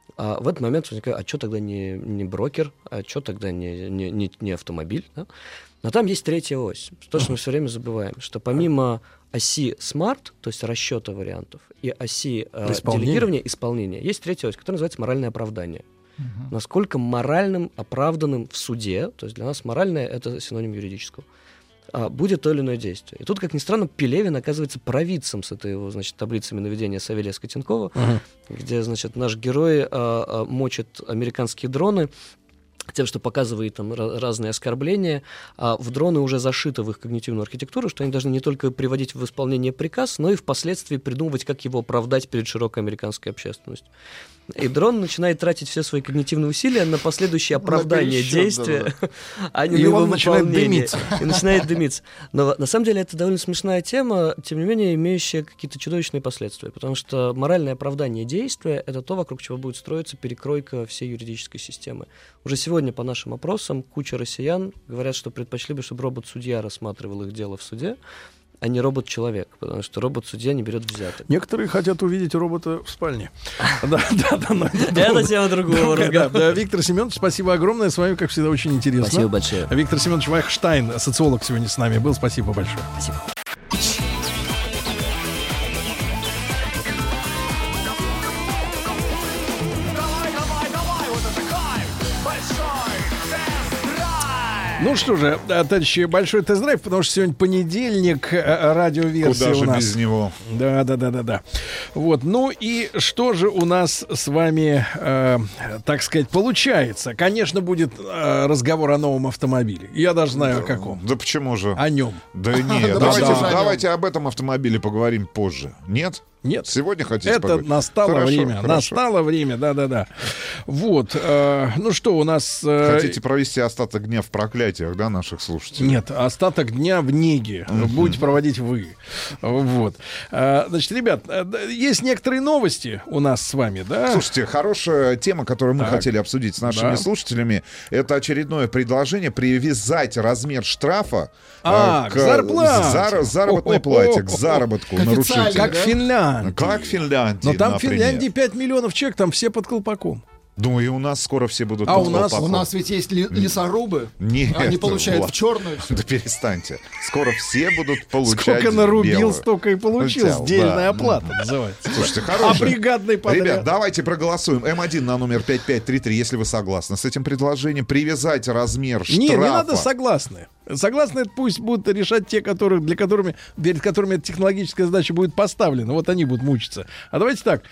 в этот момент возникает, а что тогда не брокер, а что тогда не автомобиль? Да? Но там есть третья ось. То, что мы все время забываем, что помимо оси смарт, то есть расчета вариантов, и оси делегирования, исполнения, есть третья ось, которая называется моральное оправдание. Насколько моральным, оправданным в суде, то есть для нас моральное — это синоним юридического, будет то или иное действие. И тут, как ни странно, Пелевин оказывается провидцем с этой его, значит, таблицами наведения Савелия Скотенкова, где, значит, наш герой мочит американские дроны тем, что показывает там разные оскорбления, а в дроны уже зашито в их когнитивную архитектуру, что они должны не только приводить в исполнение приказ, но и впоследствии придумывать, как его оправдать перед широкой американской общественностью. И дрон начинает тратить все свои когнитивные усилия на последующее оправдание действия, а не на его выполнение. И начинает дымиться. Но на самом деле это довольно смешная тема, тем не менее имеющая какие-то чудовищные последствия, потому что моральное оправдание действия — это то, вокруг чего будет строиться перекройка всей юридической системы. Уже сегодня по нашим опросам куча россиян говорят, что предпочли бы, чтобы робот-судья рассматривал их дело в суде, а не робот-человек, потому что робот-судья не берет взяток. Некоторые хотят увидеть робота в спальне. Это тема другого разговора. Виктор Семенович, спасибо огромное. С вами, как всегда, очень интересно. Спасибо большое. Виктор Семенович Вайхштайн, социолог, сегодня с нами был. Спасибо большое. Спасибо. Ну что же, товарищи, большой тест-драйв, потому что сегодня понедельник, радиоверсия Куда же у нас. без него? Да. Вот, ну и что же у нас с вами, так сказать, получается? Конечно, будет разговор о новом автомобиле. Я даже знаю, о каком. Да почему же? О нем. Да нет, давайте об этом автомобиле поговорим позже. Нет? Нет. Сегодня хотите Это поговорить? настало время. Хорошо. Настало время, да. Вот. Ну что, у нас... Хотите провести остаток дня в проклятиях, да, наших слушателей? Нет, остаток дня в неге будете проводить вы. Вот. Значит, ребят, есть некоторые новости у нас с вами, да? Слушайте, хорошая тема, которую мы хотели обсудить с нашими слушателями, это очередное предложение привязать размер штрафа к зарплате. Заработной плате, к заработку нарушителя. Как в Финляндии. Как в Финляндии, Но там например. в Финляндии 5 миллионов человек, там все под колпаком. Ну и у нас скоро все будут А под у нас? колпаком. У нас ведь есть лесорубы, Нет, они получают Влад, в черную. Да перестаньте. Скоро все будут получать Сколько нарубил, белую. столько и получил. Взял, Сдельная да. оплата называется. Слушайте, хорошая. А бригадный подряд? Ребят, давайте проголосуем. М1 на номер 5533, если вы согласны с этим предложением. Привязать размер штрафа. Не надо согласны. Согласны, это пусть будут решать те, перед которыми эта технологическая задача будет поставлена. Вот они будут мучиться. А давайте так,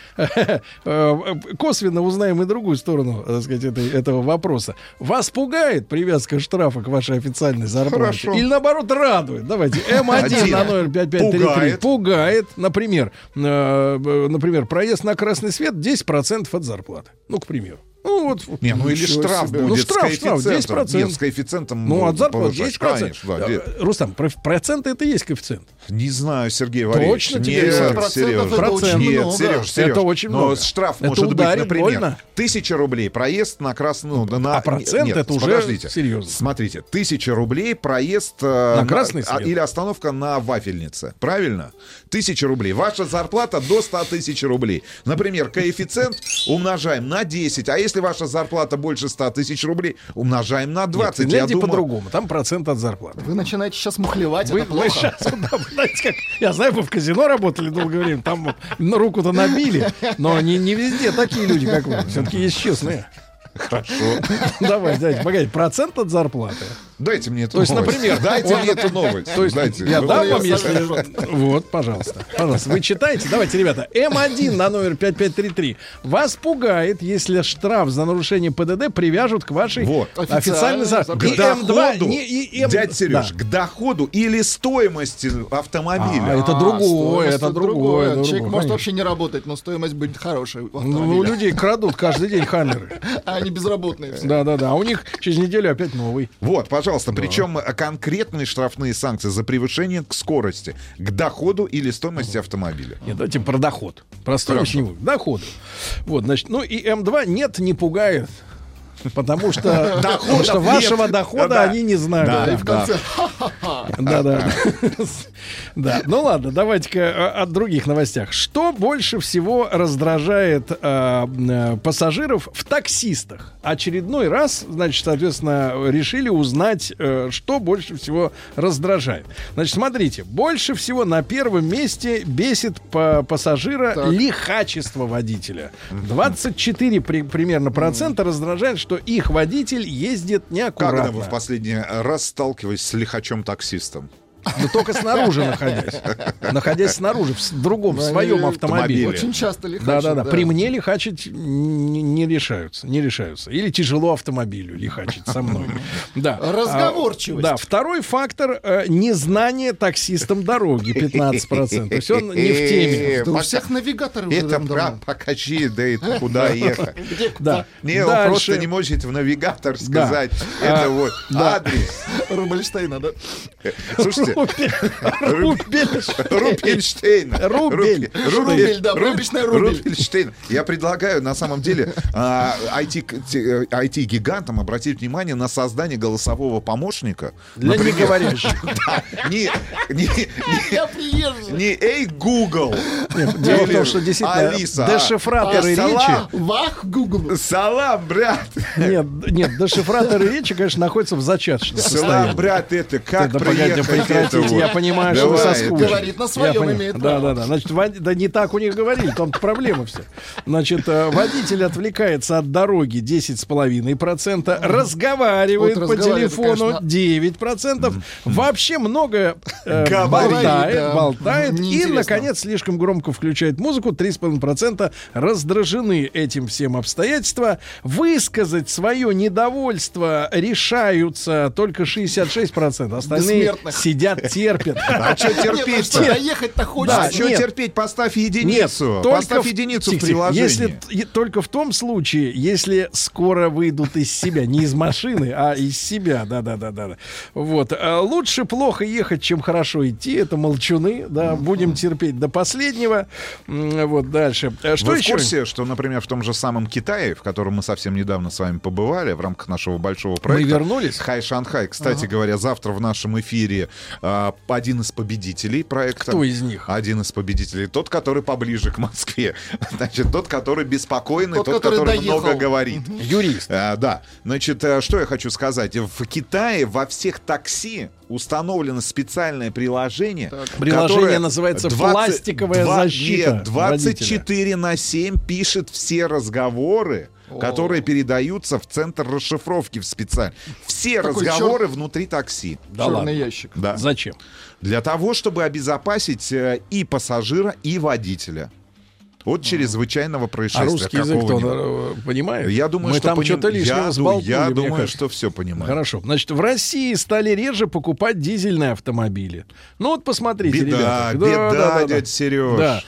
косвенно узнаем и другую сторону, так сказать, этого вопроса. Вас пугает привязка штрафа к вашей официальной зарплате? Хорошо. Или наоборот радует? Давайте, М1 на номер 5533 пугает. Например, проезд на красный свет 10% от зарплаты. Ну, к примеру. Ну, вот, Не, ну или штраф будет штраф, с коэффициентом. 10%. Нет, с коэффициентом. Ну, от зарплаты повышать. 10%. Конечно, да. Рустам, проценты это и есть коэффициент. Не знаю, Сергей Валерьевич. Точно тебе говорю. Нет, Сереж. Процент. Нет, много. Сереж. Это очень Но много. штраф Это может быть, ударит например, больно. 1000 рублей проезд на красную... А процент нет, это уже подождите. серьезно. Смотрите, 1000 рублей проезд... На красный свет. Или остановка на вафельнице. Правильно? 1000 рублей. Ваша зарплата до 100 тысяч рублей. Например, коэффициент умножаем на 10. А если ваша зарплата больше 100 тысяч рублей, умножаем на 20. Нет, в Финляндии Я думаю... по-другому. Там процент от зарплаты. Вы начинаете сейчас мухлевать, Вы это плохо. сейчас, вы знаете, как, я знаю, вы в казино работали долгое время, там руку-то набили, но не везде такие люди, как вы. Все-таки есть честные. Хорошо. Давайте, погодите, процент от зарплаты. Дайте мне эту То есть, новость. например, Дайте вот- мне эту новость. То есть, Дайте. я Вы- дам вам, если... Вот, пожалуйста. Вы читайте. Давайте, ребята. М1 на номер 5533. Вас пугает, если штраф за нарушение ПДД привяжут к вашей Вот. официальной зарплате. К доходу, и дядя Сереж, да. к доходу или стоимости автомобиля. Это другое, это другое. Человек другое, может конечно. вообще не работать, но стоимость будет хорошая. в Ну, у автомобиле. людей крадут каждый день хаммеры. А они безработные все. Да. А у них через неделю опять новый. Вот, пожалуйста, причем конкретные штрафные санкции за превышение к скорости, к доходу или стоимости автомобиля. Нет, давайте про доход. Про стоимость не будем. Доходу. Вот, значит, ну и М2 не пугает. Потому что вашего дохода они не знают. И в конце Да. Да. Ну ладно, давайте-ка о других новостях. Что больше всего раздражает пассажиров в таксистах? Очередной раз, значит, соответственно, решили узнать, что больше всего раздражает. Значит, смотрите, больше всего на первом месте бесит пассажира лихачество водителя. 24 примерно процента раздражает, что их водитель ездит неаккуратно. Когда вы в последний раз сталкивались с лихачом-таксистом? Но только снаружи находясь. Находясь снаружи, в другом, в своем автомобиле. Очень часто лихачат. Да. При мне лихачить не решаются. Или тяжело автомобилю лихачить со мной. Да. Разговорчивость. Да. Второй фактор — незнание таксистом дороги, 15%. То есть он не в теме. У всех навигаторы уже Это покажи, да и куда ехать. Не, он просто не может в навигатор сказать. Это вот адрес. Рубинштейна, да? Слушайте, Рубинштейн. Рубель, да, Рубинштейн, Рубель. Рубинштейн. Я предлагаю, на самом деле, IT-гигантам обратить внимание на создание голосового помощника. Для неговорящих. Я приезжий. Не «Эй, Google». Дело в том, что действительно дешифраторы речи... Вах, Google. Салам, брат. Нет, дешифраторы речи, конечно, находятся в зачаточном состоянии. Салам, брат, это как Погодите, прекратите, я понимаю, что вы соскучились. Говорит на своем, имеет право. Да. Значит, да не так у них говорили, там проблема все. Значит, водитель отвлекается от дороги 10,5%, разговаривает по телефону 9%, вообще много болтает и, наконец, слишком громко включает музыку, 3,5% раздражены этим всем обстоятельствам. Высказать свое недовольство решаются только 66%. Остальные сидят, терпят. А что терпеть? Ехать-то хочется. Да, что терпеть? Поставь единицу. Поставь единицу в приложении. Только в том случае, если скоро выйдут из себя. Не из машины, а из себя. Да. Вот. Лучше плохо ехать, чем хорошо идти. Это молчуны. Да, будем терпеть до последнего. Вот дальше. Что Вы еще? в курсе, что, например, в том же самом Китае, в котором мы совсем недавно с вами побывали в рамках нашего большого проекта. Мы вернулись? Хай Шанхай. Кстати говоря, завтра в нашем эфире один из победителей проекта. Кто из них? Один из победителей. Тот, который поближе к Москве. Значит, тот, который беспокойный, тот, который много говорит. Юрист. Да. Значит, что я хочу сказать. В Китае во всех такси установлено специальное приложение. Приложение называется «Пластиковая защита». 24/7 пишет все разговоры, которые передаются в центр расшифровки в специально. Все разговоры внутри такси. Да ладно. Ящик. Да. Зачем? Для того, чтобы обезопасить и пассажира, и водителя от чрезвычайного происшествия. А русский язык-то он понимает? Я думаю, мы что там что-то лишнего сболтнули. Я думаю, что все понимаю. Хорошо. Значит, в России стали реже покупать дизельные автомобили. Ну вот посмотрите, ребята. Беда, дядя Сереж. Да.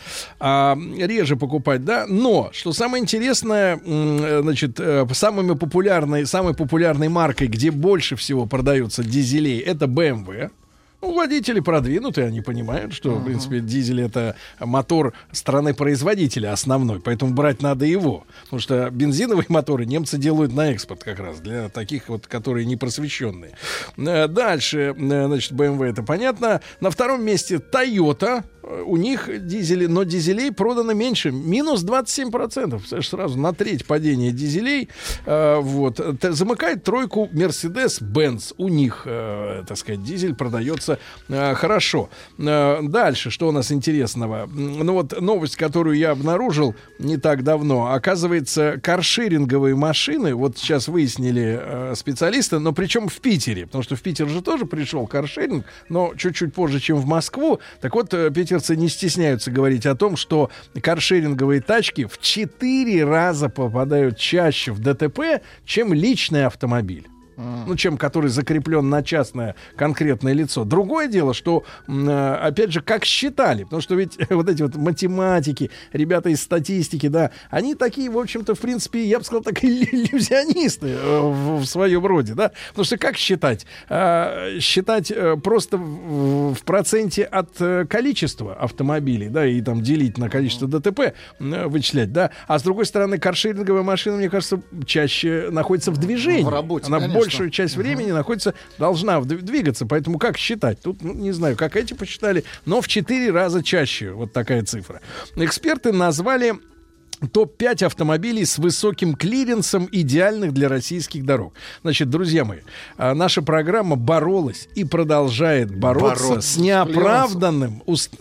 Реже покупать, да. Но, что самое интересное, значит, самой популярной маркой, где больше всего продается дизелей, это BMW. Ну, водители продвинутые, они понимают, что, в принципе, дизель — это мотор страны-производителя основной, поэтому брать надо его. Потому что бензиновые моторы немцы делают на экспорт как раз, для таких вот, которые не просвещенные. Дальше, значит, BMW, это понятно. На втором месте Toyota. У них дизели, но дизелей продано меньше. Минус 27%. Сразу на треть падения дизелей. Вот. Замыкает тройку Mercedes-Benz. У них, так сказать, дизель продается хорошо. Дальше, что у нас интересного? Ну вот новость, которую я обнаружил не так давно. Оказывается, каршеринговые машины, вот сейчас выяснили специалисты, но причем в Питере. Потому что в Питер же тоже пришел каршеринг, но чуть-чуть позже, чем в Москву. Так вот, питерцы не стесняются говорить о том, что каршеринговые тачки в 4 раза попадают чаще в ДТП, чем личный автомобиль. Ну, чем который закреплен на частное конкретное лицо. Другое дело, что, опять же, как считали, потому что ведь вот эти вот математики, ребята из статистики, да, они такие, в общем-то, в принципе, я бы сказал, так иллюзионисты в своем роде, да, потому что как считать? Считать просто в проценте от количества автомобилей, да, и там делить на количество ДТП, вычислять, да, а с другой стороны, каршеринговая машина, мне кажется, чаще находится в движении. В работе, она конечно. Большую часть времени должна двигаться, поэтому как считать? Тут, не знаю, как эти посчитали, но в 4 раза чаще вот такая цифра. Эксперты назвали Топ-5 автомобилей с высоким клиренсом, идеальных для российских дорог. Значит, друзья мои, наша программа боролась и продолжает бороться с неоправданной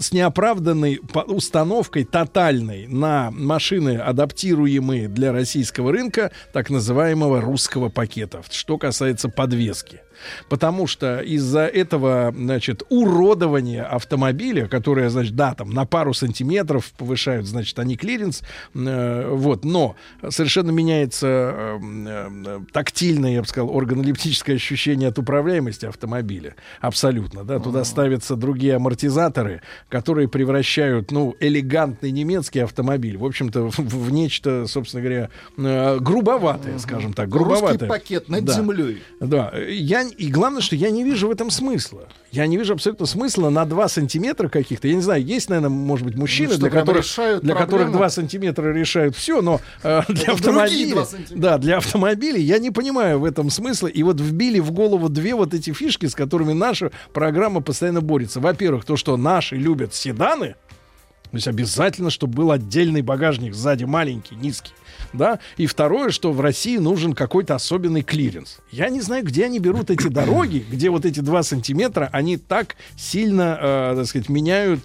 установкой тотальной на машины, адаптируемые для российского рынка, так называемого русского пакета, что касается подвески. Потому что из-за этого, значит, уродования автомобиля, которое, значит, да, там на пару сантиметров повышают, значит, они клиренс, вот, но совершенно меняется тактильное, я бы сказал, органолептическое ощущение от управляемости автомобиля. Абсолютно, да, туда ставятся другие амортизаторы, которые превращают, ну, элегантный немецкий автомобиль, в общем-то, в нечто, собственно говоря, грубоватое, скажем так, грубоватое. Русский пакет над землей. Да, и главное, что я не вижу в этом смысла. Я не вижу абсолютно смысла на 2 сантиметра каких-то. Я не знаю, есть, наверное, может быть, мужчины, для которых 2 сантиметра решают все, но для автомобиля, да, для автомобилей я не понимаю в этом смысла. И вот вбили в голову 2 вот эти фишки, с которыми наша программа постоянно борется. Во-первых, то, что наши любят седаны. То есть обязательно, чтобы был отдельный багажник сзади, маленький, низкий. Да? И второе, что в России нужен какой-то особенный клиренс. Я не знаю, где они берут эти дороги, где вот эти 2 сантиметра, они так сильно, так сказать, меняют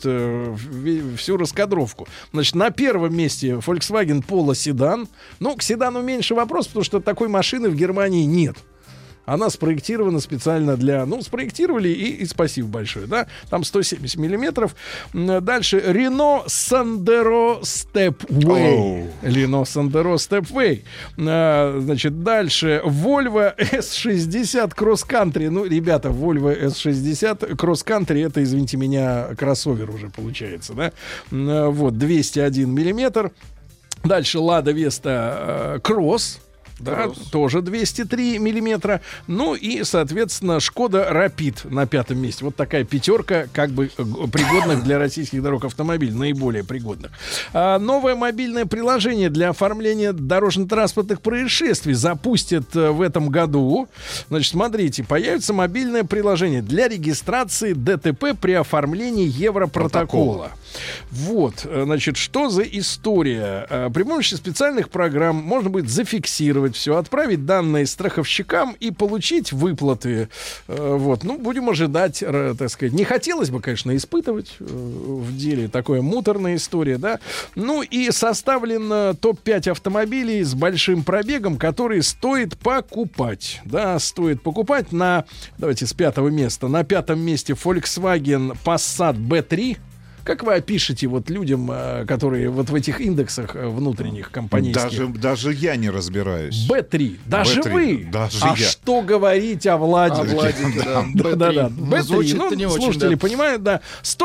всю раскадровку. Значит, на первом месте Volkswagen Polo седан. Ну, к седану меньше вопрос, потому что такой машины в Германии нет. Она спроектирована специально для... Ну, спроектировали и спасибо большое, да? Там 170 миллиметров. Дальше Renault Sandero Stepway. Renault Sandero Stepway. Значит, дальше Volvo S60 Cross Country. Ну, ребята, Volvo S60 Cross Country, это, извините меня, кроссовер уже получается, да? Вот, 201 миллиметр. Дальше Lada Vesta Cross. Да, тоже 203 миллиметра. Ну и, соответственно, Шкода Rapid на 5-м месте. Вот такая пятерка, как бы, пригодных для российских дорог автомобилей, наиболее пригодных. Новое мобильное приложение для оформления дорожно-транспортных происшествий запустят в этом году. Значит, смотрите, появится мобильное приложение для регистрации ДТП при оформлении Европротокола. Вот, значит, что за история? При помощи специальных программ можно будет зафиксировать все, отправить данные страховщикам и получить выплаты. Вот, ну, будем ожидать, так сказать. Не хотелось бы, конечно, испытывать в деле, такая муторная история, да. Ну и составлен топ-5 автомобилей с большим пробегом, которые стоит покупать. Да, стоит покупать на, давайте с 5-го места. На 5-м месте Volkswagen Passat B3. Как вы опишете вот людям, которые вот в этих индексах внутренних компанейских? Даже я не разбираюсь. B3. Даже B3. вы? Даже а я. что говорить о Владике? О Владике, да. Да. B3. Ну, слушатели понимают, да.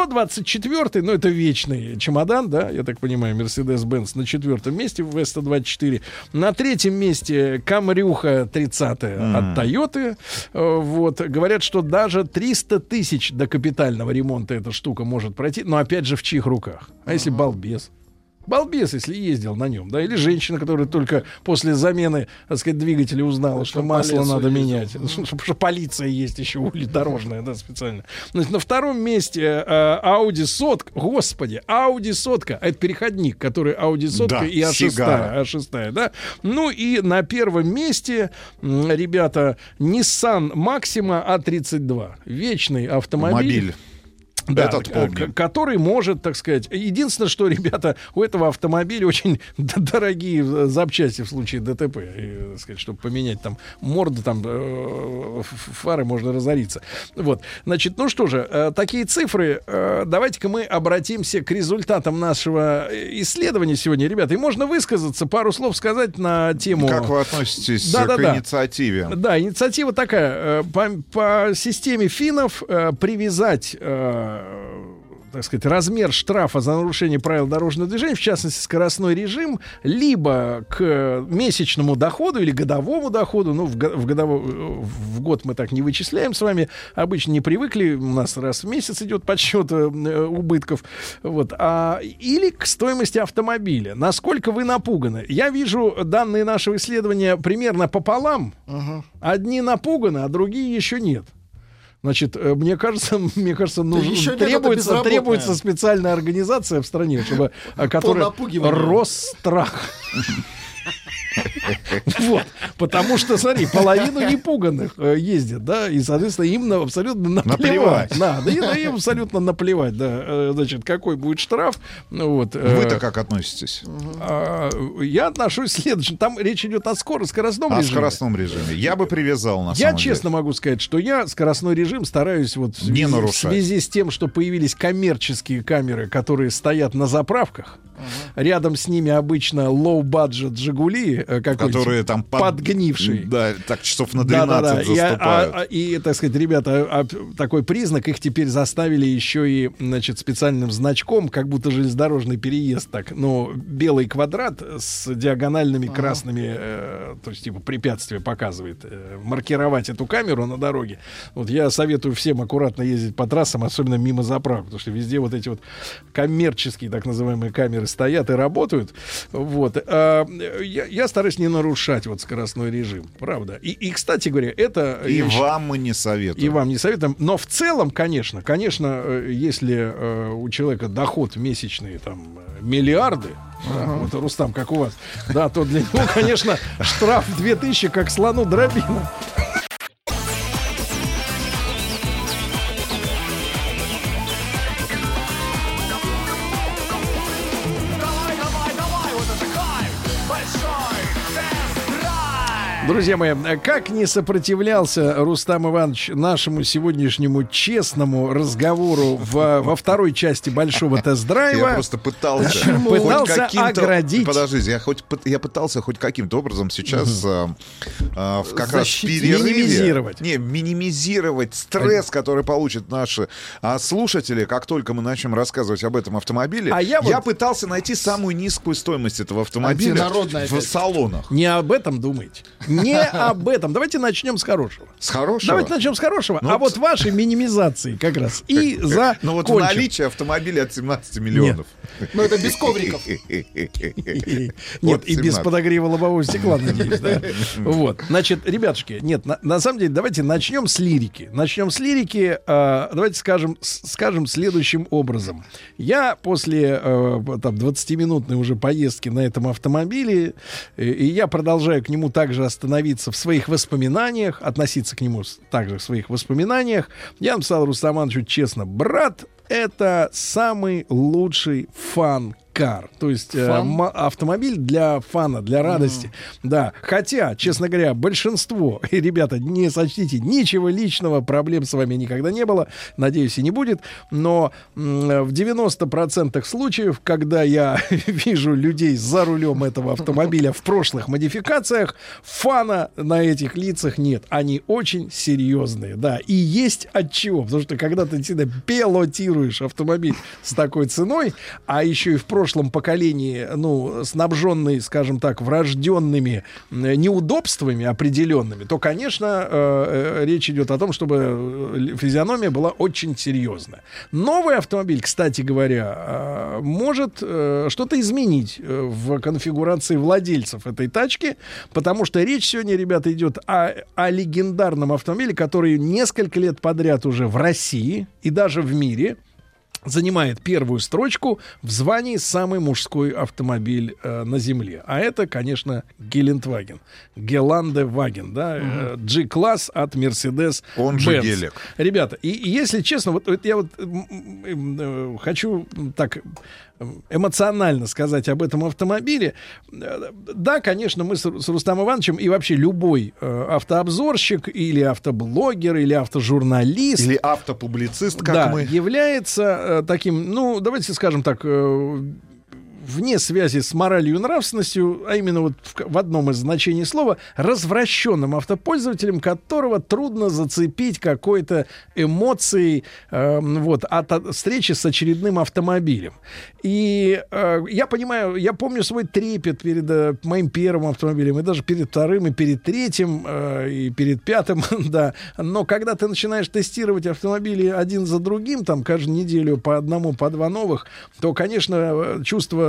124-й, ну, это вечный чемодан, да, я так понимаю, Mercedes-Benz на 4-м месте в V124. На 3-м месте Камрюха 30-я от Toyota. Вот. Говорят, что даже 300 тысяч до капитального ремонта эта штука может пройти. Но опять же, в чьих руках? А если балбес? Балбес, если ездил на нем, да, или женщина, которая только после замены, так сказать, двигателя узнала, что масло надо менять, что полиция есть еще улиторожная, да, специально. Значит, на 2-м месте Audi сотка, господи, Audi сотка, это переходник, который Audi сотка, да, и А6, да. Ну и на 1-м месте, ребята, Nissan Maxima A32, вечный автомобиль. Да, который может, так сказать... Единственное, что, ребята, у этого автомобиля очень дорогие запчасти в случае ДТП. И, так сказать, чтобы поменять там морду, там фары, можно разориться. Вот. Значит, ну что же, такие цифры. Давайте-ка мы обратимся к результатам нашего исследования сегодня, ребята. И можно высказаться, пару слов сказать на тему... Как вы относитесь к инициативе? Да, инициатива такая. По системе финнов привязать... так сказать, размер штрафа за нарушение правил дорожного движения, в частности, скоростной режим, либо к месячному доходу или годовому доходу, ну, в год мы так не вычисляем с вами, обычно не привыкли, у нас раз в месяц идет подсчет убытков, вот, или к стоимости автомобиля. Насколько вы напуганы? Я вижу данные нашего исследования примерно пополам. Одни напуганы, а другие еще нет. Значит, мне кажется, еще требуется специальная организация в стране, чтобы, которая рос страх. Вот, потому что, смотри, половину непуганных ездят, да, и, соответственно, им абсолютно наплевать. Да, им абсолютно наплевать, да, значит, какой будет штраф. Вот. Вы-то как относитесь? Я отношусь следующим. Там речь идет о скоростном режиме. О скоростном режиме. Я бы привязал, на самом деле. Я честно могу сказать, что я скоростной режим стараюсь вот не нарушать. В связи с тем, что появились коммерческие камеры, которые стоят на заправках. Рядом с ними обычно low-budget «Жигули», которые там подгнившие. Да, так часов на 12 заступают. И, так сказать, ребята, такой признак, их теперь заставили еще и, значит, специальным значком, как будто железнодорожный переезд, так, но белый квадрат с диагональными красными, то есть, типа, препятствия показывает, маркировать эту камеру на дороге. Вот я советую всем аккуратно ездить по трассам, особенно мимо заправок, потому что везде вот эти вот коммерческие, так называемые, камеры стоят и работают. Вот. Я стараюсь не нарушать вот скоростной режим, правда. И кстати говоря, это... И вам мы не советуем. И вам не советуем. Но в целом, конечно, если у человека доход месячный, там, миллиарды, да, вот, Рустам, как у вас, да, то для него, конечно, штраф 2000 как слону дробина. Друзья мои, как не сопротивлялся Рустам Иванович нашему сегодняшнему честному разговору во второй части большого тест-драйва. Я просто пытался оградить. Подождите, я пытался хоть каким-то образом сейчас как раз в перерыве минимизировать стресс, который получат наши слушатели, как только мы начнем рассказывать об этом автомобиле. Я пытался найти самую низкую стоимость этого автомобиля в салонах. Не об этом думайте. Не об этом. Давайте начнем с хорошего. С хорошего? Давайте начнем с хорошего. А вот вашей минимизации как раз и закончим. Ну вот в наличии автомобиля от 17 миллионов. Ну это без ковриков. Нет, и без подогрева лобового стекла, надеюсь, да? Вот. Значит, ребятушки, нет, на самом деле давайте начнем с лирики. Давайте скажем следующим образом. Я после 20-минутной уже поездки на этом автомобиле, и я продолжаю к нему также остановиться в своих воспоминаниях, относиться к нему также в своих воспоминаниях. Я написал Рустаму Ивановичу честно: брат, это самый лучший фан-кар. То есть автомобиль для фана, для радости. Да. Хотя, честно говоря, большинство, и, ребята, не сочтите, ничего личного, проблем с вами никогда не было. Надеюсь, и не будет. Но в 90% случаев, когда я вижу людей за рулем этого автомобиля в прошлых модификациях, фана на этих лицах нет. Они очень серьезные. Да. И есть от чего. Потому что когда ты всегда пилотируешь автомобиль с такой ценой, а еще и в прошлом поколении, снабженный, скажем так, врожденными неудобствами определенными, то, конечно, речь идет о том, чтобы физиономия была очень серьезная. Новый автомобиль, кстати говоря, может что-то изменить в конфигурации владельцев этой тачки, потому что речь сегодня, ребята, идет о легендарном автомобиле, который несколько лет подряд уже в России и даже в мире занимает первую строчку в звании «Самый мужской автомобиль на Земле». А это, конечно, Гелендваген. Геландеваген, да? G-класс от Mercedes-Benz. Он же гелик. Ребята, и если честно, вот я хочу так эмоционально сказать об этом автомобиле. Да, конечно, мы с Рустамом Ивановичем и вообще любой автообзорщик или автоблогер, или автожурналист, или автопублицист, как мы, является таким, давайте скажем так, вне связи с моралью и нравственностью, а именно вот в одном из значений слова, развращенным автопользователем, которого трудно зацепить какой-то эмоцией от встречи с очередным автомобилем. И я понимаю, я помню свой трепет перед моим первым автомобилем, и даже перед вторым, и перед третьим, и перед пятым, да. Но когда ты начинаешь тестировать автомобили один за другим, там, каждую неделю по одному, по два новых, то, конечно, чувство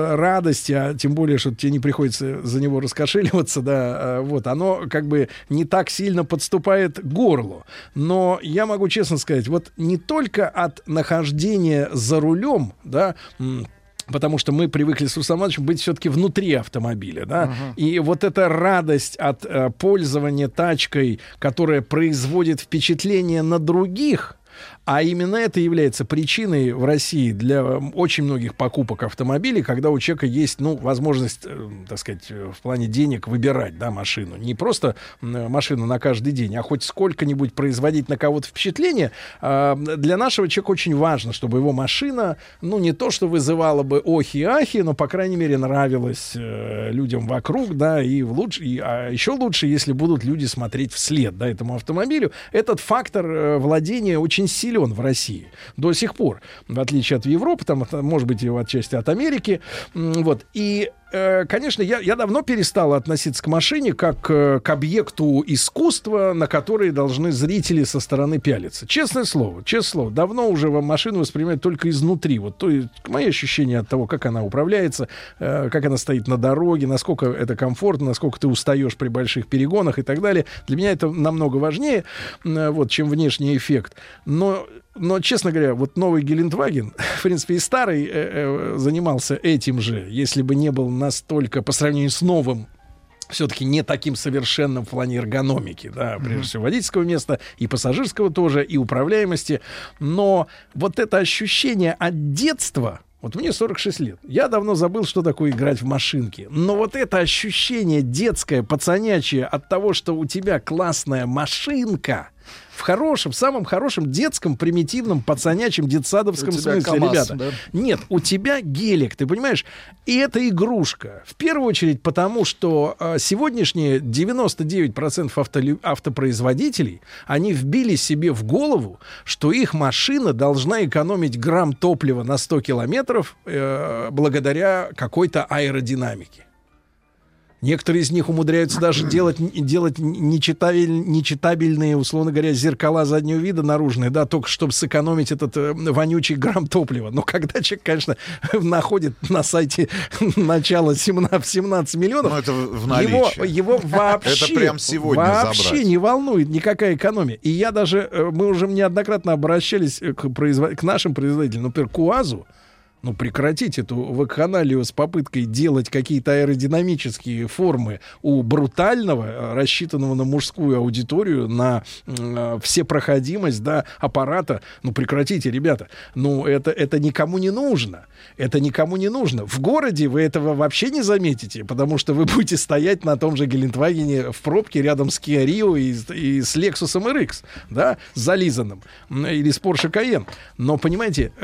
радости, а тем более, что тебе не приходится за него раскошеливаться, да, вот, оно как бы не так сильно подступает к горлу. Но я могу честно сказать, вот не только от нахождения за рулем, да, потому что мы привыкли с Русланом Ивановичем быть все-таки внутри автомобиля, да, и вот эта радость от пользования тачкой, которая производит впечатление на других, а именно это является причиной в России для очень многих покупок автомобилей, когда у человека есть, ну, возможность, так сказать, в плане денег выбирать, да, машину. Не просто машину на каждый день, а хоть сколько-нибудь производить на кого-то впечатление. Для нашего человека очень важно, чтобы его машина, ну, не то, что вызывала бы охи-ахи, но, по крайней мере, нравилась людям вокруг, да, и а еще лучше, если будут люди смотреть вслед, да, этому автомобилю. Этот фактор владения очень силен в России до сих пор, в отличие от Европы, там, может быть, и отчасти от Америки. Вот. И, конечно, я давно перестал относиться к машине как к объекту искусства, на который должны зрители со стороны пялиться. Честное слово, давно уже машину воспринимают только изнутри. Вот то есть мои ощущения от того, как она управляется, как она стоит на дороге, насколько это комфортно, насколько ты устаешь при больших перегонах и так далее. Для меня это намного важнее, вот, чем внешний эффект. Но, честно говоря, вот новый Гелендваген, в принципе, и старый занимался этим же, если бы не был настолько, по сравнению с новым, все-таки не таким совершенным в плане эргономики, да, прежде всего водительского места, и пассажирского тоже, и управляемости. Но вот это ощущение от детства... Вот мне 46 лет. Я давно забыл, что такое играть в машинки. Но вот это ощущение детское, пацанячье от того, что у тебя классная машинка, в самом хорошем детском, примитивном, пацанячьем, детсадовском смысле, КамАЗ, ребята. Да? Нет, у тебя гелик, ты понимаешь? И это игрушка. В первую очередь потому, что сегодняшние 99% автопроизводителей, они вбили себе в голову, что их машина должна экономить грамм топлива на 100 километров благодаря какой-то аэродинамике. Некоторые из них умудряются даже делать нечитабельные, условно говоря, зеркала заднего вида наружные, да, только чтобы сэкономить этот вонючий грамм топлива. Но когда человек, конечно, находит на сайте начало 17 миллионов, это в наличии. Его вообще, это прям сегодня вообще не волнует никакая экономия. И я даже, мы уже неоднократно обращались к нашим производителям, например, к УАЗу. Ну, прекратить эту вакханалию с попыткой делать какие-то аэродинамические формы у брутального, рассчитанного на мужскую аудиторию, на всепроходимость, да, аппарата. Ну, прекратите, ребята. Ну, это никому не нужно. Это никому не нужно. В городе вы этого вообще не заметите, потому что вы будете стоять на том же Гелендвагене в пробке рядом с Kia Rio и с Lexus RX, да, с зализанным, или с Porsche Cayenne. Но, понимаете,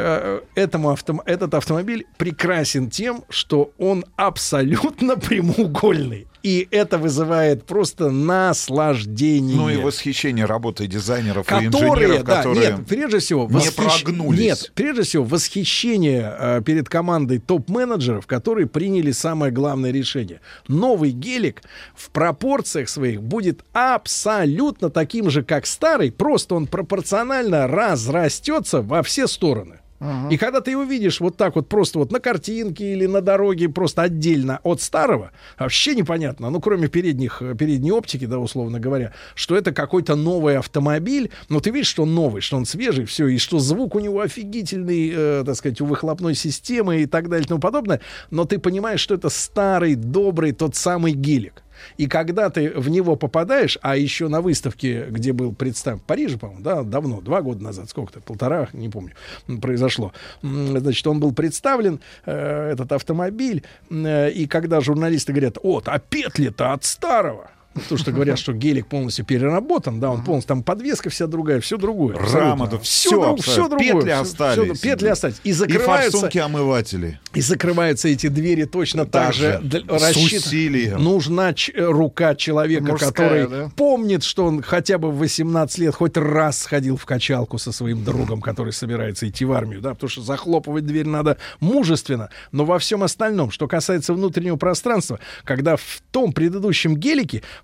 этот автомобиль прекрасен тем, что он абсолютно прямоугольный. И это вызывает просто наслаждение. Ну и восхищение работой дизайнеров и инженеров, которые нет, прежде всего, не прогнулись. Нет, прежде всего, восхищение перед командой топ-менеджеров, которые приняли самое главное решение. Новый гелик в пропорциях своих будет абсолютно таким же, как старый, просто он пропорционально разрастется во все стороны. И когда ты его видишь вот так вот просто вот на картинке или на дороге просто отдельно от старого, вообще непонятно, ну кроме передней оптики, да, условно говоря, что это какой-то новый автомобиль, но ты видишь, что он новый, что он свежий, все, и что звук у него офигительный, так сказать, у выхлопной системы и так далее и тому подобное, но ты понимаешь, что это старый, добрый, тот самый гелик. И когда ты в него попадаешь, а еще на выставке, где был представлен в Париже, по-моему, да, давно, 2 года назад, сколько-то, 1,5, не помню, произошло. Значит, он был представлен, этот автомобиль, и когда журналисты говорят, а петли-то от старого. Потому что говорят, что гелик полностью переработан, да, он полностью, там подвеска вся другая, все другое. Рама, все другое. Петли остались. Петли остались. И форсунки омыватели. И закрываются эти двери точно так же. С усилием. Нужна рука человека, мужская, который помнит, что он хотя бы в 18 лет хоть раз сходил в качалку со своим другом, который собирается идти в армию, да, потому что захлопывать дверь надо мужественно. Но во всем остальном, что касается внутреннего пространства, когда в том предыдущем гелике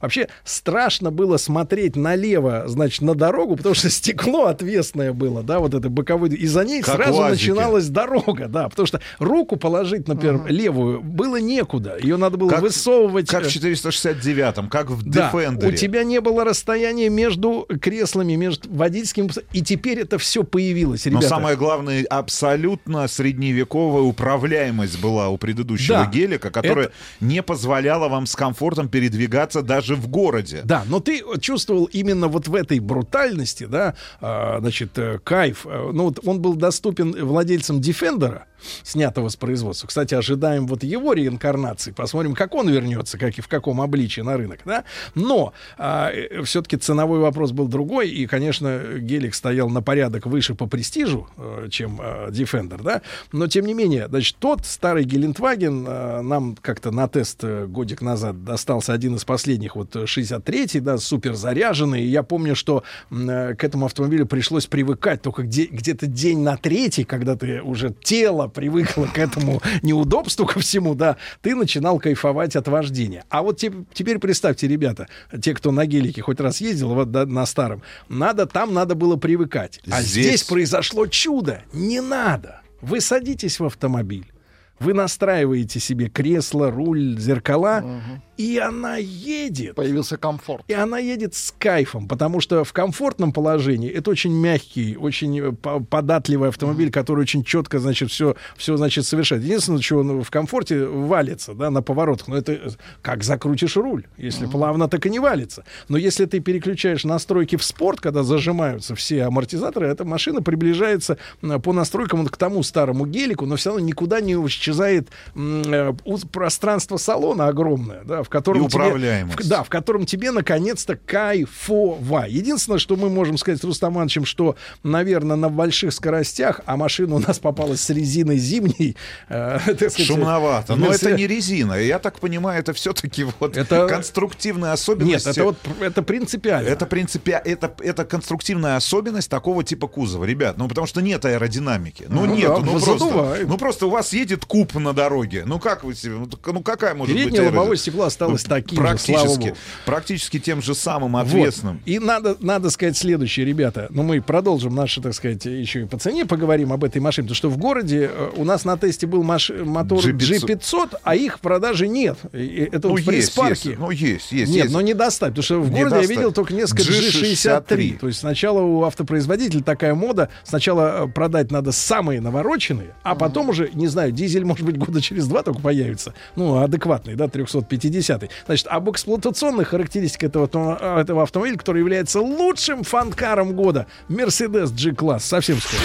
вообще страшно было смотреть налево, значит, на дорогу, потому что стекло отвесное было, да, вот это боковое, и за ней как сразу лазики. начиналась дорога, да, потому что руку положить, например, левую было некуда, ее надо было высовывать. Как в 469-м, как в да, Defender'е. у тебя не было расстояния между креслами, между водительским, и теперь это все появилось, ребята. Но самое главное, абсолютно средневековая управляемость была у предыдущего гелика, которая не позволяла вам с комфортом передвигаться даже в городе. Да, но ты чувствовал именно вот в этой брутальности, да, значит, кайф. Ну вот он был доступен владельцам Defender'а, снятого с производства. Кстати, ожидаем вот его реинкарнации. Посмотрим, как он вернется, как и в каком обличии на рынок, да. Но все-таки ценовой вопрос был другой, и, конечно, гелик стоял на порядок выше по престижу, чем Defender, да. Но, тем не менее, значит, тот старый Гелендваген нам как-то на тест годик назад достался один из последних, вот 63-й, да, супер заряженный. И я помню, что к этому автомобилю пришлось привыкать только где-то день на третий, когда ты уже тело привыкло к этому неудобству, ко всему, да, ты начинал кайфовать от вождения. А вот теперь представьте, ребята, те, кто на гелике хоть раз ездил, вот, да, на старом, там надо было привыкать. А здесь произошло чудо. Не надо. Вы садитесь в автомобиль, вы настраиваете себе кресло, руль, зеркала, и она едет. Появился комфорт. И она едет с кайфом, потому что в комфортном положении это очень мягкий, очень податливый автомобиль, который очень четко, значит, все, значит, совершает. Единственное, что он в комфорте валится, да, на поворотах, но это как закрутишь руль. Если плавно, так и не валится. Но если ты переключаешь настройки в спорт, когда зажимаются все амортизаторы, эта машина приближается по настройкам вот к тому старому гелику, но все равно никуда не исчезает пространство салона огромное, да, в котором в котором тебе наконец-то кайфово. Единственное, что мы можем сказать с Рустам Ивановичем, что, наверное, на больших скоростях, а машина у нас попалась с резиной зимней, шумновато. Но это не резина. Я так понимаю, это все-таки вот конструктивная особенность. Нет, это принципиально. Это конструктивная особенность такого типа кузова, ребят. Ну, потому что нет аэродинамики. Просто у вас едет куб на дороге. Ну, как вы себе? Ну, какая может быть переднее лобовое стекло осталось таким же, слава богу. Практически тем же самым ответственным. Вот. И надо сказать следующее, ребята. Ну, мы продолжим наши, так сказать, еще и по цене поговорим об этой машине. Потому что в городе у нас на тесте был мотор G500, а их в продаже нет. Это вот в пресс-парке. Есть. Нет, но не достать. Потому что в городе я видел только несколько G63. То есть сначала у автопроизводителя такая мода. Сначала продать надо самые навороченные, а потом уже, не знаю, дизель, может быть, года через 2 только появится. Ну, адекватный, да, 350-й. Значит, об эксплуатационных характеристиках этого автомобиля, который является лучшим фан-каром года, Mercedes G-класс. Совсем скоро.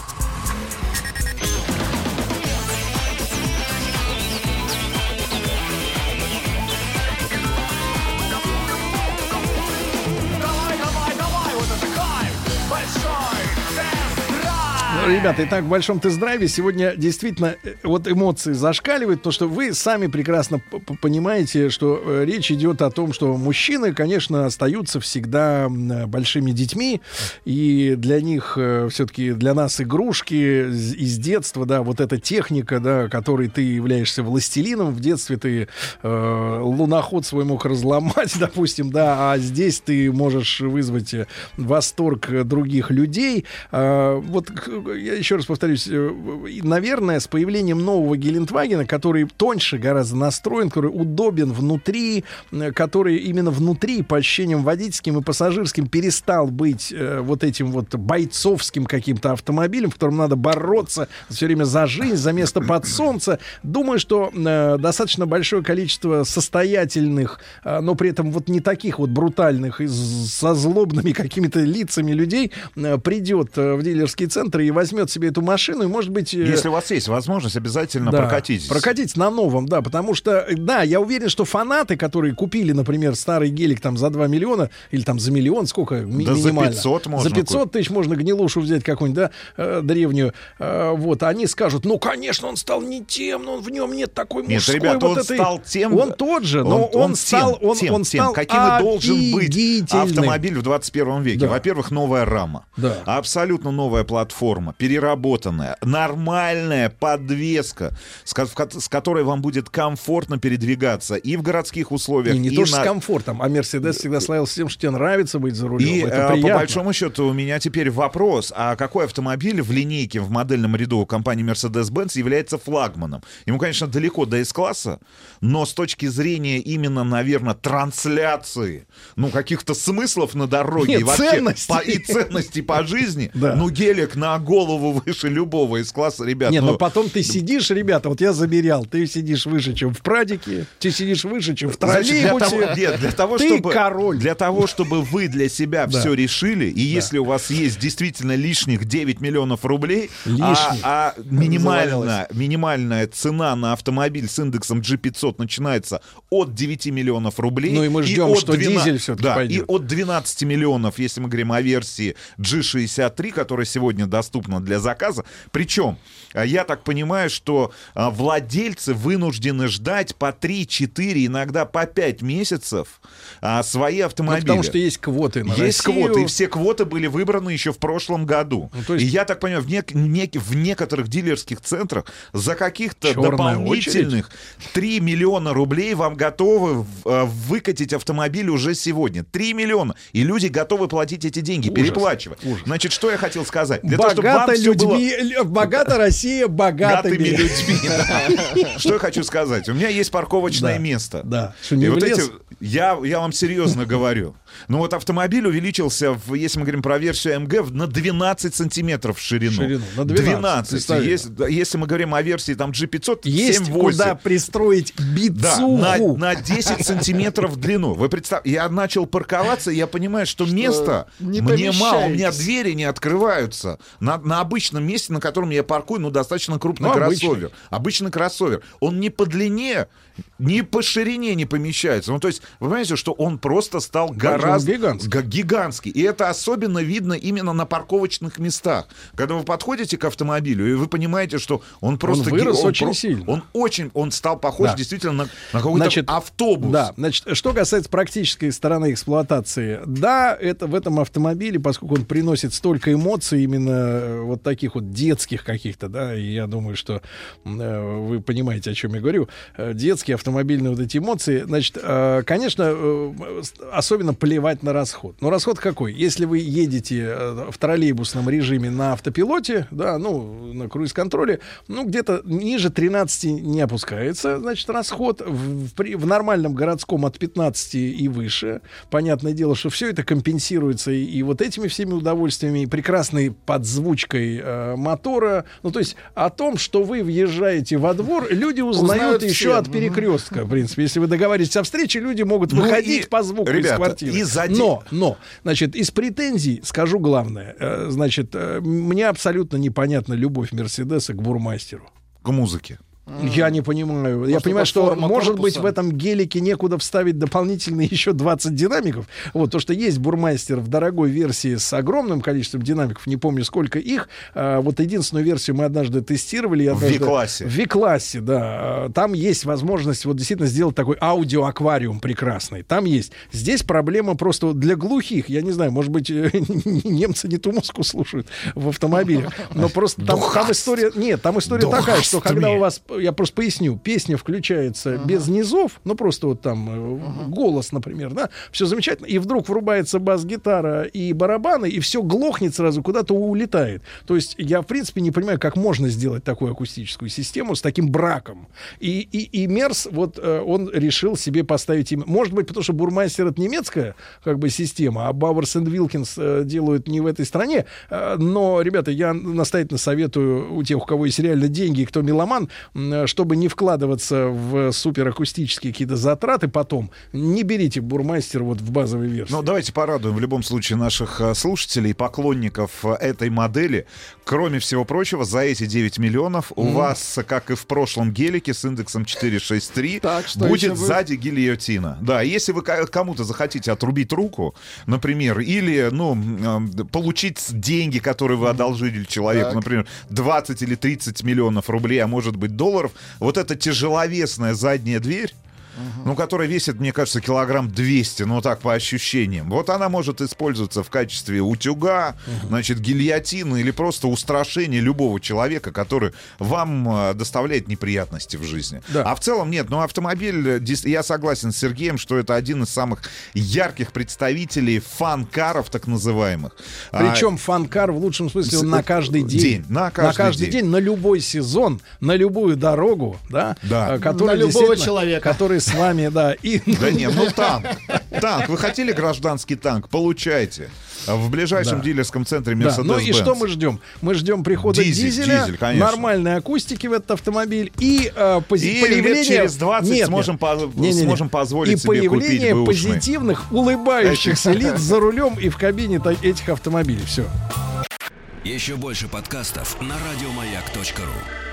Ребята, итак, в большом тест-драйве сегодня действительно вот эмоции зашкаливают, потому что вы сами прекрасно понимаете, что речь идет о том, что мужчины, конечно, остаются всегда большими детьми, и для них все-таки, для нас игрушки из детства, да, вот эта техника, да, которой ты являешься властелином, в детстве ты луноход свой мог разломать, допустим, да, а здесь ты можешь вызвать восторг других людей. Вот я еще раз повторюсь, наверное, с появлением нового Гелендвагена, который тоньше гораздо настроен, который удобен внутри, который именно внутри, по ощущениям водительским и пассажирским, перестал быть вот этим вот бойцовским каким-то автомобилем, в котором надо бороться все время за жизнь, за место под солнце. Думаю, что достаточно большое количество состоятельных, но при этом вот не таких вот брутальных и со злобными какими-то лицами людей придет в дилерский центр и возьмет себе эту машину, и, может быть... Если у вас есть возможность, обязательно прокатитесь. Прокатитесь на новом, да, потому что, да, я уверен, что фанаты, которые купили, например, старый гелик там за 2 миллиона, или там за миллион, сколько минимально? За 500 можно. За 500 тысяч можно гнилушу взять какую-нибудь, да, древнюю. Вот, они скажут, ну, конечно, он стал не тем, но в нем нет такой мужской... Нет, ребята, вот он стал тем... Он тот же, но он стал каким и должен быть автомобиль в 21 веке. Да. Во-первых, новая рама. Да. Абсолютно новая платформа. система, переработанная, нормальная подвеска, с которой вам будет комфортно передвигаться и в городских условиях. Не то, что с комфортом, а Мерседес всегда славился тем, что тебе нравится быть за рулем. И это по приятно. большому счету у меня теперь вопрос, а какой автомобиль в линейке, в модельном ряду у компании Mercedes-Benz является флагманом? Ему, конечно, далеко до S-класса, но с точки зрения именно, наверное, трансляции, каких-то смыслов на дороге и вообще ценностей по жизни, гелик на голову выше любого S-класса, ребят. Но потом ты сидишь, ребята, вот я замерял, ты сидишь выше, чем в Прадике, ты сидишь выше, чем в троллейбусе. Для того, чтобы вы для себя все решили, и если у вас есть действительно лишних 9 миллионов рублей, а минимальная цена на автомобиль с индексом G500 начинается от 9 миллионов рублей. Ну и мы ждем, что дизель все-таки пойдет. И от 12 миллионов, если мы говорим о версии G63, которая сегодня доступна для заказа. Причем, я так понимаю, что владельцы вынуждены ждать по 3, 4, иногда по 5 месяцев свои автомобили. Потому что есть квоты на Есть Россию. квоты, и все квоты были выбраны еще в прошлом году. И я так понимаю, в некоторых дилерских центрах за каких-то дополнительных 3 миллиона рублей вам готовы выкатить автомобиль уже сегодня. 3 миллиона. И люди готовы платить эти деньги, переплачивать. Значит, что я хотел сказать? Для того, чтобы вам все было... Богата Россия богатыми людьми. Что я хочу сказать? У меня есть парковочное место. Да. И вот эти... Я вам серьезно говорю. Автомобиль увеличился, если мы говорим про версию МГ, на 12 сантиметров в ширину. На 12. Если мы говорим о версии там G500, есть 7-8. Куда пристроить бицуху. Да, на 10 сантиметров в длину. Вы представьте, я начал парковаться, и я понимаю, что места мне мало, у меня двери не открываются. На обычном месте, на котором я паркую, достаточно крупный кроссовер. Обычный кроссовер. Он не по длине, ни по ширине не помещается. То есть, вы понимаете, что он просто стал гораздо гигантский. И это особенно видно именно на парковочных местах. Когда вы подходите к автомобилю, и вы понимаете, что он просто... Он вырос очень сильно. Он стал похож действительно на какой-то автобус. Да, что касается практической стороны эксплуатации, это в этом автомобиле, поскольку он приносит столько эмоций, именно вот таких вот детских каких-то, и я думаю, что вы понимаете, о чем я говорю, детские автомобильные вот эти эмоции, конечно, особенно плевать на расход. Но расход какой? Если вы едете в троллейбусном режиме на автопилоте, на круиз-контроле, где-то ниже 13 не опускается, расход. В нормальном городском от 15 и выше. Понятное дело, что все это компенсируется и вот этими всеми удовольствиями, и прекрасной подзвучкой мотора. То есть о том, что вы въезжаете во двор, люди узнают еще от перекрестка. В принципе, если вы договоритесь о встрече, люди могут выходить по звуку из квартиры. Но, из претензий скажу главное. Мне абсолютно непонятна любовь Мерседеса к бурмастеру. К музыке. Я не понимаю. Я понимаю, что, может быть, в этом гелике некуда вставить дополнительные еще 20 динамиков. То, что есть бурмастер в дорогой версии с огромным количеством динамиков, не помню, сколько их. Единственную версию мы однажды тестировали. В V-классе. В V-классе, да. Там есть возможность действительно сделать такой аудиоаквариум прекрасный. Там есть. Здесь проблема просто для глухих. Я не знаю, может быть, немцы не ту музыку слушают в автомобилях. Но просто там история... Нет, там история такая, что когда у вас... Я просто поясню. Песня включается без низов, просто голос, например, все замечательно, и вдруг врубается бас-гитара и барабаны, и все глохнет сразу, куда-то улетает. То есть я, в принципе, не понимаю, как можно сделать такую акустическую систему с таким браком. И Мерс, он решил себе поставить имя. Может быть, потому что бурмастер — это немецкая система, а Бауэрс энд Вилкинс делают не в этой стране. Но, ребята, я настоятельно советую у тех, у кого есть реально деньги, кто меломан, чтобы не вкладываться в суперакустические какие-то затраты потом, не берите бурмастер в базовой версии. Давайте порадуем в любом случае наших слушателей, поклонников этой модели. Кроме всего прочего, за эти 9 миллионов у вас, как и в прошлом гелике с индексом 463, будет сзади гильотина. Да, если вы кому-то захотите отрубить руку, например, или получить деньги, которые вы одолжили человеку, например, 20 или 30 миллионов рублей, а может быть долларов, вот эта тяжеловесная задняя дверь, ну, которая весит, мне кажется, килограмм 200, ну, так, по ощущениям. Вот она может использоваться в качестве утюга, значит, гильотины или просто устрашения любого человека, который вам доставляет неприятности в жизни. Да. А в целом нет, ну, автомобиль, я согласен с Сергеем, что это один из самых ярких представителей фан-каров, так называемых. Причем фан-кар в лучшем смысле на каждый день. На каждый день, на любой сезон, на любую дорогу, да, который на любого человека, который с вами, да, и да нет, ну танк. Вы хотели гражданский танк? Получайте. В ближайшем дилерском центре Mercedes-Benz. Ну и что мы ждем? Мы ждем прихода дизеля, нормальной акустики в этот автомобиль и появление... лет через 20 сможем позволить себе купить бэушный. И появление позитивных, улыбающихся лиц за рулем и в кабине этих автомобилей. Все. Еще больше подкастов на радиомаяк.ру.